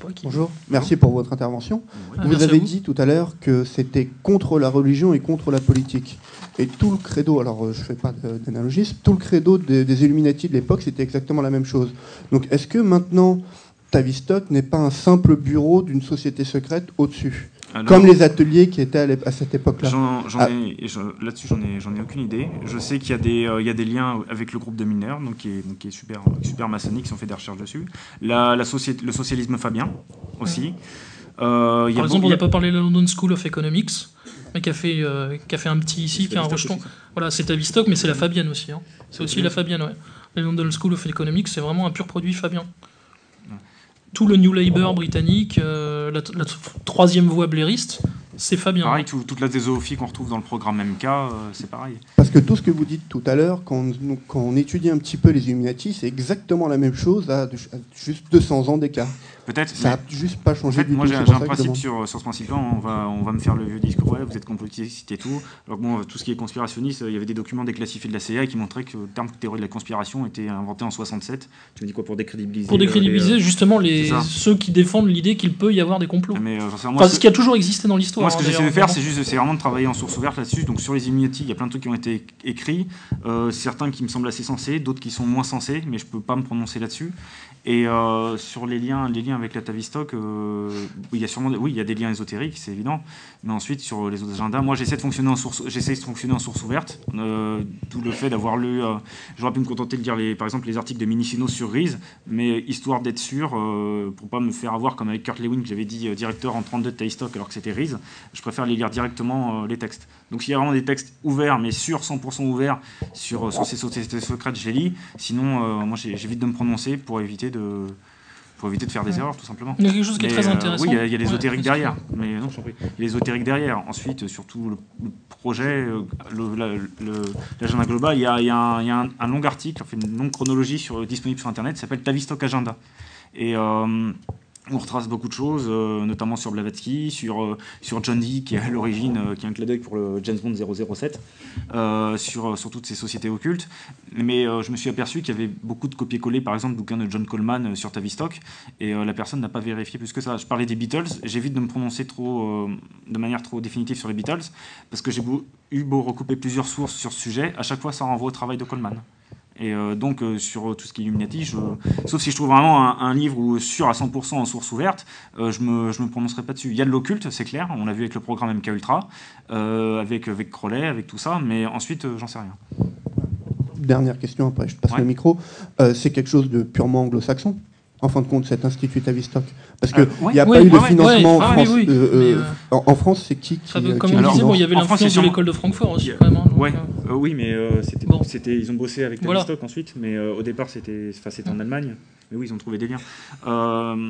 [SPEAKER 2] pas qui.
[SPEAKER 4] Bonjour, merci pour votre intervention.
[SPEAKER 2] Ah,
[SPEAKER 4] vous
[SPEAKER 2] merci
[SPEAKER 4] avez
[SPEAKER 2] à vous.
[SPEAKER 4] dit tout à l'heure que c'était contre la religion et contre la politique. Et tout le credo, alors euh, je ne fais pas de- d'analogisme, tout le credo des, des Illuminati de l'époque, c'était exactement la même chose. Donc est-ce que maintenant, Tavistock n'est pas un simple bureau d'une société secrète au-dessus ?
[SPEAKER 1] Alors,
[SPEAKER 4] Comme les ateliers qui étaient à, l'ép- à cette époque-là.
[SPEAKER 1] J'en, j'en
[SPEAKER 4] Ah.
[SPEAKER 1] ai, et je- là-dessus, j'en ai, j'en ai aucune idée. Je sais qu'il y a des, euh, il y a des liens avec le groupe de mineurs, donc qui est, donc qui est super, super maçonnique, qui ont fait des recherches dessus. La, la société, le socialisme fabien aussi. Euh, il y a
[SPEAKER 2] Par exemple,
[SPEAKER 1] beau-
[SPEAKER 2] on
[SPEAKER 1] il y
[SPEAKER 2] n'a
[SPEAKER 1] a-
[SPEAKER 2] pas parlé de la London School of Economics, mais qui a fait, euh, qui a fait un petit ici, qui a un rejeton. Voilà, c'est Tavistock, mais c'est la Fabienne aussi. hein. C'est aussi la Fabienne, ouais. La London School of Economics, c'est vraiment un pur produit Fabien. Tout le New Labour britannique, euh, la, la troisième voie blairiste, c'est Fabien.
[SPEAKER 1] Pareil, tout- toute la théosophie qu'on retrouve dans le programme M K, euh, c'est pareil.
[SPEAKER 4] Parce que tout ce que vous dites tout à l'heure, quand on, quand on étudie un petit peu les Illuminati, c'est exactement la même chose à, à juste deux cents ans d'écart.
[SPEAKER 1] Peut-être.
[SPEAKER 4] Ça n'a
[SPEAKER 1] mais-
[SPEAKER 4] juste pas
[SPEAKER 1] En
[SPEAKER 4] changé
[SPEAKER 1] fait,
[SPEAKER 4] du
[SPEAKER 1] moi
[SPEAKER 4] tout.
[SPEAKER 1] j'ai
[SPEAKER 4] c'est
[SPEAKER 1] j'ai
[SPEAKER 4] pour
[SPEAKER 1] un
[SPEAKER 4] ça que je
[SPEAKER 1] principe
[SPEAKER 4] demande.
[SPEAKER 1] sur, sur ce principe-là. On va, on va me faire le vieux discours, ouais, vous êtes complotiste et tout. Alors que bon, tout ce qui est conspirationniste, il y avait des documents déclassifiés de la C I A qui montraient que le terme théorie de la conspiration était inventé en soixante-sept. Tu me dis quoi pour décrédibiliser
[SPEAKER 2] Pour décrédibiliser
[SPEAKER 1] euh, les,
[SPEAKER 2] justement les,
[SPEAKER 1] c'est ça.
[SPEAKER 2] ceux qui défendent l'idée qu'il peut y avoir des complots.
[SPEAKER 1] euh, mais, euh, j'en sais rien, moi,
[SPEAKER 2] Enfin,
[SPEAKER 1] ce
[SPEAKER 2] ce
[SPEAKER 1] que-
[SPEAKER 2] qui a toujours existé dans l'histoire.
[SPEAKER 1] Moi, ce que
[SPEAKER 2] hein,
[SPEAKER 1] j'essaie de
[SPEAKER 2] d'ailleurs,
[SPEAKER 1] faire,
[SPEAKER 2] vraiment.
[SPEAKER 1] c'est juste, c'est vraiment de travailler en source ouverte là-dessus. Donc, sur les Illuminati, il y a plein de trucs qui ont été écrits, euh, certains qui me semblent assez sensés, d'autres qui sont moins sensés, mais je peux pas me prononcer là-dessus. Et euh, sur les liens, les liens avec la Tavistock, euh, il y a sûrement, oui, il y a des liens ésotériques, c'est évident. Mais ensuite, sur les autres agendas, moi, j'essaie de fonctionner en source, j'essaie de fonctionner en source ouverte. Euh, D'où le fait d'avoir lu, euh, j'aurais pu me contenter de lire les, par exemple, les articles de Minicino sur Reese, mais histoire d'être sûr, euh, pour pas me faire avoir comme avec Kurt Lewin que j'avais dit euh, directeur en trente-deux de Tavistock alors que c'était Reese, je préfère les lire directement euh, les textes. Donc, s'il y a vraiment des textes ouverts, mais sûrs, cent pour cent ouverts sur, euh, sur ces sociétés secrètes, je les lis. Sinon, euh, moi, j'ai- j'évite de me prononcer pour éviter de, pour éviter de faire des
[SPEAKER 2] Ouais.
[SPEAKER 1] erreurs, tout simplement.
[SPEAKER 2] Il y a quelque chose qui est
[SPEAKER 1] Mais,
[SPEAKER 2] très
[SPEAKER 1] euh,
[SPEAKER 2] intéressant.
[SPEAKER 1] oui, il y a, il y a l'ésotérique
[SPEAKER 2] Ouais,
[SPEAKER 1] derrière. Mais non, je t'en prie. Il y a l'ésotérique derrière. Ensuite, surtout le, le projet, euh, le- la- le- l'agenda global, il y a, il y a un, il y a un- un long article, enfin une longue chronologie sur, disponible sur Internet, qui s'appelle Tavistock Agenda. Et euh, on retrace beaucoup de choses, euh, notamment sur Blavatsky, sur, euh, sur John Dee, qui est à l'origine, euh, qui est un clin d'œil pour le James Bond zéro zéro sept, euh, sur, sur toutes ces sociétés occultes. Mais euh, je me suis aperçu qu'il y avait beaucoup de copier-coller, par exemple, bouquin de John Coleman euh, sur Tavistock, et euh, la personne n'a pas vérifié plus que ça. Je parlais des Beatles, j'évite de me prononcer trop, euh, de manière trop définitive sur les Beatles, parce que j'ai beau- eu beau recouper plusieurs sources sur ce sujet, à chaque fois ça renvoie au travail de Coleman. Et euh, donc, euh, sur tout ce qui est Illuminati, je... sauf si je trouve vraiment un, un livre où, sûr à cent pour cent en source ouverte, euh, je ne me, je me prononcerai pas dessus. Il y a de l'occulte, c'est clair, on l'a vu avec le programme M K Ultra, euh, avec, avec Crowley, avec tout ça, mais ensuite, euh, j'en sais rien.
[SPEAKER 4] Dernière question, après je te passe
[SPEAKER 1] Ouais.
[SPEAKER 4] le micro. Euh, c'est quelque chose de purement anglo-saxon, en fin de compte, cet institut Tavistock. Parce qu'il
[SPEAKER 1] Euh,
[SPEAKER 4] n'y
[SPEAKER 1] ouais,
[SPEAKER 4] a
[SPEAKER 2] ouais,
[SPEAKER 4] pas eu de
[SPEAKER 2] ouais, ouais,
[SPEAKER 4] financement
[SPEAKER 2] ouais,
[SPEAKER 4] en
[SPEAKER 2] ah
[SPEAKER 4] France.
[SPEAKER 2] oui, oui,
[SPEAKER 4] euh,
[SPEAKER 2] mais,
[SPEAKER 4] euh,
[SPEAKER 2] euh,
[SPEAKER 4] en, en France, c'est qui qui,
[SPEAKER 2] Ça,
[SPEAKER 4] euh,
[SPEAKER 2] comme
[SPEAKER 4] qui
[SPEAKER 2] on
[SPEAKER 4] le
[SPEAKER 1] Alors,
[SPEAKER 2] disait, bon, il y
[SPEAKER 4] finance
[SPEAKER 2] avait
[SPEAKER 1] en France,
[SPEAKER 2] l'influence
[SPEAKER 1] c'est
[SPEAKER 2] de
[SPEAKER 1] sûrement-
[SPEAKER 2] l'école de Francfort aussi,
[SPEAKER 1] Il y a-
[SPEAKER 2] quand même. hein, donc,
[SPEAKER 1] Ouais,
[SPEAKER 2] euh,
[SPEAKER 1] euh, oui, mais euh, c'était,
[SPEAKER 2] Bon.
[SPEAKER 1] c'était, ils ont bossé avec
[SPEAKER 2] Voilà.
[SPEAKER 1] Tavistock ensuite, mais euh, au départ, c'était, enfin, c'était en Allemagne. Mais oui, ils ont trouvé des liens. Euh,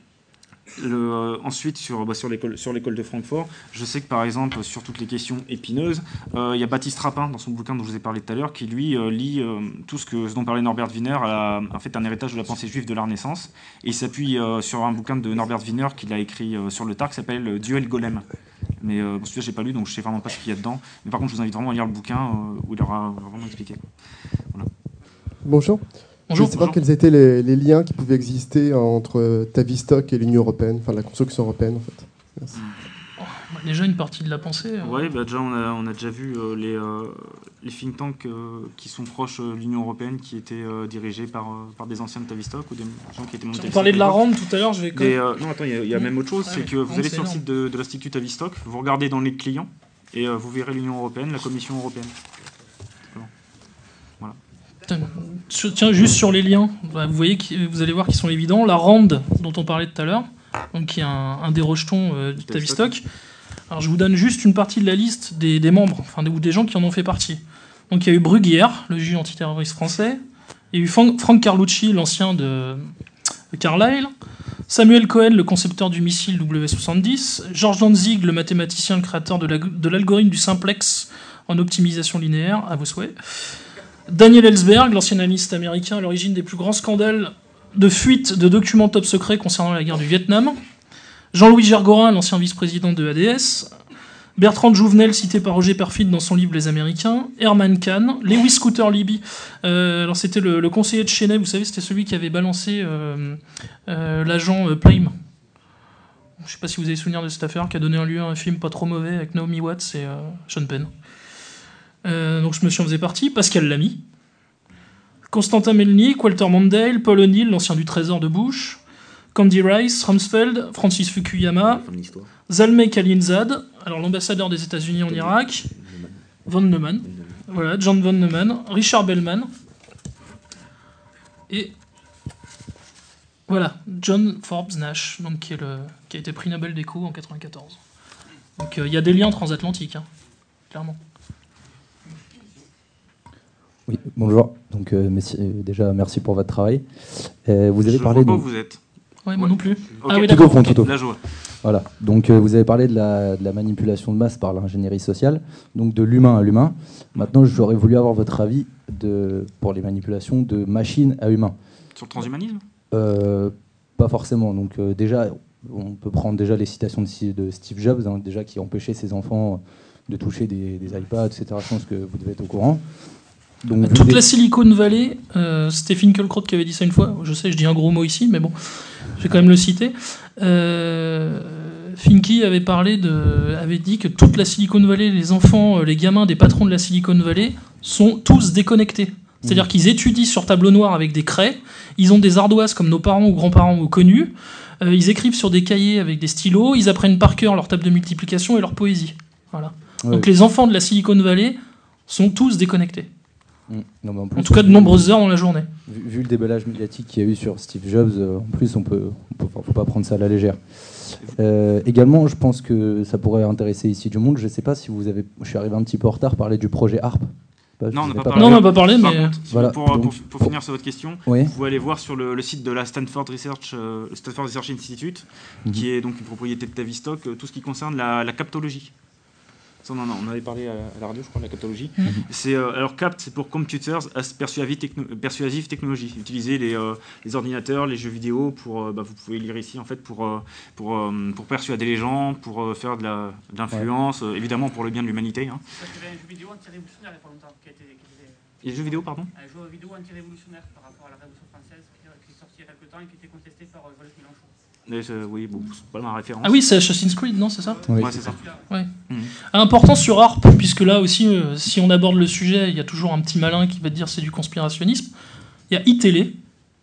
[SPEAKER 1] le, euh, ensuite, sur, bah, sur, l'école, sur l'école de Francfort, je sais que par exemple, sur toutes les questions épineuses, euh, il y a Baptiste Rapin, dans son bouquin dont je vous ai parlé tout à l'heure, qui lui euh, lit euh, tout ce, que, ce dont parlait Norbert Wiener, a, en fait un héritage de la pensée juive de la Renaissance, et il s'appuie euh, sur un bouquin de Norbert Wiener qu'il a écrit euh, sur le tard, qui s'appelle euh, Dieu et le golem. Mais euh, bon, celui-là, j'ai pas lu, donc je sais vraiment pas ce qu'il y a dedans. Mais par contre, je vous invite vraiment à lire le bouquin euh, où il aura vraiment expliqué. Voilà.
[SPEAKER 5] Bonjour.
[SPEAKER 2] Bonjour.
[SPEAKER 5] Je ne sais pas quels étaient les, les liens qui pouvaient exister entre Tavistock et l'Union européenne, enfin la construction européenne en fait. Merci.
[SPEAKER 2] bah, déjà une partie de la pensée. euh,
[SPEAKER 1] Ouais, bah déjà, on a, on a déjà vu euh, les, euh, les think tanks euh, qui sont proches euh, de l'Union européenne, qui étaient euh, dirigés par, euh, par des anciens de Tavistock ou des gens qui étaient montés.
[SPEAKER 2] On parlait de la rande tout à l'heure, je vais quand
[SPEAKER 1] Des,
[SPEAKER 2] même-
[SPEAKER 1] euh, non, attends, il y a, il y a
[SPEAKER 2] Mmh.
[SPEAKER 1] même autre chose,
[SPEAKER 2] Ah
[SPEAKER 1] c'est
[SPEAKER 2] oui,
[SPEAKER 1] que vous
[SPEAKER 2] non,
[SPEAKER 1] allez
[SPEAKER 2] c'est
[SPEAKER 1] sur le
[SPEAKER 2] énorme.
[SPEAKER 1] site de, de l'Institut Tavistock, vous regardez dans les clients, et euh, vous verrez l'Union européenne, la Commission européenne.
[SPEAKER 2] Putain, sur- Tiens, juste sur les liens, bah, vous voyez, que- vous allez voir qu'ils sont évidents. La rande dont on parlait tout à l'heure, donc qui est un, un des rejetons euh, du Tavistock. Alors je vous donne juste une partie de la liste des, des membres, enfin ou des gens qui en ont fait partie. Donc il y a eu Bruguière, le juge antiterroriste français. Il y a eu Frank, Frank Carlucci, l'ancien de, de Carlyle. Samuel Cohen, le concepteur du missile W soixante-dix. George Danzig, le mathématicien, le créateur de la- de l'algorithme du simplex en optimisation linéaire, à vos souhaits. Daniel Ellsberg, l'ancien analyste américain à l'origine des plus grands scandales de fuite de documents top secrets concernant la guerre du Vietnam. Jean-Louis Gergorin, l'ancien vice-président de A D S. Bertrand de Jouvenel, cité par Roger Perfit dans son livre Les Américains. Herman Kahn. Lewis Scooter Libby. Euh, alors c'était le, le conseiller de Cheney, vous savez, c'était celui qui avait balancé euh, euh, l'agent euh, Plame je sais pas si vous avez souvenir de cette affaire, qui a donné lieu à un film pas trop mauvais avec Naomi Watts et euh, Sean Penn. Euh, donc je me suis en faisais partie, Pascal Lamy, Constantin Melnick, Walter Mondale, Paul O'Neill, l'ancien du Trésor de Bush, Candy Rice, Rumsfeld, Francis Fukuyama, Zalmay Khalilzad, alors l'ambassadeur des États-Unis en Irak, Von Neumann, voilà, John Von Neumann, Richard Bellman, et voilà, John Forbes Nash, donc qui, est le, qui a été prix Nobel d'éco en quatre-vingt-quatorze. Donc il euh, y a des liens transatlantiques, hein, clairement.
[SPEAKER 6] Oui, bonjour. Donc euh, merci, euh, déjà merci pour votre travail. Euh, vous avez
[SPEAKER 1] je
[SPEAKER 6] parlé
[SPEAKER 1] vois
[SPEAKER 6] de...
[SPEAKER 1] pas où vous êtes.
[SPEAKER 2] Ouais, moi ouais. non plus.
[SPEAKER 1] Okay.
[SPEAKER 2] Ah oui,
[SPEAKER 6] tout
[SPEAKER 2] d'accord.
[SPEAKER 6] au fond, tout au fond.
[SPEAKER 1] Là, je vois.
[SPEAKER 6] Voilà. Donc euh, vous avez parlé de la, de la manipulation de masse par l'ingénierie sociale, donc de l'humain à l'humain. Maintenant, j'aurais voulu avoir votre avis de, pour les manipulations de machine à humain.
[SPEAKER 1] Sur le transhumanisme
[SPEAKER 6] euh, Pas forcément. Donc euh, déjà, on peut prendre déjà les citations de, de Steve Jobs, hein, déjà qui empêchait ses enfants de toucher des, des iPads, et cetera. Je pense que vous devez être au courant. Donc,
[SPEAKER 2] toute
[SPEAKER 6] des...
[SPEAKER 2] la Silicon Valley, euh, c'était Finkielkraut qui avait dit ça une fois. Je sais, je dis un gros mot ici, mais bon, je vais quand même le citer. Euh, Finky avait parlé de, avait dit que toute la Silicon Valley, les enfants, les gamins des patrons de la Silicon Valley sont tous déconnectés. C'est-à-dire mmh. qu'ils étudient sur tableau noir avec des craies, ils ont des ardoises comme nos parents ou grands-parents ont connus, euh, ils écrivent sur des cahiers avec des stylos, ils apprennent par cœur leur table de multiplication et leur poésie. Voilà. Ouais. Donc les enfants de la Silicon Valley sont tous déconnectés. Non, mais en, plus, en tout cas de nombreuses heures dans la journée.
[SPEAKER 6] Vu, vu le déballage médiatique qu'il y a eu sur Steve Jobs, euh, en plus on peut, on peut, faut pas prendre ça à la légère. Euh, également, je pense que ça pourrait intéresser ici du monde. Je sais pas si vous avez, je suis arrivé un petit peu en retard, parler du projet A R P.
[SPEAKER 1] Pas, non, on n'a pas,
[SPEAKER 2] pas, non, pas parlé, mais
[SPEAKER 1] contre,
[SPEAKER 6] voilà,
[SPEAKER 1] pour,
[SPEAKER 6] donc,
[SPEAKER 1] pour, pour, pour finir sur votre question,
[SPEAKER 6] oui.
[SPEAKER 1] vous pouvez aller voir sur le, le site de la Stanford Research, euh, Stanford Research Institute, mm-hmm. qui est donc une propriété de Tavistock, euh, tout ce qui concerne la, la captologie. Ça, non, non, on avait parlé à la radio, je crois, de la captologie. Mm-hmm. C'est, euh, alors, CAPT, c'est pour Computers as Persuasive, techno- persuasive Technology. Utiliser les, euh, les ordinateurs, les jeux vidéo, pour, euh, bah, vous pouvez lire ici, en fait, pour, euh, pour, euh, pour persuader les gens, pour euh, faire de, la, de l'influence, ouais. euh, évidemment pour le bien de l'humanité. Hein.
[SPEAKER 7] Parce qu'il y avait un jeu vidéo anti-révolutionnaire il n'y a pas longtemps. Qui a été, qui était...
[SPEAKER 1] Les jeux vidéo, pardon
[SPEAKER 7] Un jeu vidéo anti-révolutionnaire par rapport à la Révolution française qui, qui est sorti il y a quelque temps et qui était contesté par euh, Jean-Luc Mélenchon.
[SPEAKER 1] Euh, oui, bon, c'est pas ma référence.
[SPEAKER 2] Ah oui, c'est Assassin's Creed, non, c'est ça ?
[SPEAKER 6] Oui,
[SPEAKER 1] ouais, c'est ça.
[SPEAKER 2] Ouais.
[SPEAKER 1] Mmh.
[SPEAKER 2] Important sur A R P, puisque là aussi, euh, si on aborde le sujet, il y a toujours un petit malin qui va te dire c'est du conspirationnisme. Il y a iTélé,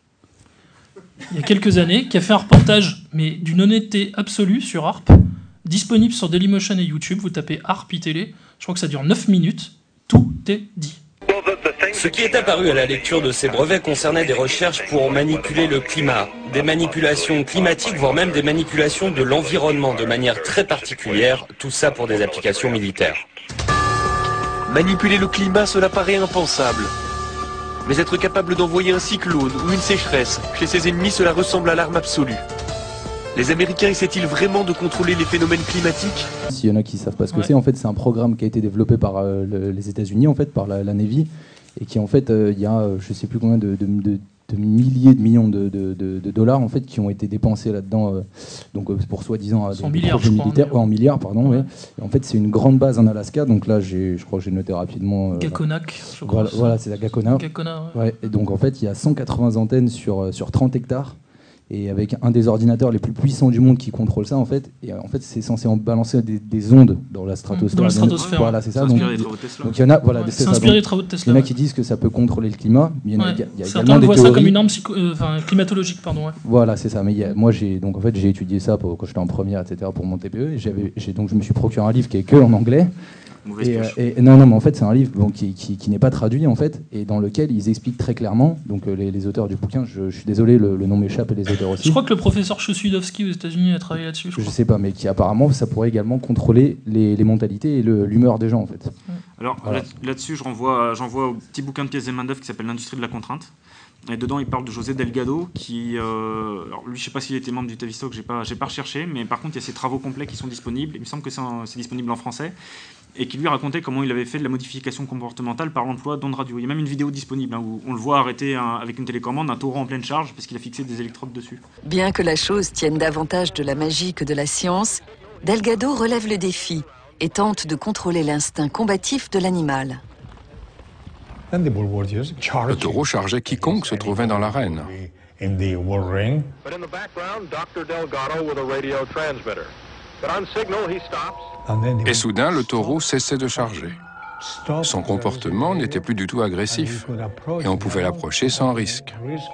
[SPEAKER 2] il y a quelques années, qui a fait un reportage, mais d'une honnêteté absolue sur A R P, disponible sur Dailymotion et YouTube. Vous tapez A R P iTélé, je crois que ça dure neuf minutes, tout est dit.
[SPEAKER 8] Ce qui est apparu à la lecture de ces brevets concernait des recherches pour manipuler le climat, des manipulations climatiques, voire même des manipulations de l'environnement de manière très particulière, tout ça pour des applications militaires.
[SPEAKER 9] Manipuler le climat, cela paraît impensable. Mais être capable d'envoyer un cyclone ou une sécheresse chez ses ennemis, cela ressemble à l'arme absolue. Les Américains essaient-ils vraiment de contrôler les phénomènes climatiques ?
[SPEAKER 6] S'il y en a qui ne savent pas ce que
[SPEAKER 2] ouais.
[SPEAKER 6] c'est, en fait, c'est un programme qui a été développé par euh, le, les États-Unis, en fait, par la, la Navy, et qui, en fait, il euh, y a, euh, je ne sais plus combien de, de, de, de milliers de millions de, de, de, de dollars, en fait, qui ont été dépensés là-dedans, euh, donc euh, pour soi-disant des, des projets militaires, crois, ouais, en milliards, pardon. Ouais. Et en fait, c'est une grande base en Alaska, donc là, j'ai, je crois que j'ai noté rapidement. Euh,
[SPEAKER 2] Gakonak, je crois.
[SPEAKER 6] Voilà, voilà c'est la Gakona.
[SPEAKER 2] Gakona ouais.
[SPEAKER 6] Ouais, et donc, en fait, il y a cent quatre-vingts antennes sur, sur trente hectares. Et avec un des ordinateurs les plus puissants du monde qui contrôle ça, en fait, et en fait, c'est censé en balancer des, des ondes dans la stratosphère.
[SPEAKER 2] Dans la stratosphère.
[SPEAKER 6] Voilà, c'est ça.
[SPEAKER 1] C'est
[SPEAKER 6] donc,
[SPEAKER 1] inspiré des travaux de Tesla.
[SPEAKER 6] Donc il y en a, voilà,
[SPEAKER 2] ouais, c'est inspiré des travaux de Tesla.
[SPEAKER 6] Il y en a
[SPEAKER 2] ouais.
[SPEAKER 6] qui disent que ça peut contrôler le climat, mais il y en a,
[SPEAKER 2] ouais.
[SPEAKER 6] il y a
[SPEAKER 2] Certains
[SPEAKER 6] également des
[SPEAKER 2] voient
[SPEAKER 6] théories.
[SPEAKER 2] ça comme une arme psycho, euh, enfin, climatologique, pardon. Ouais.
[SPEAKER 6] Voilà, c'est ça. Mais il y a, moi, j'ai donc en fait, j'ai étudié ça pour, quand j'étais en première, et cetera, pour mon T P E. Et j'avais, j'ai donc je me suis procuré un livre qui est que en anglais. Et, euh, et non, non, mais en fait, c'est un livre bon, qui, qui, qui n'est pas traduit en fait, et dans lequel ils expliquent très clairement. Donc euh, les, les auteurs du bouquin, je, je suis désolé, le, le nom m'échappe et les auteurs aussi.
[SPEAKER 2] Je crois que le professeur Chosudowski aux États-Unis a travaillé là-dessus. Je,
[SPEAKER 6] je sais pas, mais qui apparemment, ça pourrait également contrôler les, les mentalités et le, l'humeur des gens en fait.
[SPEAKER 1] Alors voilà. là, là-dessus, je renvoie, j'envoie au petit bouquin de Piers Zemandoff qui s'appelle L'industrie de la contrainte. Et dedans, il parle de José Delgado, qui, euh, alors lui, je sais pas s'il était membre du Tavistock, j'ai pas, j'ai pas recherché, mais par contre, il y a ses travaux complets qui sont disponibles. Il me semble que c'est, un, c'est disponible en français. Et qui lui racontait comment il avait fait de la modification comportementale par l'emploi d'ondes radio. Il y a même une vidéo disponible hein, où on le voit arrêter un, avec une télécommande un taureau en pleine charge parce qu'il a fixé des électrodes dessus.
[SPEAKER 10] Bien que la chose tienne davantage de la magie que de la science, Delgado relève le défi et tente de contrôler l'instinct combatif de l'animal.
[SPEAKER 11] Le taureau chargeait quiconque se trouvait dans l'arène. in the war ring.
[SPEAKER 12] But in the background, doctor Delgado with a radio transmitter. But on signal, he stops.
[SPEAKER 13] Et soudain, le taureau cessait de charger. Son comportement n'était plus du tout agressif et on pouvait l'approcher sans risque.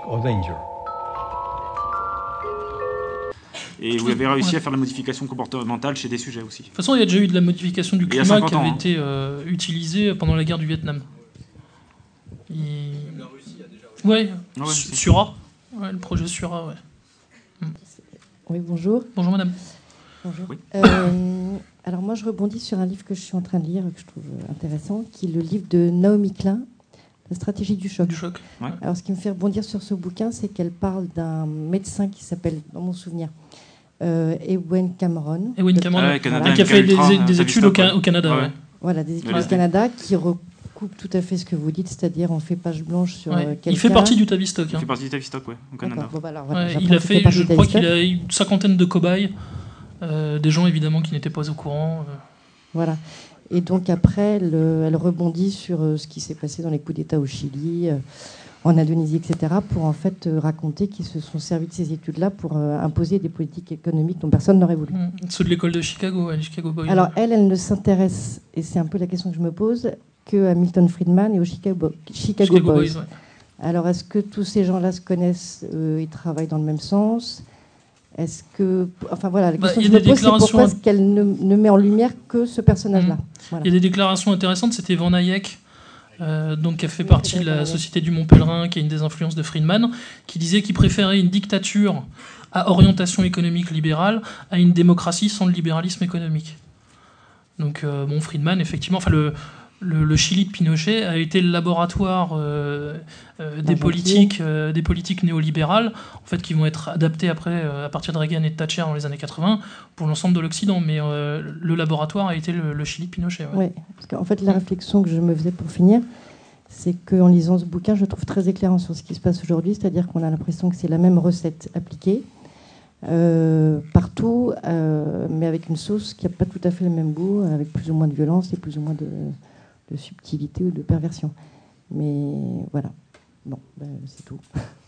[SPEAKER 1] Et vous avez réussi à faire la modification comportementale chez des sujets aussi.
[SPEAKER 2] De toute façon, il y a déjà eu de la modification du climat qui avait
[SPEAKER 1] ans,
[SPEAKER 2] été euh, utilisée pendant la guerre du Vietnam. Et... La Russie a déjà... Ouais, ah ouais Sura. Ouais, le projet Sura, ouais.
[SPEAKER 14] Oui, bonjour.
[SPEAKER 2] Bonjour, madame.
[SPEAKER 14] Bonjour. Oui. Euh, alors moi, je rebondis sur un livre que je suis en train de lire, que je trouve intéressant, qui est le livre de Naomi Klein, La stratégie du choc.
[SPEAKER 2] Du choc. Ouais.
[SPEAKER 14] Alors, ce qui me fait rebondir sur ce bouquin, c'est qu'elle parle d'un médecin qui s'appelle, dans mon souvenir, euh, Ewen Cameron.
[SPEAKER 2] Ewen Cameron,
[SPEAKER 1] ouais, Canada, voilà.
[SPEAKER 2] qui a fait des,
[SPEAKER 1] ultra,
[SPEAKER 2] des études au, au Canada. Ouais. Ouais.
[SPEAKER 14] Voilà, des études ouais. au Canada qui recoupe tout à fait ce que vous dites, c'est-à-dire on fait page blanche sur
[SPEAKER 2] ouais.
[SPEAKER 14] quelqu'un.
[SPEAKER 2] Il fait partie du Tavistock. Hein.
[SPEAKER 1] Il fait partie du Tavistock, ouais, au Canada.
[SPEAKER 14] Bon, bah alors, voilà,
[SPEAKER 2] ouais, il a fait, je crois qu'il a eu une cinquantaine de cobayes, euh, des gens évidemment qui n'étaient pas au courant. Euh.
[SPEAKER 14] Voilà. Et donc après, elle, elle rebondit sur ce qui s'est passé dans les coups d'État au Chili, en Indonésie, et cetera, pour en fait raconter qu'ils se sont servis de ces études-là pour imposer des politiques économiques dont personne n'aurait voulu.
[SPEAKER 2] Mmh. Ceux de l'école de Chicago, ouais, Chicago Boys.
[SPEAKER 14] Alors elle, elle ne s'intéresse, et c'est un peu la question que je me pose, qu'à Milton Friedman et au Chicago, Chicago, Chicago Boys. Boys ouais. Alors est-ce que tous ces gens-là se connaissent, euh, ils travaillent dans le même sens ? Est-ce que, enfin voilà, la question bah, que je me pose, c'est pourquoi est-ce qu'elle ne, ne met en lumière que ce personnage-là.
[SPEAKER 2] Mmh.
[SPEAKER 14] Voilà.
[SPEAKER 2] Il y a des déclarations intéressantes. C'était Van Hayek, euh, donc qui a fait oui, partie de la Société du Mont Pèlerin, qui est une des influences de Friedman, qui disait qu'il préférait une dictature à orientation économique libérale à une démocratie sans le libéralisme économique. Donc euh, bon, Friedman, effectivement, enfin le Le, le Chili de Pinochet a été le laboratoire euh, euh, des, politiques, euh, des politiques néolibérales en fait, qui vont être adaptées après, euh, à partir de Reagan et de Thatcher dans les années quatre-vingts pour l'ensemble de l'Occident. Mais euh, le laboratoire a été le, le Chili de Pinochet.
[SPEAKER 14] Ouais. Oui, parce qu'en fait, la réflexion que je me faisais pour finir, c'est qu'en lisant ce bouquin, je trouve très éclairant sur ce qui se passe aujourd'hui, c'est-à-dire qu'on a l'impression que c'est la même recette appliquée euh, partout, euh, mais avec une sauce qui n'a pas tout à fait le même goût, avec plus ou moins de violence et plus ou moins de... de subtilité ou de perversion. Mais voilà. Bon, ben, c'est tout.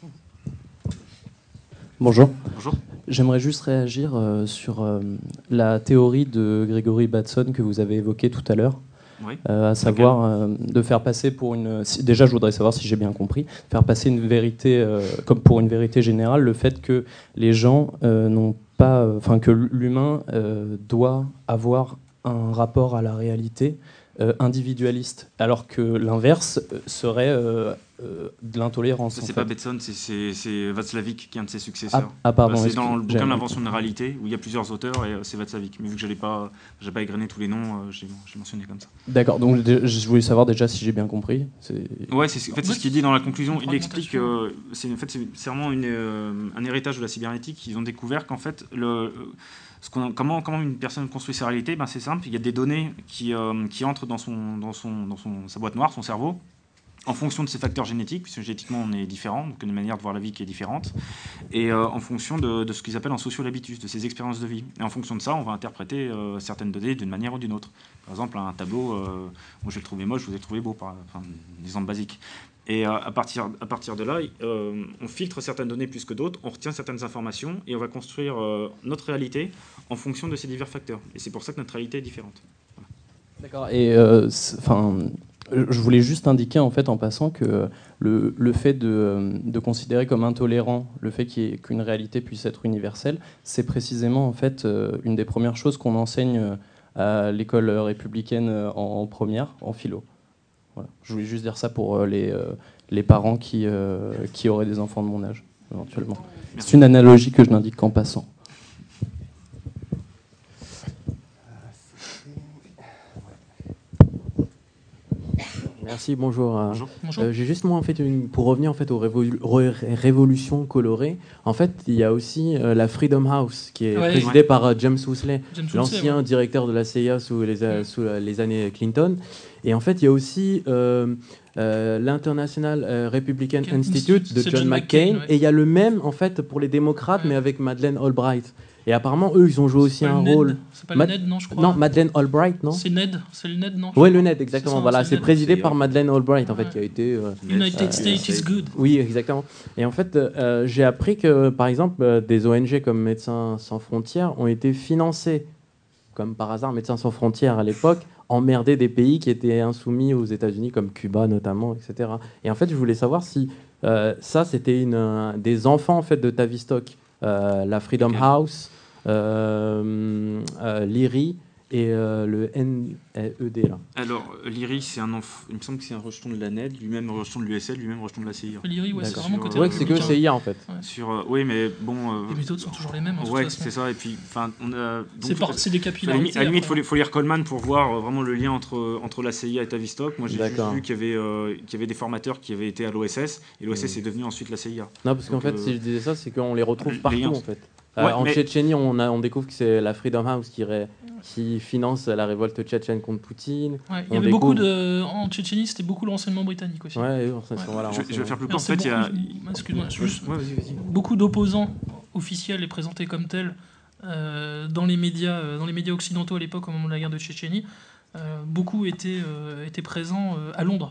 [SPEAKER 15] Bonjour.
[SPEAKER 1] Bonjour.
[SPEAKER 15] J'aimerais juste réagir euh, sur euh, la théorie de Gregory Bateson que vous avez évoquée tout à l'heure.
[SPEAKER 1] Oui.
[SPEAKER 15] Euh, à savoir euh, de faire passer pour une... Si, déjà, je voudrais savoir si j'ai bien compris. Faire passer une vérité, euh, comme pour une vérité générale, le fait que les gens euh, n'ont pas... Enfin, que l'humain euh, doit avoir un rapport à la réalité Euh, individualiste, alors que l'inverse euh, serait euh, euh, de l'intolérance.
[SPEAKER 1] Ça, c'est pas Bateson, c'est, c'est, c'est Václavic qui est un de ses successeurs.
[SPEAKER 15] Ah, ah pardon.
[SPEAKER 1] Bah, c'est dans le bouquin L'invention de la réalité, où il y a plusieurs auteurs, et euh, c'est Václavic. Mais vu que je n'ai pas, j'ai pas égrené tous les noms, euh, j'ai, j'ai mentionné comme ça.
[SPEAKER 15] D'accord, donc je voulais savoir déjà si j'ai bien compris. C'est...
[SPEAKER 1] Ouais, c'est, en fait, c'est ce qu'il dit dans la conclusion. Il explique que euh, c'est, en fait, c'est, c'est vraiment une, euh, un héritage de la cybernétique. Ils ont découvert qu'en fait, le... Ce qu'on, comment, comment une personne construit sa réalité, ben c'est simple, il y a des données qui, euh, qui entrent dans, son, dans, son, dans son, sa boîte noire, son cerveau, en fonction de ses facteurs génétiques, puisque génétiquement on est différent, donc une manière de voir la vie qui est différente, et euh, en fonction de, de ce qu'ils appellent un sociolhabitus, de ses expériences de vie. Et en fonction de ça, on va interpréter euh, certaines données d'une manière ou d'une autre. Par exemple, un tableau, euh, moi je vais le trouver moche, je vous ai trouvé beau, par enfin, un exemple basique. Et euh, à, partir, à partir de là, euh, on filtre certaines données plus que d'autres, on retient certaines informations et on va construire euh, notre réalité en fonction de ces divers facteurs. Et c'est pour ça que notre réalité est différente. Voilà.
[SPEAKER 15] D'accord. Et enfin, euh, je voulais juste indiquer en fait en passant que le, le fait de, de considérer comme intolérant le fait qu'il y ait, qu'une réalité puisse être universelle, c'est précisément en fait euh, une des premières choses qu'on enseigne à l'école républicaine en, en première, en philo. Voilà. Je voulais juste dire ça pour les, euh, les parents qui, euh, qui auraient des enfants de mon âge, éventuellement. Merci. C'est une analogie que je n'indique qu'en passant.
[SPEAKER 16] Merci, bonjour.
[SPEAKER 1] Bonjour.
[SPEAKER 16] bonjour. Euh, j'ai juste moi en fait une, pour revenir en fait aux révolu- ré- révolutions colorées. En fait, il y a aussi euh, la Freedom House qui est ouais, présidée ouais. par euh, James Woosley, James l'ancien ouais. directeur de la C I A sous les, euh, sous euh, les années Clinton. Et en fait, il y a aussi euh, euh, l'International euh, Republican Institute de John, John McCain, McCain ouais. et il y a le même en fait pour les démocrates, ouais. mais avec Madeleine Albright. Et apparemment, eux, ils ont joué aussi un
[SPEAKER 2] Ned.
[SPEAKER 16] rôle.
[SPEAKER 2] C'est pas le Ned, non, je crois.
[SPEAKER 16] Non, Madeleine Albright, non?
[SPEAKER 2] C'est Ned, c'est le Ned, non?
[SPEAKER 16] Oui, le Ned, exactement.
[SPEAKER 2] C'est ça,
[SPEAKER 16] voilà,
[SPEAKER 2] c'est
[SPEAKER 16] c'est
[SPEAKER 2] le
[SPEAKER 16] présidé
[SPEAKER 2] Ned.
[SPEAKER 16] par Madeleine Albright, en fait,
[SPEAKER 2] Ouais.
[SPEAKER 16] qui a été. euh,
[SPEAKER 2] United
[SPEAKER 16] euh,
[SPEAKER 2] States is good.
[SPEAKER 16] Oui, exactement. Et en fait, euh, j'ai appris que, par exemple, euh, des O N G comme Médecins sans frontières ont été financés, comme par hasard, Médecins sans frontières à l'époque, emmerder des pays qui étaient insoumis aux États-Unis, comme Cuba notamment, et cetera. Et en fait, je voulais savoir si euh, ça, c'était une, un- des enfants en fait de Tavistock, euh, la Freedom
[SPEAKER 1] Ok.
[SPEAKER 16] House, euh, euh, l'I R I et euh, le N E D là.
[SPEAKER 1] Alors, l'I R I, c'est un enf... il me semble que c'est un rejeton de la N E D, lui-même rejeton de l'U S L, lui-même rejeton de la C I A.
[SPEAKER 2] L'I R I, ouais, c'est
[SPEAKER 1] Sur,
[SPEAKER 2] vraiment côté
[SPEAKER 1] euh,
[SPEAKER 16] Ouais, c'est que C I A en fait.
[SPEAKER 2] Ouais.
[SPEAKER 1] Sur, euh, oui, mais bon. euh,
[SPEAKER 2] Les méthodes sont toujours les mêmes, en toute
[SPEAKER 1] Ouais,
[SPEAKER 2] façon.
[SPEAKER 1] c'est ça. Et puis, enfin, on a.
[SPEAKER 2] C'est
[SPEAKER 1] donc,
[SPEAKER 2] par-
[SPEAKER 1] euh,
[SPEAKER 2] c'est des
[SPEAKER 1] à la limite-
[SPEAKER 2] capillarités,
[SPEAKER 1] À la limite, il
[SPEAKER 2] après.
[SPEAKER 1] faut, faut lire Coleman pour voir euh, vraiment le lien entre, entre la C I A et Tavistock. Moi, j'ai juste
[SPEAKER 16] D'accord.
[SPEAKER 1] vu qu'il y, avait, euh, qu'il y avait des formateurs qui avaient été à l'O S S, et l'O S S
[SPEAKER 16] Mm.
[SPEAKER 1] est devenu ensuite la C I A.
[SPEAKER 16] Non, parce qu'en
[SPEAKER 1] Donc,
[SPEAKER 16] fait,
[SPEAKER 1] euh,
[SPEAKER 16] si je disais ça, c'est qu'on les retrouve
[SPEAKER 1] les
[SPEAKER 16] partout
[SPEAKER 1] liens-
[SPEAKER 16] en fait. Euh,
[SPEAKER 1] Ouais,
[SPEAKER 16] en
[SPEAKER 1] mais-
[SPEAKER 16] Tchétchénie, on, a, on découvre que c'est la Freedom House qui, ré- qui finance la révolte tchétchène contre Poutine.
[SPEAKER 2] Ouais, il
[SPEAKER 16] On
[SPEAKER 2] y avait beaucoup
[SPEAKER 16] découvre-
[SPEAKER 2] de. En Tchétchénie, c'était beaucoup le renseignement britannique aussi.
[SPEAKER 16] Ouais, oui, ça, voilà,
[SPEAKER 1] Je- je vais
[SPEAKER 16] on-
[SPEAKER 1] faire plus
[SPEAKER 2] Alors,
[SPEAKER 1] court. En
[SPEAKER 2] c'est
[SPEAKER 1] fait, il y a.
[SPEAKER 2] beaucoup- Excuse-moi,
[SPEAKER 1] Ouais,
[SPEAKER 2] juste-
[SPEAKER 1] ouais, vas-y, vas-y.
[SPEAKER 2] beaucoup d'opposants officiels et présentés comme tels euh, dans les médias, euh, dans les médias occidentaux à l'époque, au moment de la guerre de Tchétchénie. Euh, beaucoup étaient, euh, étaient présents euh, à Londres.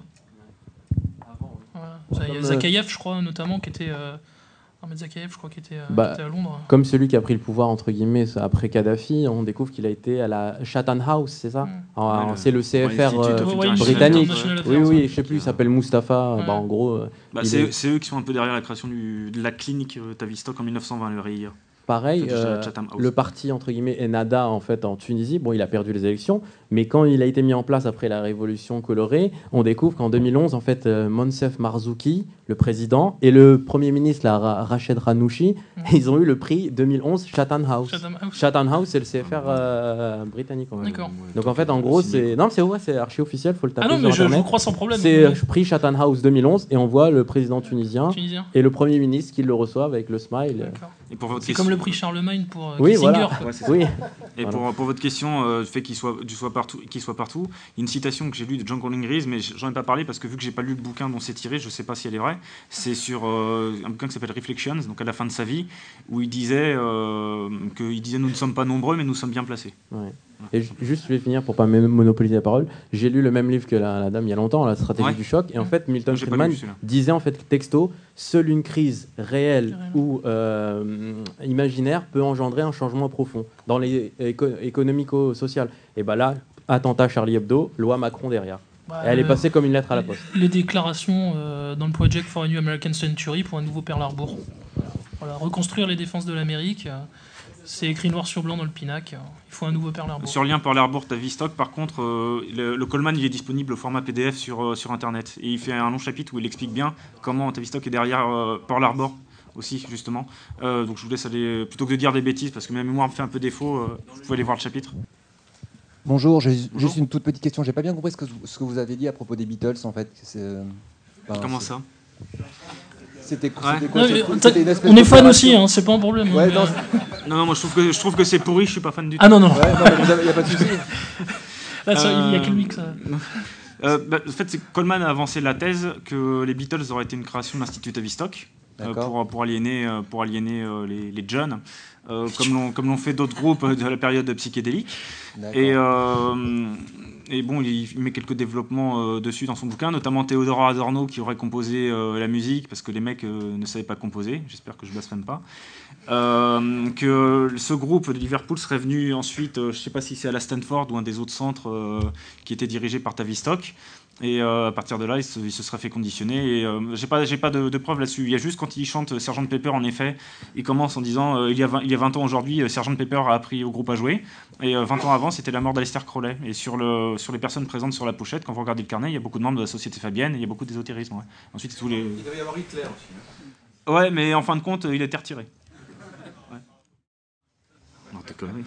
[SPEAKER 2] Voilà. Ça, Il y a
[SPEAKER 16] Comme,
[SPEAKER 2] Zakayev, je crois, notamment, qui était. Euh, Ahmed Zakayev, je crois, qui était, euh,
[SPEAKER 16] Bah,
[SPEAKER 2] qui était à Londres.
[SPEAKER 16] Comme celui qui a pris le pouvoir entre guillemets après Kadhafi, on découvre qu'il a été à la Chatham House, c'est ça? En-
[SPEAKER 1] Ouais,
[SPEAKER 16] en-
[SPEAKER 1] le-
[SPEAKER 16] c'est le C F R
[SPEAKER 1] ouais, l'Institut
[SPEAKER 16] euh,
[SPEAKER 1] of
[SPEAKER 2] Ouais,
[SPEAKER 16] britannique.
[SPEAKER 2] International
[SPEAKER 16] Oui,
[SPEAKER 2] Affairs,
[SPEAKER 16] oui,
[SPEAKER 2] ouais.
[SPEAKER 16] je sais plus, il s'appelle Mustapha.
[SPEAKER 2] Ouais.
[SPEAKER 16] Bah, en gros, euh,
[SPEAKER 1] Bah,
[SPEAKER 16] il
[SPEAKER 1] c'est,
[SPEAKER 16] est-
[SPEAKER 1] c'est eux qui sont un peu derrière la création du, de la clinique euh, Tavistock en mille neuf cent vingt, le R I A.
[SPEAKER 16] pareil,
[SPEAKER 1] Enfin,
[SPEAKER 16] euh,
[SPEAKER 1] Chatham House.
[SPEAKER 16] le parti entre guillemets Ennahda en fait en Tunisie, bon, il a perdu les élections, mais quand il a été mis en place après la révolution colorée, on découvre qu'en deux mille onze, en fait, euh, Monsef Marzouki, le président, et le premier ministre, là, Ra- Rached Ranouchi, ils ont eu le prix deux mille onze Chatham House.
[SPEAKER 2] Chatham House.
[SPEAKER 16] Chatham House, c'est le C F R euh, britannique. En fait.
[SPEAKER 2] D'accord.
[SPEAKER 16] Donc en fait, en gros, c'est non, c'est ouais, c'est archi officiel, faut le taper
[SPEAKER 2] Ah non,
[SPEAKER 16] sur
[SPEAKER 2] mais je, je
[SPEAKER 16] internet.
[SPEAKER 2] vous crois sans problème.
[SPEAKER 16] C'est euh,
[SPEAKER 2] Ouais.
[SPEAKER 16] prix Chatham House deux mille onze et on voit le président tunisien,
[SPEAKER 2] Tunisien.
[SPEAKER 16] et le premier ministre qui le reçoivent avec le smile.
[SPEAKER 2] D'accord.
[SPEAKER 1] Et pour votre
[SPEAKER 2] C'est
[SPEAKER 1] question-
[SPEAKER 2] comme le prix Charlemagne pour euh,
[SPEAKER 16] Oui,
[SPEAKER 2] Kissinger.
[SPEAKER 16] voilà.
[SPEAKER 2] quoi.
[SPEAKER 1] Ouais, c'est ça.
[SPEAKER 16] Oui.
[SPEAKER 1] Et
[SPEAKER 16] Voilà.
[SPEAKER 1] pour, pour votre question, euh, le fait qu'il soit, du soit partout, qu'il soit partout, il y a une citation que j'ai lue de John Collins Rees, mais j'en ai pas parlé parce que vu que j'ai pas lu le bouquin dont c'est tiré, je sais pas si elle est vraie. C'est sur euh, un bouquin qui s'appelle Reflections, donc à la fin de sa vie, où il disait euh, que il disait nous ne sommes pas nombreux, mais nous sommes bien placés.
[SPEAKER 16] Ouais. Et ju- juste, je vais finir pour pas me monopoliser la parole. J'ai lu le même livre que la, la dame il y a longtemps, La stratégie
[SPEAKER 1] Ouais.
[SPEAKER 16] du choc. Et en fait, Milton
[SPEAKER 1] J'ai pas
[SPEAKER 16] Friedman
[SPEAKER 1] lu celui-là.
[SPEAKER 16] disait en fait texto, seule une crise réelle ou euh, imaginaire peut engendrer un changement profond dans les éco- économico-social. Et ben là, attentat Charlie Hebdo, loi Macron derrière.
[SPEAKER 2] Bah,
[SPEAKER 16] Et elle est
[SPEAKER 2] euh,
[SPEAKER 16] passée comme une lettre à la poste.
[SPEAKER 2] Les déclarations euh, dans le Project for a New American Century pour un nouveau Pearl Harbor. Voilà, reconstruire les défenses de l'Amérique. euh, c'est écrit noir sur blanc dans le Pinac. euh, il faut un nouveau Pearl Harbor.
[SPEAKER 1] Sur lien Pearl Harbor Tavistock, par contre, euh, le, le Coleman il est disponible au format P D F sur, euh, sur Internet. Et il fait un long chapitre où il explique bien comment Tavistock est derrière euh, Pearl Harbor aussi, justement. Euh, donc je vous laisse aller, plutôt que de dire des bêtises, parce que ma mémoire me fait un peu défaut, euh, vous pouvez aller voir le chapitre.
[SPEAKER 11] Bonjour, j'ai juste une toute petite question. J'ai pas bien compris ce que, vous- ce que vous avez dit à propos des Beatles, en fait. C'est, euh, enfin,
[SPEAKER 1] Comment
[SPEAKER 11] c'est-
[SPEAKER 1] ça
[SPEAKER 11] C'était
[SPEAKER 1] Ouais.
[SPEAKER 11] c'était quoi
[SPEAKER 2] Non,
[SPEAKER 11] cette-
[SPEAKER 2] mais
[SPEAKER 11] c'était
[SPEAKER 2] t'as-
[SPEAKER 11] une espèce
[SPEAKER 2] on
[SPEAKER 11] de
[SPEAKER 2] est fan
[SPEAKER 11] opération-
[SPEAKER 2] aussi, hein, c'est pas un problème.
[SPEAKER 11] Ouais,
[SPEAKER 2] mais,
[SPEAKER 11] non,
[SPEAKER 2] euh,
[SPEAKER 1] Non, non, moi je trouve que, je trouve que c'est pourri, je suis pas fan du tout.
[SPEAKER 2] Ah non, non.
[SPEAKER 11] Ouais, non, mais vous avez- y a pas de souci.
[SPEAKER 2] Là, ça, il y a
[SPEAKER 1] Euh,
[SPEAKER 2] que lui que ça.
[SPEAKER 1] Euh, bah, en fait, c'est que Coleman a avancé la thèse que les Beatles auraient été une création de l'Institut Tavistock euh,
[SPEAKER 11] D'accord.
[SPEAKER 1] pour, pour aliéner, euh, pour aliéner euh, les, les jeunes, euh, comme l'ont comme l'ont fait d'autres groupes de la période psychédélique.
[SPEAKER 11] D'accord.
[SPEAKER 1] Et, euh, et bon, il, il met quelques développements euh, dessus dans son bouquin, notamment Theodor Adorno qui aurait composé euh, la musique parce que les mecs euh, ne savaient pas composer. J'espère que je blasphème pas. Euh, que ce groupe de Liverpool serait venu ensuite, euh, je ne sais pas si c'est à la Stanford ou un des autres centres euh, qui était dirigé par Tavistock. Et euh, à partir de là, il se, il se serait fait conditionner. Et euh, j'ai pas, j'ai pas de, de preuves là-dessus. Il y a juste quand il chante sergent Pepper, en effet, il commence en disant euh, il, y a vingt, il y a vingt ans aujourd'hui, euh, sergent Pepper a appris au groupe à jouer. Et euh, vingt ans avant, c'était la mort d'Aleister Crowley. Et sur, le, sur les personnes présentes sur la pochette, quand vous regardez le carnet, il y a beaucoup de membres de la Société Fabienne et il y a beaucoup d'ésotérisme. Ouais. Ensuite, tous les.
[SPEAKER 17] Il devait y avoir Hitler aussi.
[SPEAKER 1] Ouais, mais en fin de compte, il a été retiré. Ouais. Non, t'es connerie.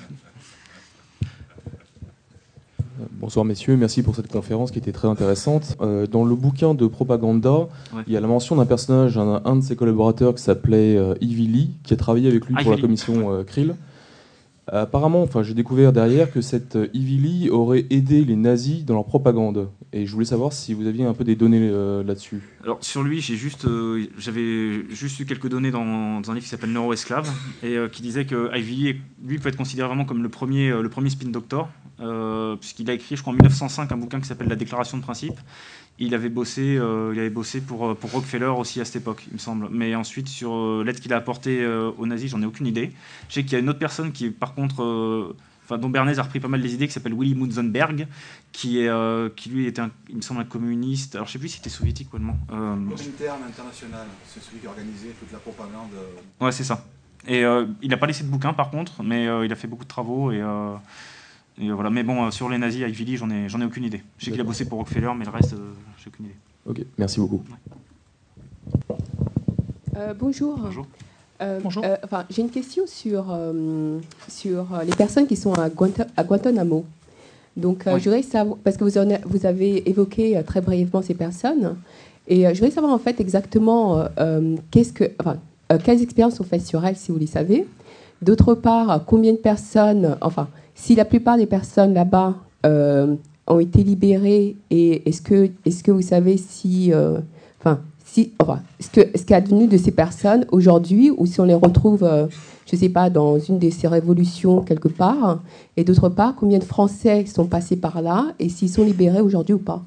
[SPEAKER 18] Bonsoir messieurs, merci pour cette conférence qui était très intéressante. Euh, dans le bouquin de Propaganda,
[SPEAKER 1] Ouais.
[SPEAKER 18] il y a la mention d'un personnage, un, un de ses collaborateurs qui s'appelait euh, Ivy Lee, qui a travaillé avec lui
[SPEAKER 1] Ah,
[SPEAKER 18] pour la
[SPEAKER 1] Ivy Lee.
[SPEAKER 18] commission euh, Krill. Apparemment, enfin, j'ai découvert derrière que cette Ivy Lee aurait aidé les nazis dans leur propagande. Et je voulais savoir si vous aviez un peu des données euh, là-dessus.
[SPEAKER 1] Alors sur lui, j'ai juste, euh, j'avais juste eu quelques données dans, dans un livre qui s'appelle Neuro-Esclave et euh, qui disait que Ivy Lee, lui, peut être considéré vraiment comme le premier, euh, le premier spin doctor, euh, puisqu'il a écrit, je crois, en mille neuf cent cinq, un bouquin qui s'appelle La Déclaration de principe. Il avait bossé, euh, il avait bossé pour, pour Rockefeller aussi à cette époque, il me semble. Mais ensuite, sur euh, l'aide qu'il a apportée euh, aux nazis, j'en ai aucune idée. Je sais qu'il y a une autre personne qui, par contre, euh, enfin, dont Bernays a repris pas mal des idées, qui s'appelle Willy Münzenberg, qui, est, euh, qui lui était, un, il me semble, un communiste. Alors je sais plus si c'était soviétique ou allemand. Euh...
[SPEAKER 19] Interne international, c'est celui qui organisait toute la propagande. Euh...
[SPEAKER 1] Ouais, c'est ça. Et euh, il n'a pas laissé de bouquin, par contre, mais euh, il a fait beaucoup de travaux et. Euh... Et voilà. Mais bon, euh, sur les nazis, Ivy Lee, j'en ai, j'en ai aucune idée. Je sais qu'il a bossé pour Rockefeller, mais le reste, euh, j'ai aucune idée.
[SPEAKER 18] Ok, merci beaucoup.
[SPEAKER 1] Ouais.
[SPEAKER 20] Euh, bonjour.
[SPEAKER 1] Bonjour.
[SPEAKER 20] Euh, bonjour. Euh, enfin, j'ai une question sur, euh, sur les personnes qui sont à, Guanta- à Guantanamo. Donc, euh, oui. je voudrais savoir, parce que vous, en a, vous avez évoqué euh, très brièvement ces personnes, et euh, je voudrais savoir en fait exactement euh, qu'est-ce que, enfin, euh, quelles expériences sont faites sur elles, si vous les savez. D'autre part, combien de personnes, enfin, si la plupart des personnes là-bas euh, ont été libérées, et est-ce que, est-ce que vous savez si, euh, enfin, si, enfin, ce que, ce qui est advenu de ces personnes aujourd'hui, ou si on les retrouve, euh, je ne sais pas, dans une de ces révolutions quelque part, et d'autre part, combien de Français sont passés par là, et s'ils sont libérés aujourd'hui ou pas?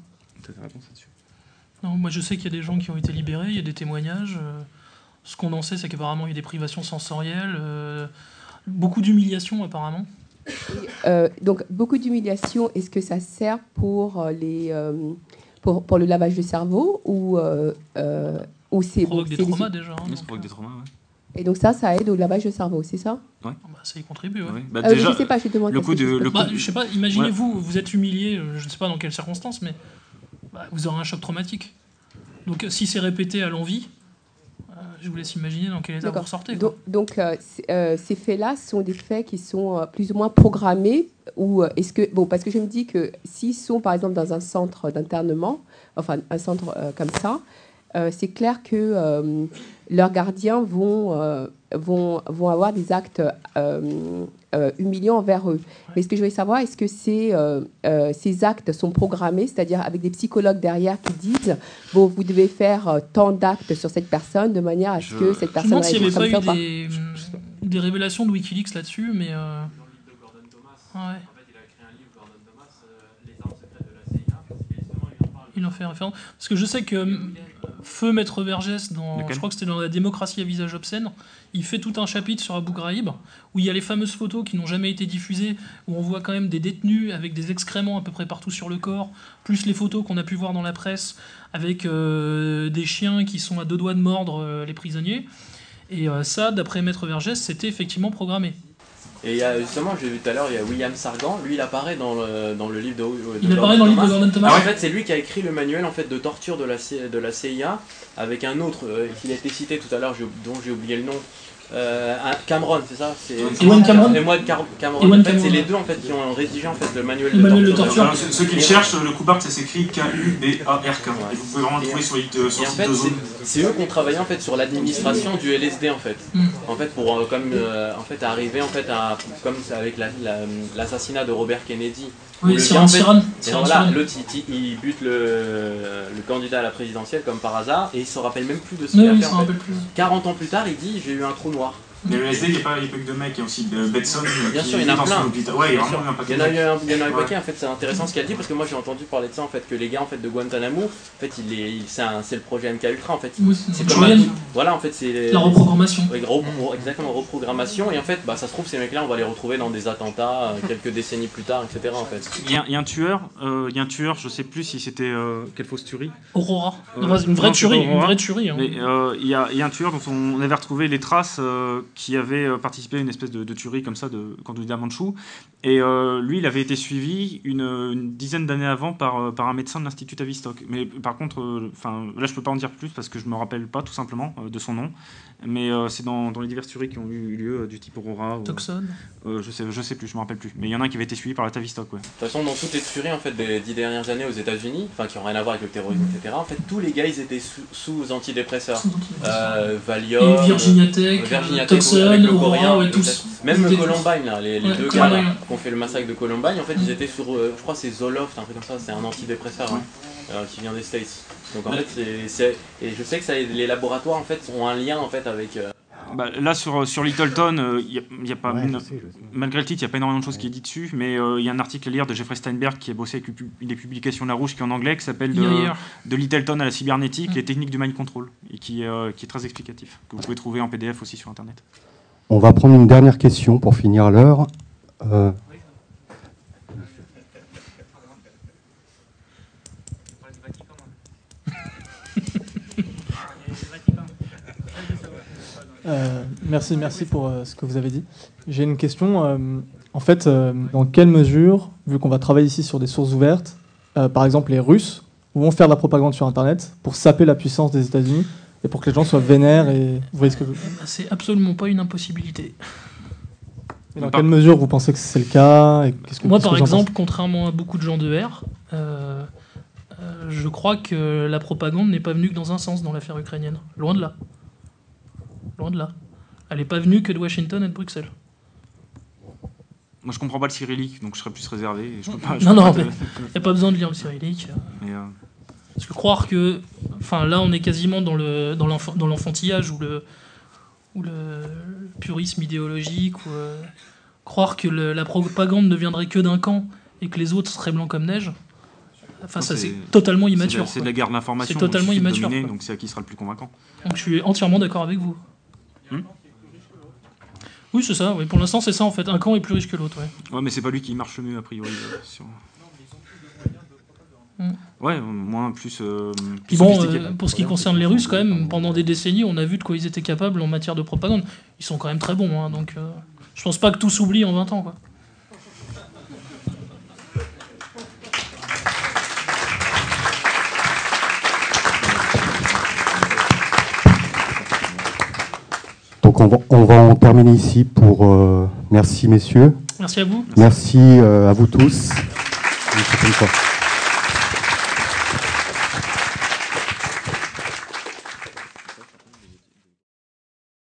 [SPEAKER 2] Non, moi je sais qu'il y a des gens qui ont été libérés, il y a des témoignages. Euh, ce qu'on en sait, c'est qu'apparemment il y a des privations sensorielles, euh, beaucoup d'humiliation apparemment.
[SPEAKER 20] Et, euh, donc beaucoup d'humiliation, est-ce que ça sert pour, les, euh, pour, pour le lavage de cerveau ou, euh, euh, ou c'est...
[SPEAKER 2] Ça provoque
[SPEAKER 20] bon,
[SPEAKER 2] des traumas les... déjà. Hein,
[SPEAKER 1] ça provoque des traumas, ouais.
[SPEAKER 20] Et donc ça, ça aide au lavage de cerveau, c'est ça?
[SPEAKER 1] Ouais.
[SPEAKER 2] Bah, ça y contribue, ouais.
[SPEAKER 1] ouais. Bah,
[SPEAKER 20] euh,
[SPEAKER 1] déjà,
[SPEAKER 20] je sais pas, je te demande.
[SPEAKER 1] Le coup de, le
[SPEAKER 2] bah,
[SPEAKER 1] coup...
[SPEAKER 2] Je sais pas, imaginez-vous, ouais. vous êtes humilié, je ne sais pas dans quelles circonstances, mais bah, vous aurez un choc traumatique. Donc si c'est répété à l'envi, je vous laisse imaginer dans quel état vous ressortez.
[SPEAKER 20] Donc, donc euh, euh, ces faits-là sont des faits qui sont euh, plus ou moins programmés, ou euh, est-ce que bon, parce que je me dis que s'ils sont par exemple dans un centre d'internement, enfin un centre euh, comme ça, euh, c'est clair que euh, leurs gardiens vont euh, vont vont avoir des actes euh, euh, humiliants envers eux. Ouais. Mais ce que je voulais savoir, est-ce que ces euh, euh, ces actes sont programmés, c'est-à-dire avec des psychologues derrière qui disent bon, vous devez faire euh, tant d'actes sur cette personne de manière à ce je... que cette personne.
[SPEAKER 2] Je me demande s'il n'y avait pas eu pas. Des, des révélations de WikiLeaks là-dessus, mais. Euh...
[SPEAKER 16] Dans le livre de Gordon Thomas,
[SPEAKER 2] ouais.
[SPEAKER 16] en fait, il a écrit un livre, Gordon Thomas, euh, Les armes secrètes de la C I A, parce qu'il justement il en parle.
[SPEAKER 2] Il en fait référence. Parce que je sais que Feu Maître Vergès, dans, je crois que c'était dans La démocratie à visage obscène, il fait tout un chapitre sur Abu Ghraib, où il y a les fameuses photos qui n'ont jamais été diffusées, où on voit quand même des détenus avec des excréments à peu près partout sur le corps, plus les photos qu'on a pu voir dans la presse, avec euh, des chiens qui sont à deux doigts de mordre euh, les prisonniers. Et euh, ça, d'après Maître Vergès, c'était effectivement programmé.
[SPEAKER 16] Et il y a, justement, j'ai vu tout à l'heure, il y a William Sargant, lui il apparaît dans le, dans le livre de, de
[SPEAKER 2] Il apparaît dans le livre de Gordon Thomas.
[SPEAKER 16] Alors, en fait, c'est lui qui a écrit le manuel en fait, de torture de la, de la C I A, avec un autre, euh, qui a été cité tout à l'heure, dont j'ai oublié le nom. Euh, Cameron, c'est ça?
[SPEAKER 2] Ewan Cameron.
[SPEAKER 16] Ewan Cameron. En fait, c'est les deux en fait qui ont rédigé en fait le manuel
[SPEAKER 2] le
[SPEAKER 16] de
[SPEAKER 2] manuel
[SPEAKER 16] torture.
[SPEAKER 2] De torture.
[SPEAKER 1] Alors, ceux qui le cherchent, le coup barre, ça s'écrit K U B A R K. Ouais. Et vous pouvez vraiment le trouver sur le site de Zone.
[SPEAKER 16] C'est eux qui ont travaillé en fait sur l'administration du L S D en fait. Mm. En fait pour euh, comme euh, en fait arriver en fait à comme avec la, la, l'assassinat de Robert Kennedy.
[SPEAKER 2] Oui, c'est en fait,
[SPEAKER 16] voilà, l'autre il, il bute le, le candidat à la présidentielle comme par hasard et il se rappelle même plus de ce qu'il a fait. En fait. quarante ans plus tard, il dit j'ai eu un trou noir.
[SPEAKER 1] Mais le L S D, il n'y a pas que deux mecs, il y a aussi Betson
[SPEAKER 16] bien
[SPEAKER 1] qui
[SPEAKER 16] sûr, il y en a plein.
[SPEAKER 1] Ouais, il y a vraiment un paquet.
[SPEAKER 16] Il y en a eu un, il y en a eu un paquet, en fait, c'est intéressant ce qu'elle dit parce que moi j'ai entendu parler de ça en fait que les gars en fait de Guantanamo, en fait, il est, il, c'est, un, c'est le projet M K Ultra en fait.
[SPEAKER 2] Oui,
[SPEAKER 16] c'est comme un, voilà en fait c'est
[SPEAKER 2] la reprogrammation.
[SPEAKER 16] Oui, repro, exactement reprogrammation et en fait bah ça se trouve ces mecs-là on va les retrouver dans des attentats quelques décennies plus tard et cetera en fait.
[SPEAKER 1] Il y a, il y a un tueur, euh, il y a un tueur, je sais plus si c'était euh, quelle fausse tuerie.
[SPEAKER 2] Aurora. Euh, une vraie tuerie, une vraie tuerie. Hein.
[SPEAKER 1] Mais euh, il y a, il y a un tueur dont on avait retrouvé les traces euh, qui avait euh, participé à une espèce de, de tuerie comme ça de candidat Manchou. Et euh, lui, il avait été suivi une, une dizaine d'années avant par, par un médecin de l'Institut Tavistock. Mais par contre, enfin euh, là, je peux pas en dire plus parce que je me rappelle pas tout simplement euh, de son nom. Mais euh, c'est dans, dans les diverses tueries qui ont eu lieu euh, du type Aurora.
[SPEAKER 2] Tucson.
[SPEAKER 1] Euh, je sais, je sais plus, je me rappelle plus. Mais il y en a un qui avait été suivi par la Tavistock. Ouais.
[SPEAKER 16] De toute façon, dans toutes les tueries en fait des dix dernières années aux États-Unis, enfin qui n'ont rien à voir avec le terrorisme, et cetera. En fait, tous les gars ils étaient sous, sous antidépresseurs. Euh, Valium,
[SPEAKER 2] et Virginia Tech,
[SPEAKER 16] euh, Virginia Tech,
[SPEAKER 2] Johnson, Aurora, ouais, tous.
[SPEAKER 16] Même
[SPEAKER 2] Ils étaient
[SPEAKER 16] Columbine, là, les, les
[SPEAKER 2] Ouais,
[SPEAKER 16] deux
[SPEAKER 2] Columbine.
[SPEAKER 16] gars là, qui ont fait le massacre de Columbine, en fait, ils étaient sur, euh, je crois, c'est Zoloft, un truc comme ça, c'est un antidépresseur hein, euh, qui vient des States. Donc en fait, c'est, c'est, et je sais que ça, les laboratoires en fait ont un lien en fait avec. Euh...
[SPEAKER 1] Bah, là sur, sur Littleton, il euh, y, y a pas
[SPEAKER 16] Ouais,
[SPEAKER 1] une,
[SPEAKER 16] je sais, je sais.
[SPEAKER 1] malgré le titre, il n'y a pas énormément de choses qui est dit dessus, mais il euh, y a un article à lire de Jeffrey Steinberg qui a bossé avec les publications La Rouge qui est en anglais, qui s'appelle de,
[SPEAKER 2] Yeah, yeah.
[SPEAKER 1] de Littleton à la cybernétique,
[SPEAKER 2] Mm.
[SPEAKER 1] les techniques du mind control, et qui, euh, qui est très explicatif, que vous pouvez trouver en P D F aussi sur Internet.
[SPEAKER 21] On va prendre une dernière question pour finir l'heure. Euh,
[SPEAKER 22] Euh, merci, merci pour euh, ce que vous avez dit. J'ai une question. euh, en fait, euh, dans quelle mesure, vu qu'on va travailler ici sur des sources ouvertes, euh, par exemple les Russes vont faire de la propagande sur Internet pour saper la puissance des États-Unis et pour que les gens soient vénères et vous voyez ce que je...
[SPEAKER 2] C'est absolument pas une impossibilité.
[SPEAKER 22] Et dans quelle mesure vous pensez que c'est le cas et qu'est-ce que,
[SPEAKER 2] Moi,
[SPEAKER 22] qu'est-ce
[SPEAKER 2] par
[SPEAKER 22] que j'en
[SPEAKER 2] exemple,
[SPEAKER 22] pense
[SPEAKER 2] contrairement à beaucoup de gens de R, euh, euh, je crois que la propagande n'est pas venue que dans un sens dans l'affaire ukrainienne. Loin de là. Loin de là. Elle n'est pas venue que de Washington et de Bruxelles.
[SPEAKER 1] Moi je comprends pas le cyrillique, donc je serais plus réservé. Et je peux pas, je
[SPEAKER 2] non,
[SPEAKER 1] peux
[SPEAKER 2] non,
[SPEAKER 1] pas
[SPEAKER 2] mais
[SPEAKER 1] te-
[SPEAKER 2] il n'y a pas besoin de lire le cyrillique.
[SPEAKER 1] Mais, euh,
[SPEAKER 2] Parce que croire que... Enfin, là, on est quasiment dans, le, dans, l'enf- dans l'enfantillage ou le, ou le purisme idéologique. Ou, euh, croire que le- la propagande ne viendrait que d'un camp et que les autres seraient blancs comme neige. Enfin, ça, c'est, totalement immature.
[SPEAKER 1] C'est de, c'est de la
[SPEAKER 2] quoi.
[SPEAKER 1] guerre de l'information.
[SPEAKER 2] C'est totalement
[SPEAKER 1] il suffit de
[SPEAKER 2] immature.
[SPEAKER 1] dominer,
[SPEAKER 2] quoi.
[SPEAKER 1] donc c'est à qui sera le plus convaincant.
[SPEAKER 2] Donc je suis entièrement d'accord avec vous.
[SPEAKER 1] Hmm
[SPEAKER 2] Oui, c'est ça. Oui. Pour l'instant, c'est ça en fait. Un camp est plus riche que l'autre. Ouais.
[SPEAKER 1] Ouais, mais c'est pas lui qui marche le mieux a priori. euh, sur...
[SPEAKER 2] Mm.
[SPEAKER 1] Ouais, moins plus. Euh, plus
[SPEAKER 2] Puis bon,
[SPEAKER 1] sophistiqué.
[SPEAKER 2] euh, pour ce qui concerne les Russes, quand même, pendant des décennies, on a vu de quoi ils étaient capables en matière de propagande. Ils sont quand même très bons, hein, donc euh, je pense pas que tout s'oublie en vingt ans, quoi.
[SPEAKER 21] donc on va, on va en terminer ici pour... euh, merci messieurs.
[SPEAKER 2] Merci à vous.
[SPEAKER 21] Merci euh, à vous tous. Une prochaine fois.